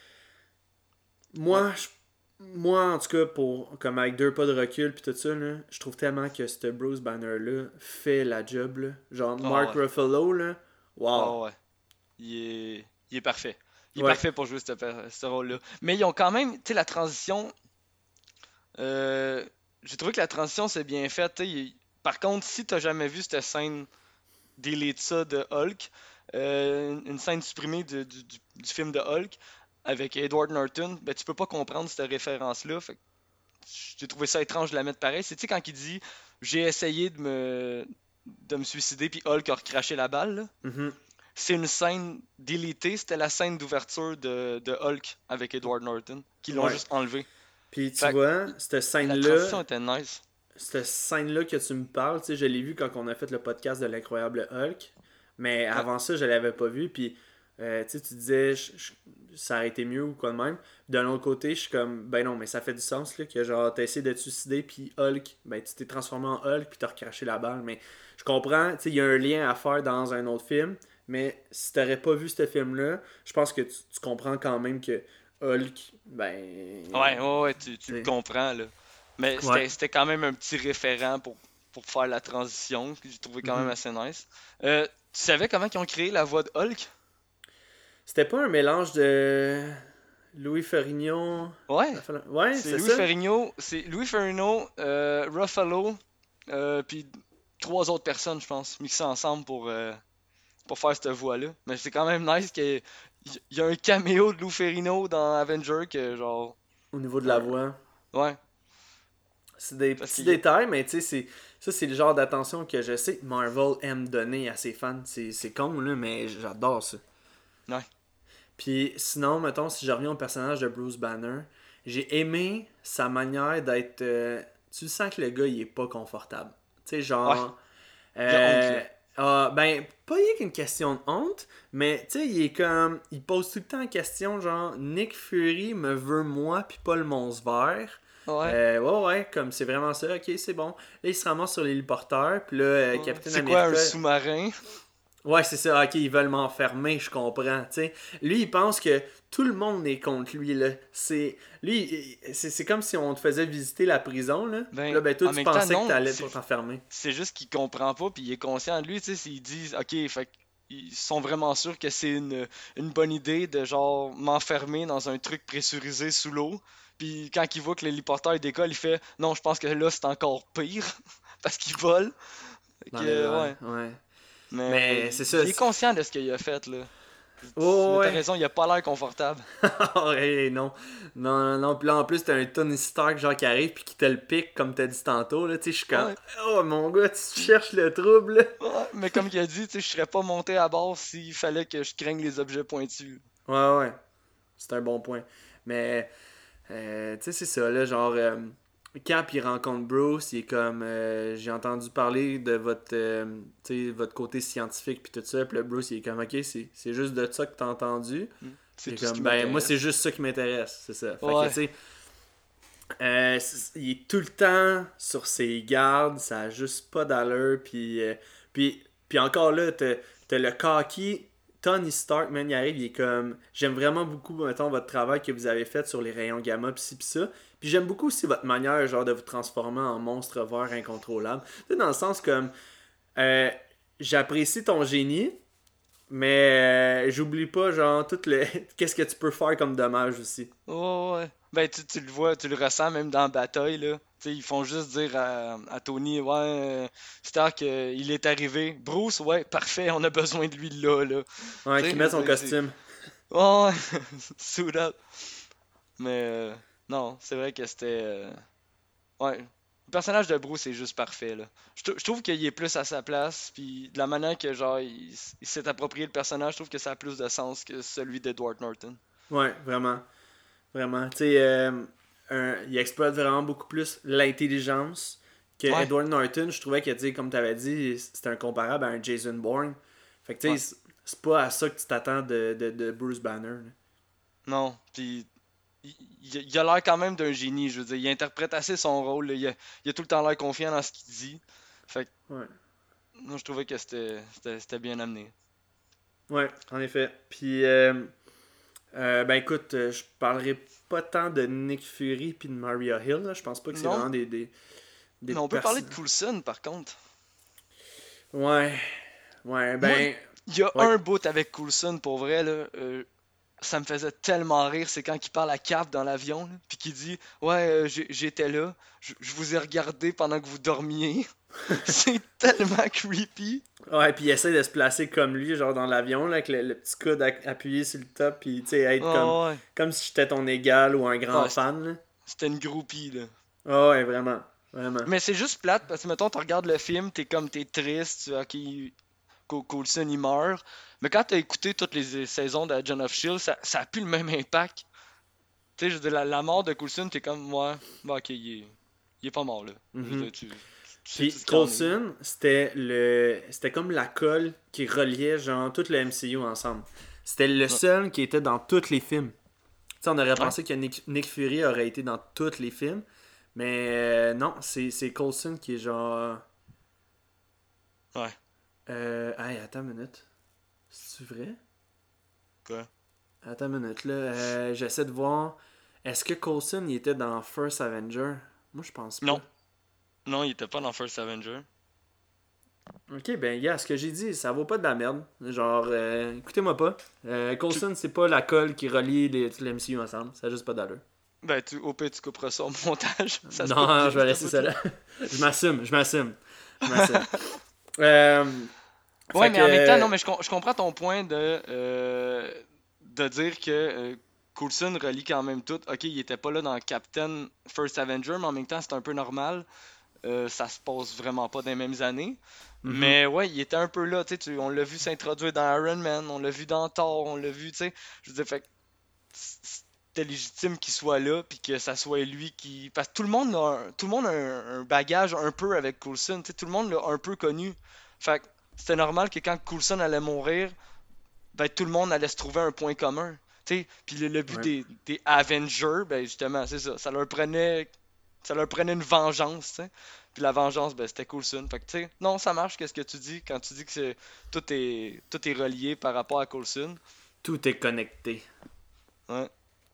Moi, je- moi en tout cas, pour, comme avec deux pas de recul puis tout ça, là, je trouve tellement que ce Bruce Banner-là fait la job. Là. Genre, Ah Mark ouais. Ruffalo, là, wow. Ah ouais. Il est, il est parfait. Il est Ouais. parfait pour jouer ce, per- ce rôle-là. Mais ils ont quand même, tu sais, la transition. euh, J'ai trouvé que la transition c'est bien faite. tu sais, il- Par contre, si t'as jamais vu cette scène delete ça de Hulk, euh, une scène supprimée de- du, du- du film de Hulk avec Edward Norton, ben tu peux pas comprendre cette référence-là. Fait que j'ai trouvé ça étrange de la mettre pareil. C'est tu sais quand il dit j'ai essayé de me de me suicider puis Hulk a recraché la balle. là. Mhm. C'est une scène délétée, c'était la scène d'ouverture de, de Hulk avec Edward Norton, qui l'ont Ouais. juste enlevé. Puis tu Fait que vois, cette la scène-là, transition était nice. cette scène-là que tu me parles, tu sais, je l'ai vu quand on a fait le podcast de l'incroyable Hulk, mais avant ça, je l'avais pas vu, puis euh, tu sais, tu disais, je- je- ça aurait été mieux ou quoi de même. De l'autre côté, je suis comme, ben non, mais ça fait du sens, là, que genre, t'as essayé de te suicider, puis Hulk, ben tu t'es transformé en Hulk, puis t'as recraché la balle, mais je comprends, tu sais, il y a un lien à faire dans un autre film, mais si t'aurais pas vu ce film-là, je pense que tu, tu comprends quand même que Hulk, ben... Ouais, ouais, ouais, tu, tu le T'sais. comprends, là. Mais c'était Ouais. c'était quand même un petit référent pour, pour faire la transition, que j'ai trouvé quand même Mhm. assez nice. Euh, tu savais comment ils ont créé la voix de Hulk? C'était pas un mélange de Louis Ferrigno. Ouais, Ouais, c'est c'est Louis ça. Ferrigno, c'est Louis Ferrigno, euh, Ruffalo, euh, puis trois autres personnes, je pense, mixées ensemble pour, euh, pour faire cette voix-là. Mais c'est quand même nice qu'il y a un caméo de Lou Ferrigno dans Avenger que genre. Au niveau de la Ouais. voix. Ouais. C'est des Parce petits qu'il y a- détails, mais tu sais, c'est- ça, c'est le genre d'attention que je sais que Marvel aime donner à ses fans. C'est c'est con, là, mais j'adore ça. Ouais. Puis sinon, mettons, si je reviens au personnage de Bruce Banner, j'ai aimé sa manière d'être. euh, tu sens que le gars, il est pas confortable. Tu sais, genre. Il a honte, là. ah, ben, pas rien qu'une question de honte, mais tu sais, il est comme. Il pose tout le temps la question, genre, Nick Fury me veut moi, puis pas le monstre vert. Ouais. Euh, ouais, ouais, comme c'est vraiment ça, ok, c'est bon. Là, il se ramasse sur l'héliporteur, puis là, euh, Ouais. Captain C'est quoi America. un sous-marin? Ouais, c'est ça, ok, ils veulent m'enfermer, je comprends, tu sais. Lui, il pense que tout le monde est contre lui, là. C'est. Lui, il- c'est c'est comme si on te faisait visiter la prison, là. Ben, là, ben, toi, en tu même pensais temps, non, que t'allais c'est- pour t'enfermer. C'est juste qu'il comprend pas, puis il est conscient de lui, tu sais, s'ils disent, ok, fait ils sont vraiment sûrs que c'est une, une bonne idée de genre m'enfermer dans un truc pressurisé sous l'eau. Puis quand il voit que l'héliporteur décolle, il fait non, je pense que là c'est encore pire parce qu'il vole. Fait Dans que, les airs, ouais. ouais. Mais, Mais c'est ça, il est c'est- conscient de ce qu'il a fait là. Oh, Mais t'as ouais. raison, il a pas l'air confortable. Ouais, non. Non, non, non. Puis là, en plus, t'as un Tony Stark, genre, qui arrive, puis qui te le pique, comme t'as dit tantôt, là. Tu sais, je suis comme, Ouais. oh, mon gars, tu cherches le trouble, là. Ouais, mais comme il a dit, tu sais, je serais pas monté à bord s'il fallait que je craigne les objets pointus. Ouais, ouais. C'est un bon point. Mais, euh, tu sais, c'est ça, là, genre, euh, quand il rencontre Bruce, il est comme, euh, j'ai entendu parler de votre, euh, tu sais, votre côté scientifique, puis tout ça, puis là, Bruce, il est comme, ok, c'est, c'est juste de ça que t'as entendu. C'est Il est tout ce comme, qui ben, moi, m'intéresse. c'est juste ça qui m'intéresse, c'est ça. Fait que, Ouais. tu sais, euh, c'est- il est tout le temps sur ses gardes, ça a juste pas d'allure, puis, euh, puis, puis encore là, t'as, t'as le cocky Tony Stark, man, il arrive, il est comme, j'aime vraiment beaucoup, mettons, votre travail que vous avez fait sur les rayons gamma, pis ci pis ça, puis j'aime beaucoup aussi votre manière, genre, de vous transformer en monstre vert incontrôlable, tu sais, dans le sens comme, euh, j'apprécie ton génie, mais euh, j'oublie pas, genre, tout le, qu'est-ce que tu peux faire comme dommage aussi. Ouais, ouais. Ben, tu, tu le vois, tu le ressens même dans la bataille, là. Tu sais, ils font juste dire à, à Tony, ouais, euh, Stark, euh, il est arrivé. Bruce, ouais, parfait, on a besoin de lui là, là. Ouais, Tu sais, qui je met veux son dire, c'est... costume. Ouais, suit up. Mais, euh, non, c'est vrai que c'était... euh, Ouais, le personnage de Bruce est juste parfait, là. Je, trou- je trouve qu'il est plus à sa place, puis de la manière que, genre, il, s- il s'est approprié le personnage, je trouve que ça a plus de sens que celui d'Edward Norton. Ouais, vraiment. Vraiment. Tu sais, euh, un- il exploite vraiment beaucoup plus l'intelligence que Ouais, Edward Norton. Je trouvais que, tu sais, comme tu avais dit, c'était un comparable à un Jason Bourne. Fait que, tu ouais. sais, c'est c'est pas à ça que tu t'attends de, de, de Bruce Banner. Là. Non, puis il, il- il a l'air quand même d'un génie, je veux dire. Il interprète assez son rôle, là. Il a, il a tout le temps l'air confiant dans ce qu'il dit. Fait que, Ouais. moi, je trouvais que c'était c'était- c'était bien amené. Ouais, en effet. Puis, euh, euh, ben écoute, euh, je parlerai pas tant de Nick Fury puis de Maria Hill. Là. Je pense pas que c'est Non, vraiment des, des, des mais on peut parler de personnes. Coulson, par contre. Ouais, ouais, Moi, ben. il y a Ouais. un bout avec Coulson, pour vrai, là. euh, ça me faisait tellement rire, c'est quand il parle à Cap dans l'avion, là, puis qu'il dit ouais, euh, j'ai- j'étais là, je je vous ai regardé pendant que vous dormiez. C'est tellement creepy. Ouais, puis il essaie de se placer comme lui, genre dans l'avion, là, avec le, le petit coude a- appuyé sur le top, puis tu sais, être comme, Ah ouais, comme si j'étais ton égal ou un grand ouais, c'était fan. Là. c'était une groupie, là. Ah ouais, vraiment. Vraiment. Mais c'est juste plate parce que, mettons, tu regardes le film, t'es comme, t'es triste, tu vois, ok, Col- Coulson il meurt. Mais quand t'as écouté toutes les saisons de John of Shield, ça, ça a plus le même impact. Tu sais, je veux dire, la, la mort de Coulson, t'es comme, ouais, bah ok, il est, il est pas mort, là. Je veux Mhm. dire, tu, tu sais Puis tout ce qu'il en est. Coulson, c'était le c'était comme la colle qui reliait genre tout le M C U ensemble. C'était le Ouais. seul qui était dans tous les films. Tu sais, on aurait Ouais. pensé que Nick, Nick Fury aurait été dans tous les films, mais euh, non, c'est c'est Coulson qui est genre Ouais. euh hey, attends une minute. C'est vrai? Quoi? Attends une minute, là. Euh, j'essaie de voir. Est-ce que Coulson il était dans First Avenger? Moi, je pense pas. Non. Non, il était pas dans First Avenger. Ok, ben, gars, ce que j'ai dit, ça vaut pas de la merde. Genre, euh, écoutez-moi pas. Euh, Coulson, c'est pas la colle qui relie les, tout l'M C U ensemble. Ça a juste pas d'allure. Ben, tu, au pire, tu couperas ça au montage. Ça se Non, coupe bien, je vais ce laisser ça bout-là. là. Je m'assume, je m'assume. Je m'assume. euh, Ouais, fait mais en même temps, non, que. mais je, com- je comprends ton point de, euh, de dire que euh, Coulson relie quand même tout. Ok, il était pas là dans Captain First Avenger, mais en même temps, c'est un peu normal. Euh, ça se passe vraiment pas dans les mêmes années. Mhm. Mais ouais, il était un peu là, tu sais, tu- on l'a vu s'introduire dans Iron Man, on l'a vu dans Thor, on l'a vu, tu sais. Je veux dire, fait que c'était légitime qu'il soit là, puis que ça soit lui qui... Parce que tout le monde a un, tout le monde a un, un bagage un peu avec Coulson, tu sais, tout le monde l'a un peu connu. Fait que c'était normal que quand Coulson allait mourir, ben tout le monde allait se trouver un point commun. Tu sais, puis le, le but Ouais. des, des Avengers, ben justement, c'est ça, ça leur prenait ça leur prenait une vengeance, tu sais. Puis la vengeance, ben c'était Coulson. Fait que tu sais, non, ça marche qu'est-ce que tu dis quand tu dis que c'est, tout est tout est relié par rapport à Coulson. Tout est connecté. Ouais.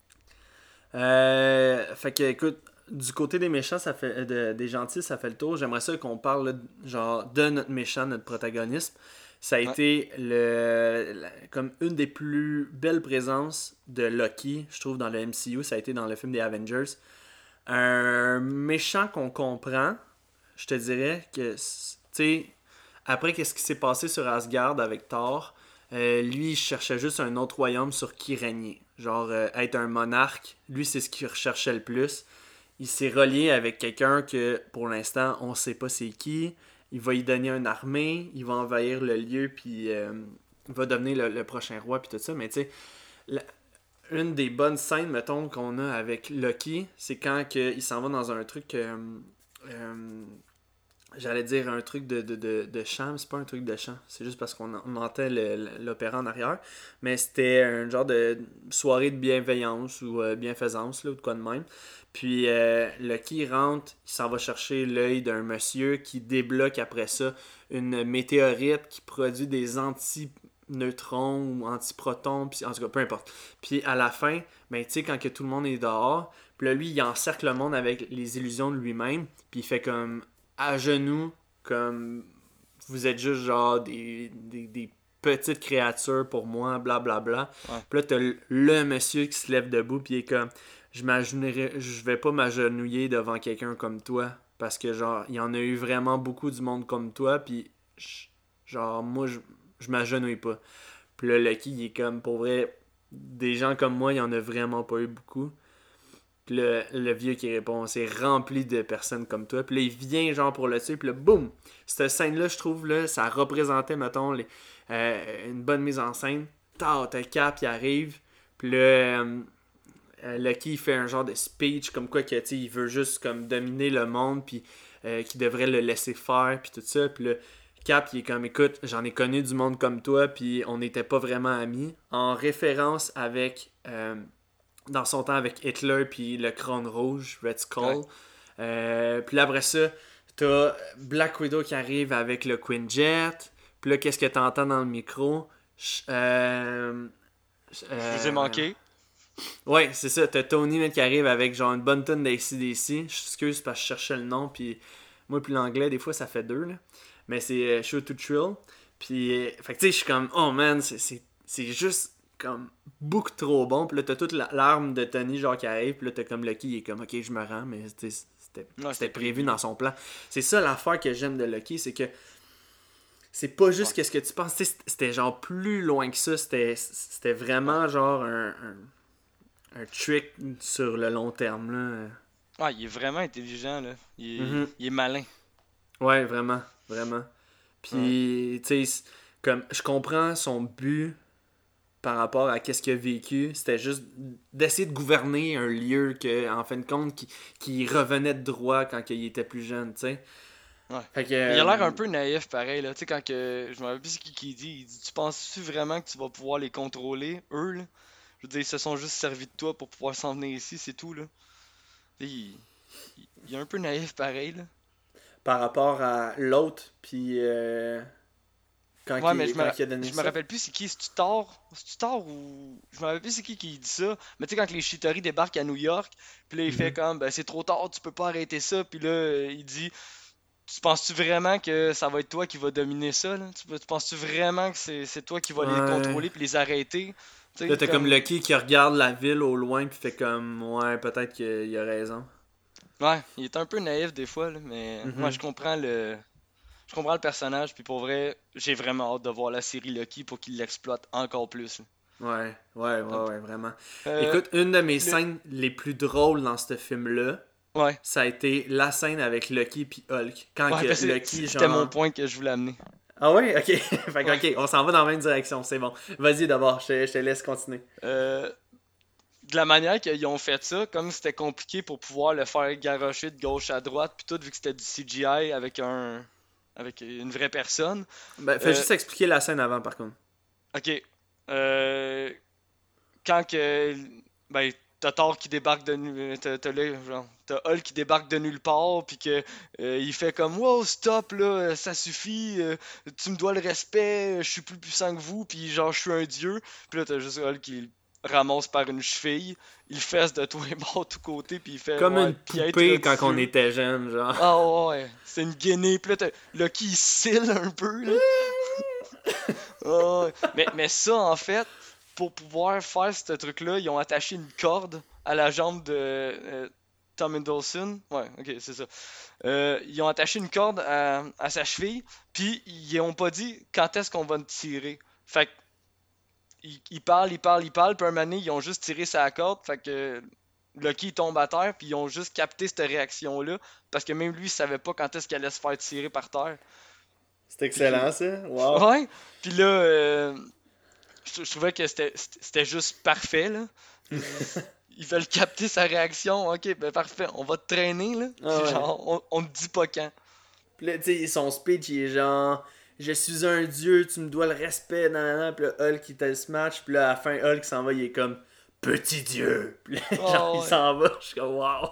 Euh, fait que, écoute, du côté des méchants, ça fait de- des gentils, ça fait le tour. J'aimerais ça qu'on parle là, genre de notre méchant, notre protagoniste. Ça a Ouais. été le, la- comme une des plus belles présences de Loki, je trouve, dans le M C U. Ça a été dans le film des Avengers. Un méchant qu'on comprend, je te dirais que, tu sais, après qu'est-ce qui s'est passé sur Asgard avec Thor, Euh, lui, il cherchait juste un autre royaume sur qui régner. Genre, euh, être un monarque, lui, c'est ce qu'il recherchait le plus. Il s'est relié avec quelqu'un que, pour l'instant, on sait pas c'est qui. Il va y donner une armée, il va envahir le lieu, puis euh, il va devenir le, le prochain roi, puis tout ça. Mais tu sais, la- une des bonnes scènes, mettons, qu'on a avec Loki, c'est quand que il s'en va dans un truc... euh, euh, J'allais dire un truc de, de, de, de chant, mais c'est pas un truc de chant. C'est juste parce qu'on on entend le- le- l'opéra en arrière. Mais c'était un genre de soirée de bienveillance ou euh, bienfaisance, là, ou de quoi de même. Puis euh, Lucky rentre, il s'en va chercher l'œil d'un monsieur qui débloque après ça une météorite qui produit des anti-neutrons ou anti-protons, puis en tout cas, peu importe. Puis à la fin, ben, tu sais, quand que tout le monde est dehors, puis là, lui, il encercle le monde avec les illusions de lui-même, puis il fait comme à genoux, comme vous êtes juste genre des, des, des petites créatures pour moi, blablabla. Ouais. Puis là, t'as le, le monsieur qui se lève debout, puis il est comme je m'agenouillerai- je vais pas m'agenouiller devant quelqu'un comme toi, parce que genre, il y en a eu vraiment beaucoup du monde comme toi, puis je- genre, moi, je, je m'agenouille pas. Puis là, Lucky, il est comme, pour vrai, des gens comme moi, il y en a vraiment pas eu beaucoup. Puis le, le vieux qui répond, c'est rempli de personnes comme toi. Puis là, il vient genre pour le tuer. Puis là, boum! Cette scène-là, je trouve, là, ça représentait, mettons, les- euh, une bonne mise en scène. Tah, t'as Cap, il arrive. Puis là, euh, euh, Lucky, il fait un genre de speech comme quoi que, tu sais, il veut juste comme dominer le monde. Puis euh, qu'il devrait le laisser faire. Puis tout ça. Puis là, Cap, il est comme, écoute, j'en ai connu du monde comme toi. Puis on n'était pas vraiment amis. En référence avec... euh, dans son temps avec Hitler puis le Crâne Rouge, Red Skull. Ouais. Euh, puis là, après ça, t'as Black Widow qui arrive avec le Quinjet. Puis là, qu'est-ce que t'entends dans le micro? Ch- euh, Je vous ai euh, manqué. Ouais, c'est ça. T'as Tony man, qui arrive avec genre une bonne tonne d'A C D C. Je m'excuse parce que je cherchais le nom. Puis moi, puis l'anglais, des fois, ça fait deux. Là. Mais c'est euh, Show to Thrill. Puis, euh, fait que tu sais, je suis comme, oh man, c'est, c'est, c'est juste comme beaucoup trop bon. Puis là, t'as toute la- l'arme de Tony, genre, qui arrive. Puis là, t'as comme Lucky, il est comme, ok, je me rends. Mais tu sais, c'était, Ouais, c'était c'était prévu dans son plan. C'est ça l'affaire que j'aime de Lucky, c'est que c'est pas juste qu'est-ce que tu penses. Tu sais, c'était genre plus loin que ça. C'était, c'était vraiment genre un, un, un trick sur le long terme, là. Ouais, il est vraiment intelligent, là. Il est, Mhm. il est malin. Ouais, vraiment, vraiment. Puis, tu sais, c'est- comme, je comprends son but par rapport à qu'est-ce qu'il a vécu. C'était juste d'essayer de gouverner un lieu que, en fin de compte, qui, qui revenait de droit quand il était plus jeune, tu sais. Ouais. Fait que, Mais il a l'air euh, un peu naïf, pareil, là. Tu sais, quand que. Je me rappelle plus c'est qui qui dit. Il dit, tu penses-tu vraiment que tu vas pouvoir les contrôler, eux, là? Je veux dire, ils se sont juste servis de toi pour pouvoir s'en venir ici, c'est tout, là. Tu sais, il, il, il est un peu naïf, pareil, là. par rapport à l'autre, puis euh, quand, Ouais, il, mais je quand me, il a donné je me ça. rappelle plus c'est qui, c'est-tu Thor? C'est-tu Thor ou... Je me rappelle plus c'est qui qui dit ça. Mais tu sais, quand les Chitauri débarquent à New York, puis là, il fait Mhm. comme, ben c'est trop tard, tu peux pas arrêter ça. Puis là, euh, il dit, tu penses-tu vraiment que ça va être toi qui va dominer ça, là? Tu, tu penses-tu vraiment que c'est c'est toi qui va les Ouais. contrôler puis les arrêter? Tu sais, Là, t'as comme comme... Lucky qui regarde la ville au loin, puis fait comme, ouais, peut-être qu'il a raison. Ouais, il est un peu naïf des fois, là, mais Mhm. moi, je comprends le... Je comprends le personnage, puis pour vrai, j'ai vraiment hâte de voir la série Loki pour qu'il l'exploite encore plus, là. Ouais, ouais, ouais, ouais, vraiment. Euh, Écoute, une de mes le- scènes les plus drôles dans ce film-là, Ouais. ça a été la scène avec Lucky puis Hulk. Quand Ouais, que ben c'est- Lucky, c'était genre... mon point que je voulais amener. Ah ouais? Ok. Fait que, Ouais. ok, on s'en va dans la même direction, c'est bon. Vas-y d'abord, je te, je te laisse continuer. Euh, de la manière qu'ils ont fait ça, comme c'était compliqué pour pouvoir le faire garrocher de gauche à droite, puis tout, vu que c'était du C G I avec un avec une vraie personne. Ben, fais Euh, juste expliquer la scène avant, par contre. Ok. Euh, quand que. Ben, t'as Thor qui débarque de nu- t'as, t'as là, genre, t'as Hulk qui débarque de nulle part, puis que euh, il fait comme wow, stop là, ça suffit, euh, tu me dois le respect, je suis plus puissant que vous, puis genre je suis un dieu. Puis là t'as juste Hulk qui le ramasse par une cheville, il fesse de tous les bords, tous côtés, puis il fait Comme ouais, une piètre poupée quand on dieu. était jeune, genre. Ah ouais, c'est une guinée, puis là t'as Lucky il scille un peu là. Ah ouais. Mais, mais ça, en fait, pour pouvoir faire ce truc-là, ils ont attaché une corde à la jambe de euh, Tom Hiddleston. Ouais, ok, c'est ça. Euh, ils ont attaché une corde à, à sa cheville, puis ils ont pas dit quand est-ce qu'on va te tirer. Fait que ils, ils parlent, ils parlent, ils parlent, puis un moment donné, ils ont juste tiré sa corde, fait que Loki il tombe à terre, puis ils ont juste capté cette réaction-là, parce que même lui, il savait pas quand est-ce qu'il allait se faire tirer par terre. C'est excellent, ça. Wow. Ouais, puis là, euh, je, je trouvais que c'était c'était juste parfait, là. Ils veulent capter sa réaction, ok, ben parfait, on va te traîner, là, Ah puis ouais. genre, on, on te dit pas quand. Puis là, tu sais, son speech, il est genre je suis un dieu, tu me dois le respect, nanana. Puis là, Hulk, il te le smash. Puis là, à la fin, Hulk s'en va, il est comme petit dieu. Puis là, Oh, genre, il ouais. s'en va. Je suis comme, wow.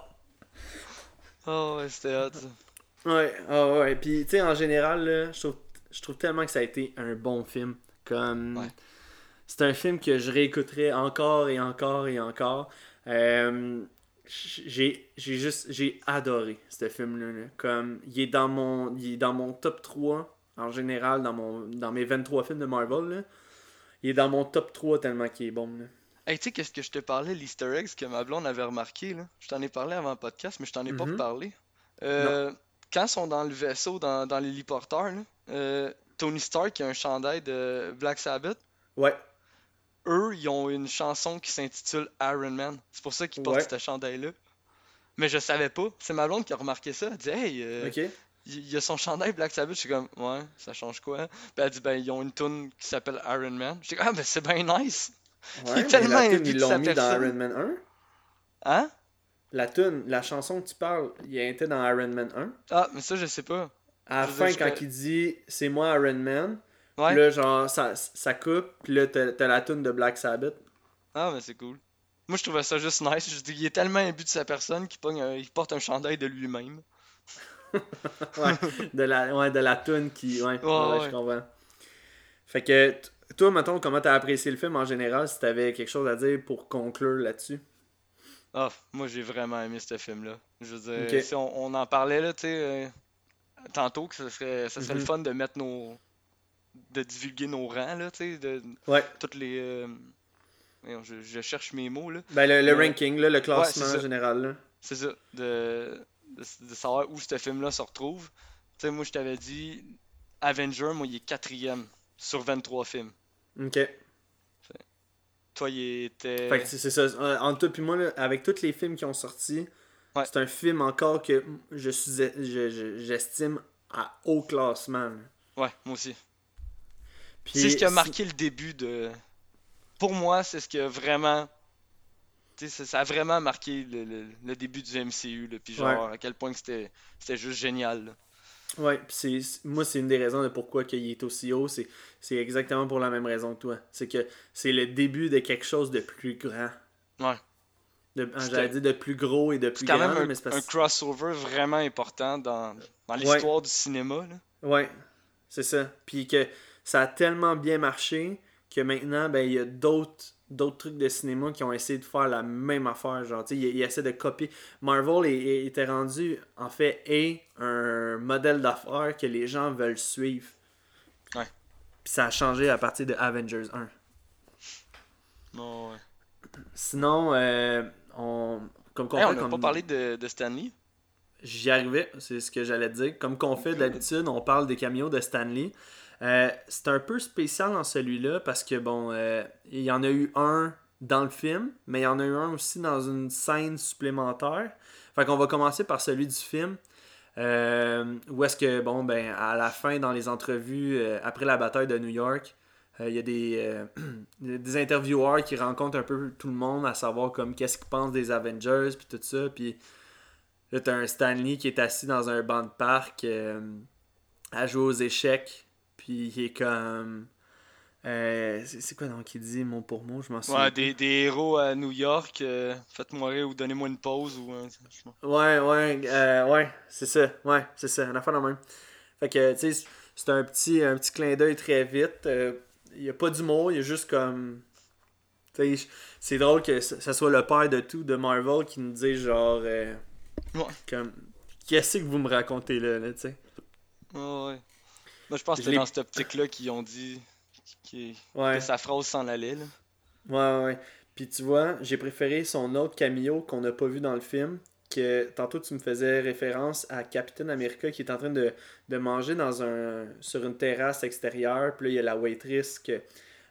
Oh, ouais, c'était hot, ça. Ouais, oh, ouais. Puis, tu sais, en général, là, je trouve, je trouve tellement que ça a été un bon film. Comme. Ouais. C'est un film que je réécouterai encore et encore et encore. Euh, j'ai, j'ai juste. J'ai adoré ce film-là. Là. Comme. Il est dans mon. Il est dans mon top trois. En général, dans mon dans mes vingt-trois films de Marvel. Là. Il est dans mon top trois tellement qu'il est bon. Là. Hey, tu sais, qu'est-ce que je te parlais, l'Easter eggs que ma blonde avait remarqué, là? Je t'en ai parlé avant le podcast, mais je t'en ai pas Mhm. reparlé. Euh, quand ils sont dans le vaisseau, dans, dans l'héliporteur, là, euh, Tony Stark a un chandail de Black Sabbath. Ouais. Eux, ils ont une chanson qui s'intitule Iron Man. C'est pour ça qu'ils portent Ouais. ce chandail-là. Mais je savais pas. C'est ma blonde qui a remarqué ça. Elle dit, hey, euh, Ok. il y a son chandail Black Sabbath. Je suis comme, ouais, ça change quoi? Puis elle dit, ben, ils ont une tune qui s'appelle Iron Man. Je dis, ah, ben, c'est bien nice. Ouais, Il est mais tellement la tune, imbu ils de l'ont sa mis dans personne. Iron Man un. Hein? La tune, la chanson que tu parles, il était dans Iron Man un. Ah, mais ça, je sais pas. À la Je veux fin, dire, je quand peux- il dit c'est moi Iron Man, Ouais. puis là, genre, ça, ça coupe, puis là, t'as, t'as la tune de Black Sabbath. Ah, mais c'est cool. Moi, je trouvais ça juste nice. Je dis, il est tellement imbu de sa personne qu'il pogne un- il porte un chandail de lui-même. Ouais, de la, ouais, de la tune qui. Ouais, ouais, ouais, ouais. je comprends. Fait que, t- toi, mettons, comment t'as apprécié le film en général, si t'avais quelque chose à dire pour conclure là-dessus? Ah, moi, j'ai vraiment aimé ce film-là. Je veux dire, Ok. si on, on en parlait, là, tu sais, euh, tantôt, que ce serait, ça serait Mhm. le fun de mettre nos. De divulguer nos rangs, là, tu sais, de Ouais. toutes les. euh, voyons, je, je cherche mes mots, là. Ben, le, le Mais- ranking, là, le classement c'est ça. général, là. C'est ça, de, de, de savoir où ce film-là se retrouve. Tu sais, moi, je t'avais dit, Avenger, moi, il est quatrième sur vingt-trois films. Ok. Toi, il était. Fait que c'est c'est ça. Euh, Entre toi et moi, là, avec tous les films qui ont sorti, Ouais. c'est un film encore que je suis, je- je- j'estime à haut classement. là. Ouais, moi aussi. Puis, C'est ce qui a si- marqué le début de. Pour moi, c'est ce qui a vraiment. Tu sais, ça, ça a vraiment marqué le, le- le début du M C U, là. Puis genre, à quel point que c'était c'était juste génial, là. Ouais, puis c'est, c'est- moi, c'est une des raisons de pourquoi il est aussi haut. C'est, c'est exactement pour la même raison que toi. C'est que c'est le début de quelque chose de plus grand. Ouais. De, C'était- j'allais dire de plus gros et de C'est plus quand grand, même un, mais c'est un parce crossover vraiment important dans, dans l'histoire du cinéma, là. Ouais, c'est ça. Puis que ça a tellement bien marché que maintenant, ben, il y a d'autres, d'autres trucs de cinéma qui ont essayé de faire la même affaire. Genre, tu sais, ils, ils essaient de copier. Marvel est- est- était rendu, en fait, est un modèle d'affaires que les gens veulent suivre. Ouais. Puis ça a changé à partir de Avengers un. Non, ouais. Sinon, euh, on. Comme qu'on Hey, on fait, n'a comme... pas parlé de, de Stanley. J'y arrivais, c'est ce que j'allais te dire. Comme qu'on fait d'habitude, on parle des caméos de Stanley. Euh, c'est un peu spécial dans celui-là parce que, bon, euh, il y en a eu un dans le film, mais il y en a eu un aussi dans une scène supplémentaire. Fait qu'on va commencer par celui du film. Euh, où est-ce que, bon, ben, à la fin, dans les entrevues, euh, après la bataille de New York, euh, il y a des, euh, des intervieweurs qui rencontrent un peu tout le monde à savoir comme qu'est-ce qu'ils pensent des Avengers, puis tout ça, puis là, t'as un Stanley qui est assis dans un banc de parc euh, à jouer aux échecs. Puis il est comme. Euh, c'est, c'est quoi donc qu'il dit mot pour mot? Je m'en souviens. Ouais, des, des héros à New York, euh, faites-moi rire ou donnez-moi une pause ou. euh, je m'en- Ouais, ouais, euh, ouais, c'est ça. Ouais, c'est ça. Une affaire de même. Fait que, tu sais, c'est un petit, un petit clin d'œil très vite. Euh, Il n'y a pas d'humour, il y a juste comme. Tu sais, c'est drôle que ce ce soit le père de tout de Marvel qui nous dit genre. euh, Ouais. Comme. Qu'est-ce que vous me racontez là, là, tu sais? Ouais, ouais. Moi, je pense que Je c'était l'ai- dans cette optique-là qu'ils ont dit qui- Ouais. que sa phrase s'en allait, là. Ouais, ouais. Puis tu vois, j'ai préféré son autre cameo qu'on n'a pas vu dans le film. Que tantôt tu me faisais référence à Captain America qui est en train de, de manger dans un sur une terrasse extérieure. Puis là, il y a la waitress que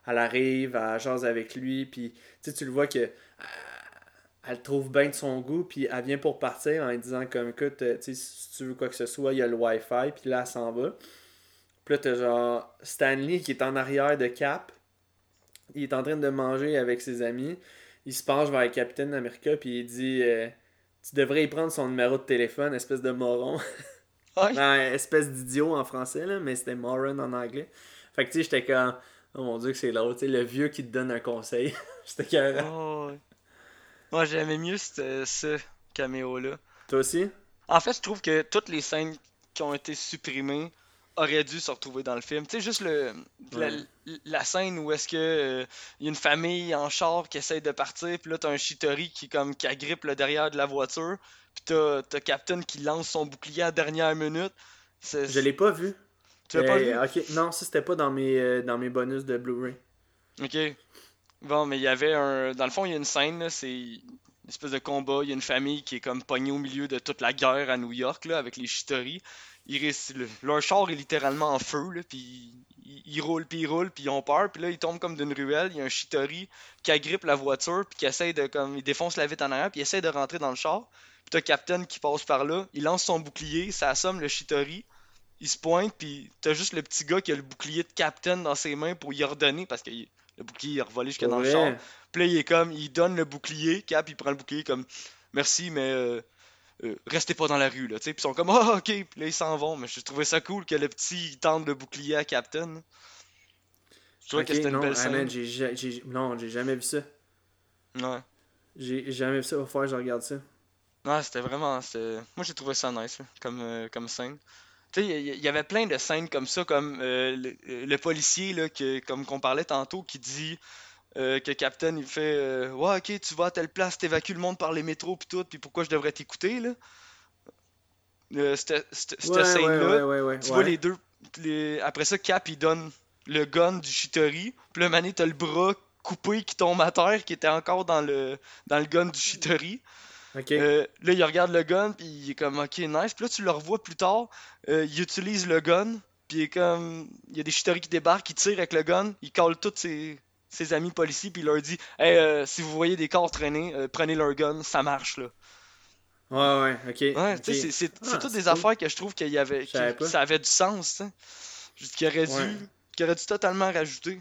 elle arrive, elle jase avec lui, puis tu sais, tu le vois que... Elle le trouve bien de son goût, puis elle vient pour partir en lui disant comme écoute, tu sais, si tu veux quoi que ce soit, il y a le Wi-Fi, puis là elle s'en va. Puis là t'as genre Stanley qui est en arrière de Cap, il est en train de manger avec ses amis, il se penche vers le Capitaine America, puis il dit euh, tu devrais y prendre son numéro de téléphone, espèce de moron. Ouais. Non, espèce d'idiot en français, là, mais c'était moron en anglais. Fait que tu sais, j'étais comme oh mon dieu que c'est l'autre, tu sais, le vieux qui te donne un conseil. C'était carré. Oh, ouais. Moi, j'aimais mieux ce, ce caméo-là. Toi aussi? En fait, je trouve que toutes les scènes qui ont été supprimées auraient dû se retrouver dans le film. Tu sais, juste le, la, Ouais. la scène où est-ce que euh, y a une famille en char qui essaye de partir, puis là, t'as un Chitauri qui, comme, qui agrippe le derrière de la voiture, puis t'as, t'as Captain qui lance son bouclier à la dernière minute. C'est- Je l'ai pas vu. Tu l'as pas vu? Euh, ok, non, ça c'était pas dans mes, euh, dans mes bonus de Blu-ray. Ok. Bon, mais il y avait un. Dans le fond, il y a une scène, là, c'est une espèce de combat. Il y a une famille qui est comme pognée au milieu de toute la guerre à New York, là, avec les Chitauri. Ils restent- le- Leur char est littéralement en feu, là, puis ils, ils roulent, puis ils roulent, puis ils ont peur. Puis là, ils tombent comme d'une ruelle. Il y a un Chitauri qui agrippe la voiture, puis qui essaye de. Comme, il défonce la vitre en arrière, puis il essaye de rentrer dans le char. Puis t'as Captain qui passe par là. Il lance son bouclier, ça assomme le Chitauri. Il se pointe, puis t'as juste le petit gars qui a le bouclier de Captain dans ses mains pour y ordonner, parce que il- le bouclier il est revolé jusque Pour dans le vrai? char. Puis là, il est comme, il donne le bouclier, Cap, il prend le bouclier comme, merci, mais euh, euh, restez pas dans la rue, là, tu sais. Puis ils sont comme, ah, ok, puis là, ils s'en vont. Mais je trouvais ça cool que le petit, il tente le bouclier à Captain. Je trouvais Ok, que c'était une non, belle ah, scène. man, j'ai, ja- j'ai- non, j'ai jamais vu ça. Ouais. J'ai jamais vu ça. Va falloir que je regarde ça. Ouais, c'était vraiment. c'était- Moi, j'ai trouvé ça nice, là, comme, euh, comme scène. Tu sais, il y, il y avait plein de scènes comme ça, comme euh, le, le policier, là, que, comme qu'on parlait tantôt, qui dit euh, que Captain, il fait euh, ouais, ok, tu vas à telle place, t'évacues le monde par les métros, pis tout, pis pourquoi je devrais t'écouter, là? Euh, cette cette- cette Ouais, ouais, scène-là, ouais, ouais, ouais. tu ouais. vois les deux. les- Après ça, Cap, il donne le gun du Chitauri, pis là, Mané, t'as le bras coupé qui tombe à terre, qui était encore dans le, dans le gun du Chitauri. Ok. Euh, là, il regarde le gun, puis il est comme, ok, nice. Puis là, tu le revois plus tard, euh, il utilise le gun, puis il est comme, il y a des Chitauri qui débarquent, qui tirent avec le gun, il colle tous ses, ses amis policiers, puis il leur dit, hey, euh, si vous voyez des corps traîner, euh, prenez leur gun, ça marche, là. Ouais, ouais, ok. Ouais, ok. tu sais, c'est- c'est c'est Ah, toutes c'est des cool. affaires que je trouve qu'il y avait, Je savais que pas. ça avait du sens, tu sais. Juste qu'il aurait dû, Ouais. qu'il aurait dû totalement rajouter.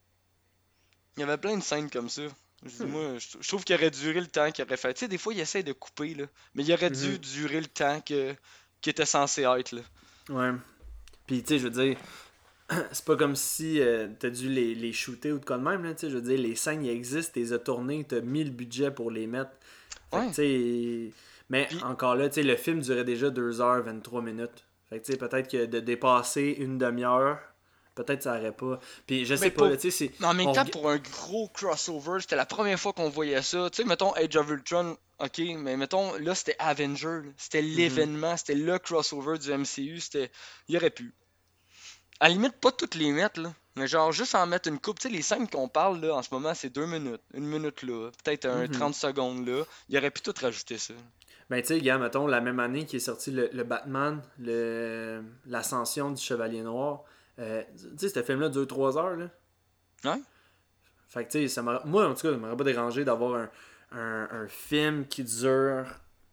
Il y avait plein de scènes comme ça. Je dis, Hmm. moi, je, je trouve qu'il aurait duré le temps qu'il aurait fait. Tu sais, des fois, il essaie de couper, là. Mais il aurait dû Mhm. durer le temps que, qu'il était censé être, là. Ouais. Puis, tu sais, je veux dire, c'est pas comme si euh, t'as dû les, les shooter ou de quoi de même, là, tu sais. Je veux dire, les scènes, ils existent, t'es as tournées, t'as mis le budget pour les mettre. Fait que, Ouais. tu sais. Mais Puis- encore là, tu sais, le film durait déjà deux heures vingt-trois minutes. Fait que, tu sais, peut-être que de dépasser une demi-heure, peut-être ça aurait pas. Puis, je sais Mais pas, pour- là, tu sais, c'est. Mais en même on temps, rega- pour un gros crossover, c'était la première fois qu'on voyait ça. Tu sais, mettons Age of Ultron, ok, mais mettons, là, c'était Avenger. là. C'était Mhm. l'événement, c'était le crossover du M C U. C'était. Il y aurait pu. À la limite, pas toutes les mettre, là. Mais genre, juste en mettre une coupe. Tu sais, les scènes qu'on parle, là, en ce moment, c'est deux minutes. Une minute là. Peut-être un Mhm. trente secondes, là. Il aurait pu tout rajouter ça. Ben, tu sais, gars, mettons, la même année qui est sorti le, le Batman, le, l'ascension du Chevalier Noir, euh, tu sais, ce film-là dure trois heures, là. Ouais. Fait que, tu sais, ça m'a... moi, en tout cas, ça m'aurait pas dérangé d'avoir un, un, un film qui dure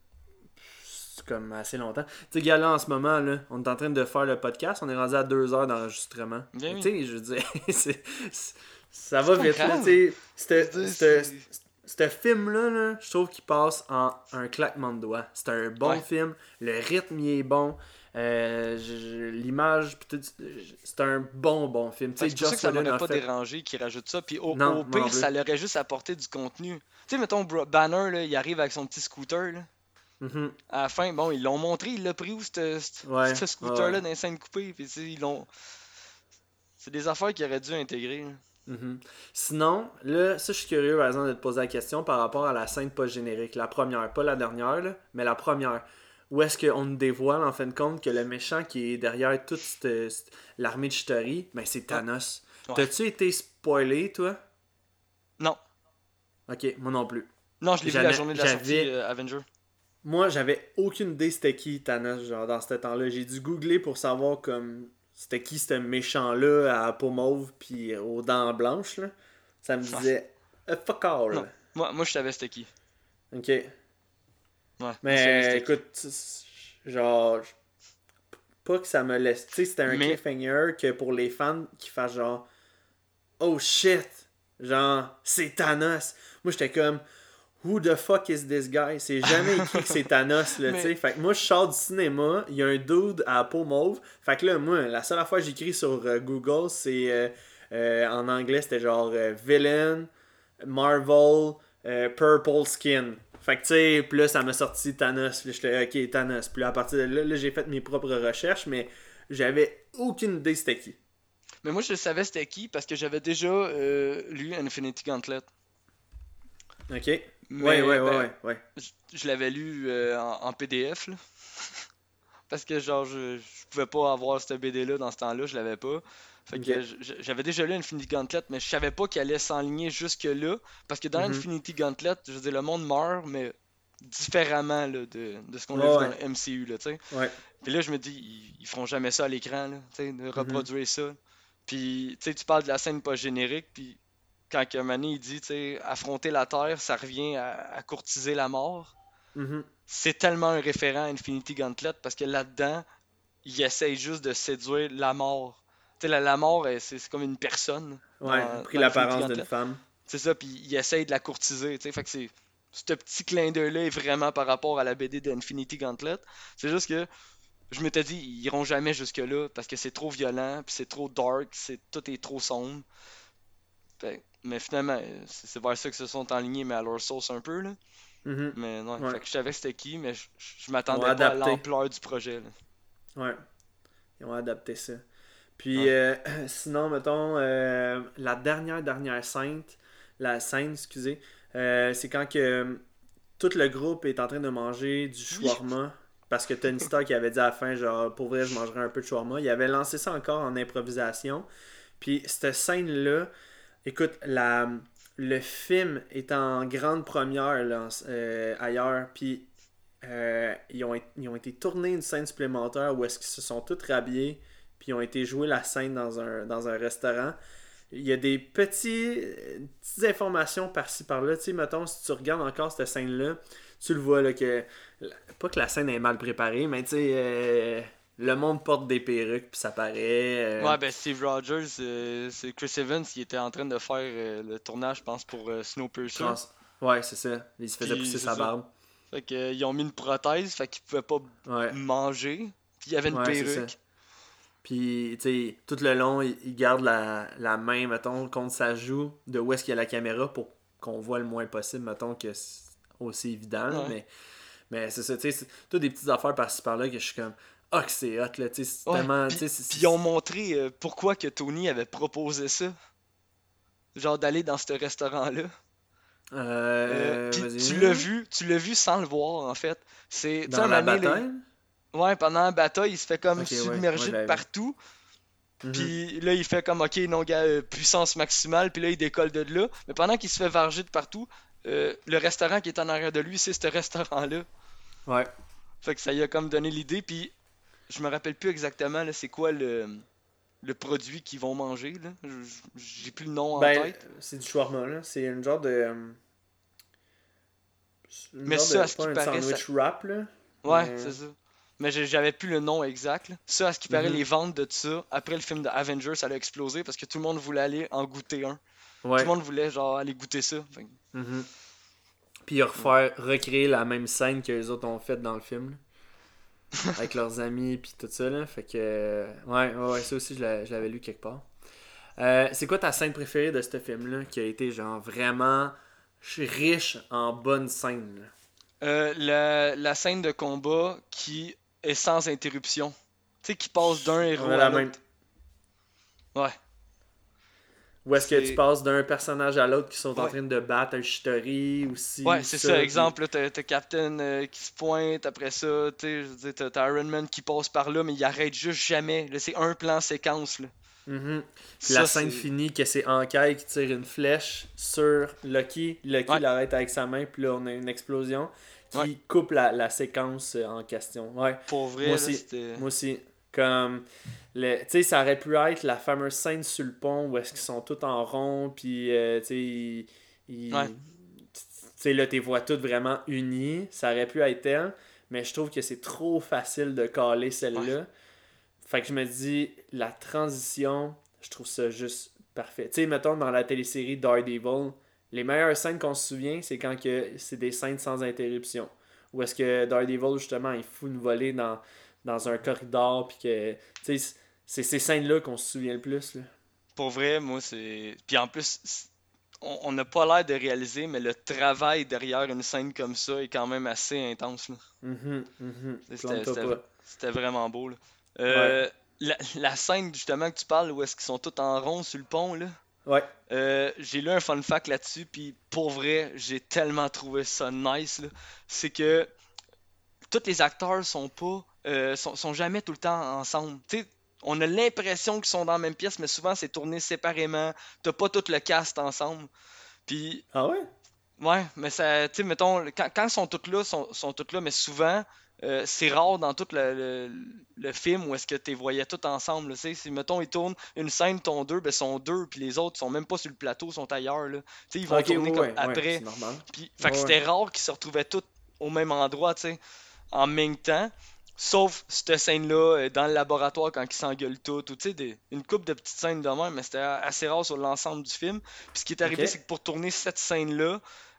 c'est comme assez longtemps. Tu sais, gars, là, en ce moment, là, on est en train de faire le podcast, on est rendu à deux heures d'enregistrement. Bien Tu sais, je veux dire, c'est, c'est- ça va C'est vite, pas là, grave. tu sais. C'était- Je veux dire, c'était- c'est- Ce film-là, là, je trouve qu'il passe en un claquement de doigts. C'est un bon Ouais. film, le rythme il est bon, euh, je- je- l'image, pis tout, c'est un bon bon film. Tu Fait sais, que C'est pour ça que Joss ça Whedon m'aurait a pas fait... dérangé qu'ils rajoutent ça. Puis au, Non, au moi non pire, plus. ça leur aurait juste apporté du contenu. Tu sais, mettons, Bro- Banner, là, il arrive avec son petit scooter. Là. Mhm. À la fin, bon, ils l'ont montré, il l'a pris où, ce Ouais, scooter-là, ouais. dans les scènes coupées. Puis tu sais, ils l'ont. C'est des affaires qu'ils auraient dû intégrer. là. Mhm. Sinon, là, ça je suis curieux par exemple de te poser la question par rapport à la scène post-générique. La première, pas la dernière, là, mais la première. Où est-ce qu'on nous dévoile en fin de compte que le méchant qui est derrière toute cette- cette- l'armée de Chitauri, ben c'est Thanos. Ouais. T'as-tu été spoilé, toi? Non. Ok, moi non plus. Non, je l'ai vu Jamais- la journée de la sortie j'avais- euh, Avenger. Moi, j'avais aucune idée c'était qui Thanos, genre, dans ce temps-là. J'ai dû googler pour savoir comme c'était qui ce méchant-là à peau mauve puis aux dents blanches, là. Ça me disait uh, fuck all. Non. Moi, moi je savais c'était qui. Ok. Ouais, mais écoute, genre, pas que ça me laisse. Tu sais, c'était un mais... cliffhanger que pour les fans qui fassent genre, oh shit, genre, c'est Thanos. Moi, j'étais comme, who the fuck is this guy? C'est jamais écrit que c'est Thanos, là, mais... tu sais. Fait que moi, je sors du cinéma, il y a un dude à la peau mauve. Fait que là, moi, la seule fois que j'écris sur euh, Google, c'est euh, euh, en anglais, c'était genre euh, Villain, Marvel, euh, Purple Skin. Fait que tu sais, puis là, ça m'a sorti Thanos. Là, j'étais, ok, Thanos. Puis là, à partir de là, là, j'ai fait mes propres recherches, mais j'avais aucune idée c'était qui. Mais moi, je savais c'était qui parce que j'avais déjà euh, lu Infinity Gauntlet. Ok. Mais, ouais, ouais, ouais, ben, ouais, ouais. Je, je l'avais lu euh, en, en P D F, là. Parce que, genre, je, je pouvais pas avoir cette B D-là dans ce temps-là, je l'avais pas. Fait que Ok. je- j'avais déjà lu Infinity Gauntlet, mais je savais pas qu'il allait s'enligner jusque-là. Parce que dans Mhm. Infinity Gauntlet, je veux dire, le monde meurt, mais différemment là, de, de ce qu'on a Ouais, vu ouais. dans le M C U, là, tu sais. Ouais. Puis là, je me dis, ils, ils feront jamais ça à l'écran, là, tu sais, de Mhm. reproduire ça. Puis, tu sais, tu parles de la scène post-générique, puis quand que Manny, il dit, tu sais, affronter la Terre, ça revient à, à courtiser la mort. Mhm. C'est tellement un référent à Infinity Gauntlet, parce que là-dedans, il essaye juste de séduire la mort. Tu sais, la, la mort, elle, c'est c'est comme une personne. Ouais, dans- pris dans l'apparence Infinity d'une Gauntlet. femme. C'est ça, puis il essaye de la courtiser, tu sais. Fait que c'est. Ce petit clin d'œil-là est vraiment par rapport à la B D d'Infinity Gauntlet. C'est juste que je m'étais dit, ils iront jamais jusque-là parce que c'est trop violent, puis c'est trop dark, c'est tout est trop sombre. Fait- mais finalement, euh, c'est c'est vers ça que se sont enlignés, mais à leur sauce un peu, là. Mhm. Mais non, Ouais. fait que je savais c'était qui, mais je, je- je Ils m'attendais ont pas à adapté. l'ampleur du projet, là. Ouais. Ils ont adapté ça. Puis, Ouais. euh, sinon, mettons, euh, la dernière, dernière scène, la scène, excusez, euh, c'est quand que euh, tout le groupe est en train de manger du shawarma. Parce que Tony Stark avait dit à la fin, genre, pour vrai, je mangerai un peu de shawarma. Il avait lancé ça encore en improvisation. Puis, cette scène-là, écoute, la, le film est en grande première là, en- euh, ailleurs. Puis, euh, ils, ont, ils ont été tournés une scène supplémentaire où est-ce qu'ils se sont tous rhabillés. Puis, ils ont été jouer la scène dans un, dans un restaurant. Il y a des petits, euh, petites informations par-ci par-là. Tu sais, mettons, si tu regardes encore cette scène-là, tu le vois, là, que. Pas que la scène est mal préparée, mais tu sais, euh, le monde porte des perruques, puis ça paraît. euh, Ouais, ben Steve Rogers, euh, c'est Chris Evans qui était en train de faire euh, le tournage, je pense, pour euh, Snowpiercer. trans- Ouais, c'est ça. Il se faisait Puis, pousser c'est sa ça. barbe. Fait que, euh, ils ont mis une prothèse, fait qu'ils pouvaient pas Ouais. manger. Puis il y avait une Ouais, c'est perruque. ça. Puis, tu sais, tout le long, il, il garde la, la main, mettons, contre sa joue, de où est-ce qu'il y a la caméra pour qu'on voit le moins possible, mettons, que c'est aussi évident, là, Ouais. mais, mais c'est ça, tu sais, c'est toutes des petites affaires par-ci par-là que je suis comme, ah, que c'est hot, là, tu sais, c'est Ouais, tellement, puis- tu sais, c'est- Puis ils ont montré euh, pourquoi que Tony avait proposé ça. Genre d'aller dans ce restaurant-là. Euh, Euh, puis vas-y. tu l'as vu, tu l'as vu sans le voir en fait. C'est tu sais, Dans un la moment donné, là, bataille? ouais, pendant la bataille, il se fait comme Ok, ouais, submerger ouais, de j'avais- partout. Mhm. Puis là, il fait comme, ok, non, gars, euh, puissance maximale. Puis là, il décolle de là. Mais pendant qu'il se fait varger de partout, euh, le restaurant qui est en arrière de lui, c'est ce restaurant-là. Ouais. Fait que ça lui a comme donné l'idée. Puis je me rappelle plus exactement, là, c'est quoi le, le produit qu'ils vont manger. Là. Je- J'ai plus le nom en Ben, tête. c'est du shawarma, là. C'est une genre de. euh, une Mais genre ça, de- à ce pas qui un paraît, sandwich wrap, là. Ouais, mais- c'est ça. Mais j'ai- j'avais plus le nom exact. Là. Ça, à ce qui paraît, Mhm. les ventes de ça, après le film de Avengers, ça a explosé parce que tout le monde voulait aller en goûter un. Ouais. Tout le monde voulait genre aller goûter ça. Fait que- Mhm. Puis refaire, recréer la même scène que les autres ont faite dans le film. Là. Avec leurs amis puis tout ça. Là. Fait que. euh, Ouais, ouais, ouais, ça aussi, je l'a- je l'avais lu quelque part. Euh, c'est quoi ta scène préférée de ce film-là qui a été genre vraiment riche en bonnes scènes? Là? Euh, la, la scène de combat qui est sans interruption. Tu sais, qui passe d'un héros On a à la l'autre. même. Ouais. Ou est-ce que C'est- tu passes d'un personnage à l'autre qui sont en Ouais. train de battre un Shitori ou si. Ouais, c'est ça. puis- Exemple, là, t'as, t'as Captain euh, qui se pointe, après ça, tu sais, je veux dire, t'as, t'as Iron Man qui passe par là, mais il arrête juste jamais. Là, c'est un plan séquence, là. Mhm. Puis Ça, la scène c'est- finit que c'est Hankai qui tire une flèche sur Lucky. Lucky Ouais. l'arrête avec sa main, puis là on a une explosion qui Ouais. coupe la, la séquence euh, en question. Ouais, Pour vrai, Moi là, aussi. c'était... moi aussi. Comme, le- tu sais, ça aurait pu être la fameuse scène sur le pont où est-ce qu'ils sont tous en rond, puis, euh, tu sais, ils... ils- Ouais. tu sais, là, t'es vois toutes vraiment unies. Ça aurait pu être elle, mais je trouve que c'est trop facile de caler celle-là. Ouais. Fait que je me dis, la transition, je trouve ça juste parfait. Tu sais, mettons, dans la télésérie Daredevil, les meilleures scènes qu'on se souvient, c'est quand que c'est des scènes sans interruption. Où est-ce que Daredevil, justement, il fout une volée dans, dans un corridor, puis que, tu sais, c'est ces scènes-là qu'on se souvient le plus, là. Pour vrai, moi, c'est. Puis en plus, c'est- on on n'a pas l'air de réaliser, mais le travail derrière une scène comme ça est quand même assez intense, là. Mhm, mhm. C'était Plante-toi c'était- pas. c'était vraiment beau, là. Ouais. Euh, la, la scène, justement, que tu parles, où est-ce qu'ils sont tous en rond sur le pont, là. Ouais. Euh, j'ai lu un fun fact là-dessus, puis pour vrai, j'ai tellement trouvé ça nice, là. C'est que tous les acteurs sont pas euh, sont, sont jamais tout le temps ensemble. Tu sais, on a l'impression qu'ils sont dans la même pièce, mais souvent c'est tourné séparément. T'as pas tout le cast ensemble. Puis Ah ouais? ouais, mais ça, tu sais, mettons, quand, quand ils sont tous là, sont, sont tous là, mais souvent euh, c'est rare dans tout le, le, le film où est-ce que tu les voyais tous ensemble. Là, tu sais. Si mettons ils tournent une scène, ton deux, ben ils sont deux, puis les autres sont même pas sur le plateau, sont ailleurs. Là. Tu sais, ils vont Ok, tourner ouais, comme ouais, ouais, après. c'est normal. Puis, fait que Ouais, c'était ouais. rare qu'ils se retrouvaient tous au même endroit, tu sais, en même temps. Sauf cette scène-là euh, dans le laboratoire quand ils s'engueulent tous, ou tu sais, des- une couple de petites scènes de même, mais c'était assez rare sur l'ensemble du film. Puis ce qui est arrivé, Ok. c'est que pour tourner cette scène-là,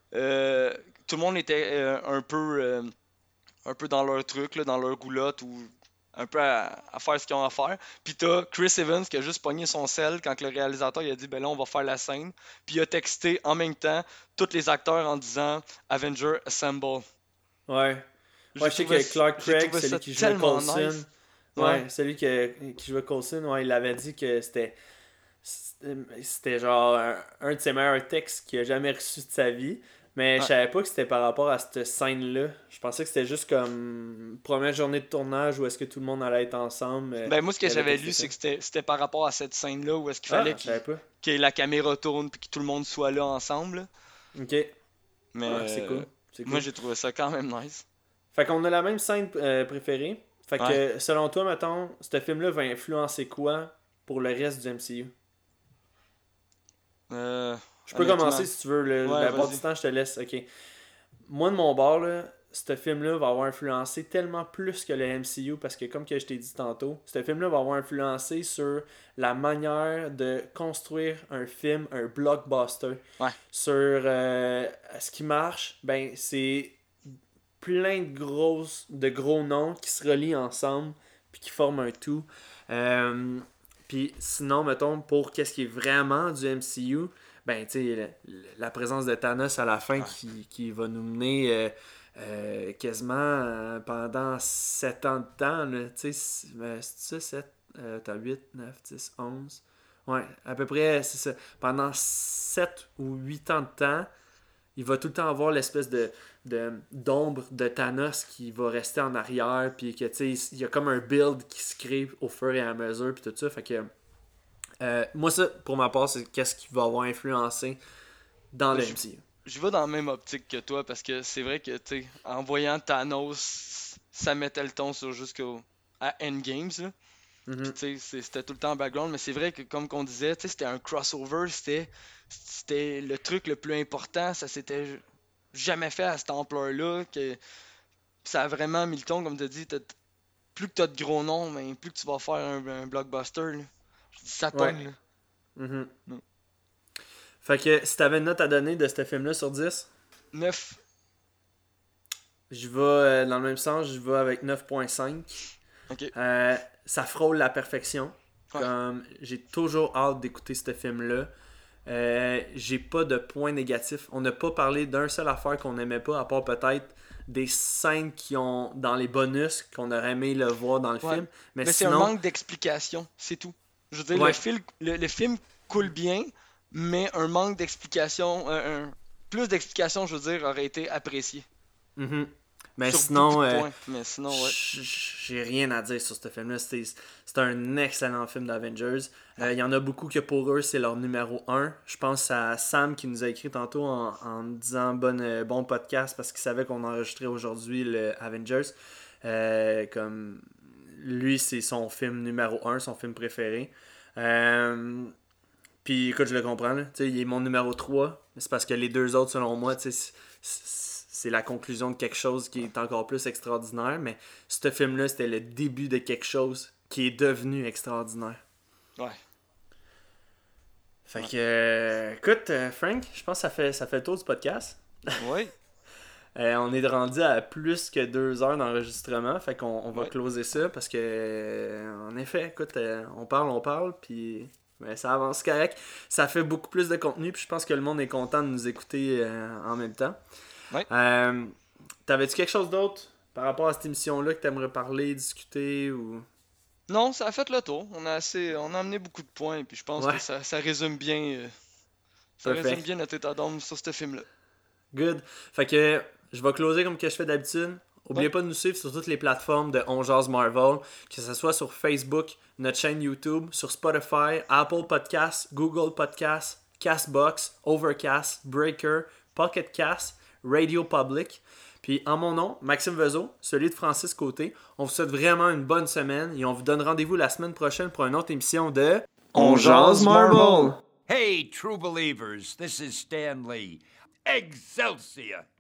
euh, tout le monde était euh, un peu euh, un peu dans leur truc, là, dans leur roulotte ou un peu à, à faire ce qu'ils ont à faire. Puis t'as Chris Evans qui a juste pogné son sel quand que le réalisateur il a dit ben là on va faire la scène. Puis il a texté en même temps tous les acteurs en disant Avenger Assemble. Ouais. J'ai Ouais, je sais trouvé, que Clark j'ai Craig, trouvé celui ça qui jouait tellement Coulson, nice. ouais, Ouais, celui que- qui jouait Coulson, ouais, il avait dit que c'était c'était c'était genre un, un de ses meilleurs textes qu'il a jamais reçu de sa vie. Mais je ouais. savais pas que c'était par rapport à cette scène-là. Je pensais que c'était juste comme première journée de tournage où est-ce que tout le monde allait être ensemble. Mais Ben moi ce que il avait j'avais texté lu ça. c'est que c'était c'était par rapport à cette scène-là où est-ce qu'il Ah, fallait je qu'il savais pas. que la caméra tourne puis que tout le monde soit là ensemble. Là. Ok. Mais Ah, c'est euh, cool. C'est moi cool. j'ai trouvé ça quand même nice. Fait qu'on a la même scène euh, préférée. Fait que Ouais. selon toi, mettons, ce film-là va influencer quoi pour le reste du M C U? Euh, Je peux honnêtement. commencer si tu veux. Le, Ouais, la part vas-y. du temps, je te laisse. Ok. Moi, de mon bord, là, ce film-là va avoir influencé tellement plus que le M C U parce que, comme que je t'ai dit tantôt, ce film-là va avoir influencé sur la manière de construire un film, un blockbuster. Ouais. Sur euh, ce qui marche, ben, c'est plein de grosses, de gros noms qui se relient ensemble puis qui forment un tout. Euh, puis sinon, mettons, pour qu'est-ce qui est vraiment du M C U, ben, tu sais, la, la présence de Thanos à la fin Ouais. qui, qui va nous mener euh, euh, quasiment euh, pendant sept ans de temps, là, tu sais, c'est euh, c'est ça, sept, euh, t'as huit, neuf, dix, onze, ouais, à peu près, c'est ça, pendant sept ou huit ans de temps, il va tout le temps avoir l'espèce de, de d'ombre de Thanos qui va rester en arrière, puis que, tu sais, il y a comme un build qui se crée au fur et à mesure, puis tout ça, fait que euh, moi, ça, pour ma part, c'est qu'est-ce qui va avoir influencé dans le Je- M C U. Je vais dans la même optique que toi parce que c'est vrai que, tu sais, en voyant Thanos, ça mettait le ton sur jusqu'au à Endgames, là. Mhm. Puis, tu sais, c'est- c'était tout le temps en background, mais c'est vrai que, comme qu'on disait, tu sais, c'était un crossover, c'était c'était le truc le plus important, ça s'était jamais fait à cette ampleur-là, que ça a vraiment mis le ton, comme tu as dit, t'as- plus que tu as de gros noms, mais plus que tu vas faire un, un blockbuster, là. Je dis, ça Ouais. pogne, là. Mhm. Mm. Fait que si t'avais une note à donner de ce film-là sur dix, neuf. je vais euh, dans le même sens, je vais avec neuf virgule cinq. Ok. Euh, ça frôle la perfection. Ouais. Comme j'ai toujours hâte d'écouter ce film-là. Euh, j'ai pas de point négatif. On n'a pas parlé d'un seul affaire qu'on n'aimait pas, à part peut-être des scènes qui ont dans les bonus qu'on aurait aimé le voir dans le Ouais. film. Mais, Mais c'est un sinon, manque d'explication, c'est tout. Je veux dire, Ouais. le, fil- le, le film coule bien, mais un manque d'explication, un, un- plus d'explication, je veux dire, aurait été apprécié. mhm. Mais Sur sinon, beaucoup de euh, points. Mais sinon, ouais. j- j'ai rien à dire sur ce film-là. C'est c'est un excellent film d'Avengers. Euh, Il y en a beaucoup que pour eux, c'est leur numéro un. Je pense à Sam qui nous a écrit tantôt en, en disant bonne, euh, bon podcast parce qu'il savait qu'on enregistrait aujourd'hui le Avengers. Euh, comme lui, c'est son film numéro un, son film préféré. Euh, Puis écoute, je le comprends. Là. Il est mon numéro trois. C'est parce que les deux autres, selon moi, c'est, c'est la conclusion de quelque chose qui est encore plus extraordinaire. Mais ce film-là, c'était le début de quelque chose qui est devenu extraordinaire. Ouais. Fait que, euh, écoute, euh, Frank, je pense que ça fait, ça fait le tour du podcast. Oui. euh, on est rendu à plus que deux heures d'enregistrement. Fait qu'on on va ouais. closer ça parce que, euh, en effet, écoute, euh, on parle, on parle, puis ben, ça avance correct. Ça fait beaucoup plus de contenu, puis je pense que le monde est content de nous écouter euh, en même temps. Ouais. Euh, t'avais-tu quelque chose d'autre par rapport à cette émission-là que t'aimerais parler, discuter ou... Non, ça a fait le tour. On a assez, on a amené beaucoup de points, puis je pense Ouais. que ça, ça résume bien, euh, ça Parfait. résume bien notre état d'âme sur ce film-là. Good. Fait que je vais closer comme que je fais d'habitude. Oubliez Ouais. pas de nous suivre sur toutes les plateformes de On Jase Marvel, que ce soit sur Facebook, notre chaîne YouTube, sur Spotify, Apple Podcasts, Google Podcasts, Castbox, Overcast, Breaker, Pocket Cast, Radio Public. Puis en mon nom, Maxime Vezeau, celui de Francis Côté, on vous souhaite vraiment une bonne semaine et on vous donne rendez-vous la semaine prochaine pour une autre émission de On Jase Marvel. Hey, true believers, this is Stan Lee. Excelsior!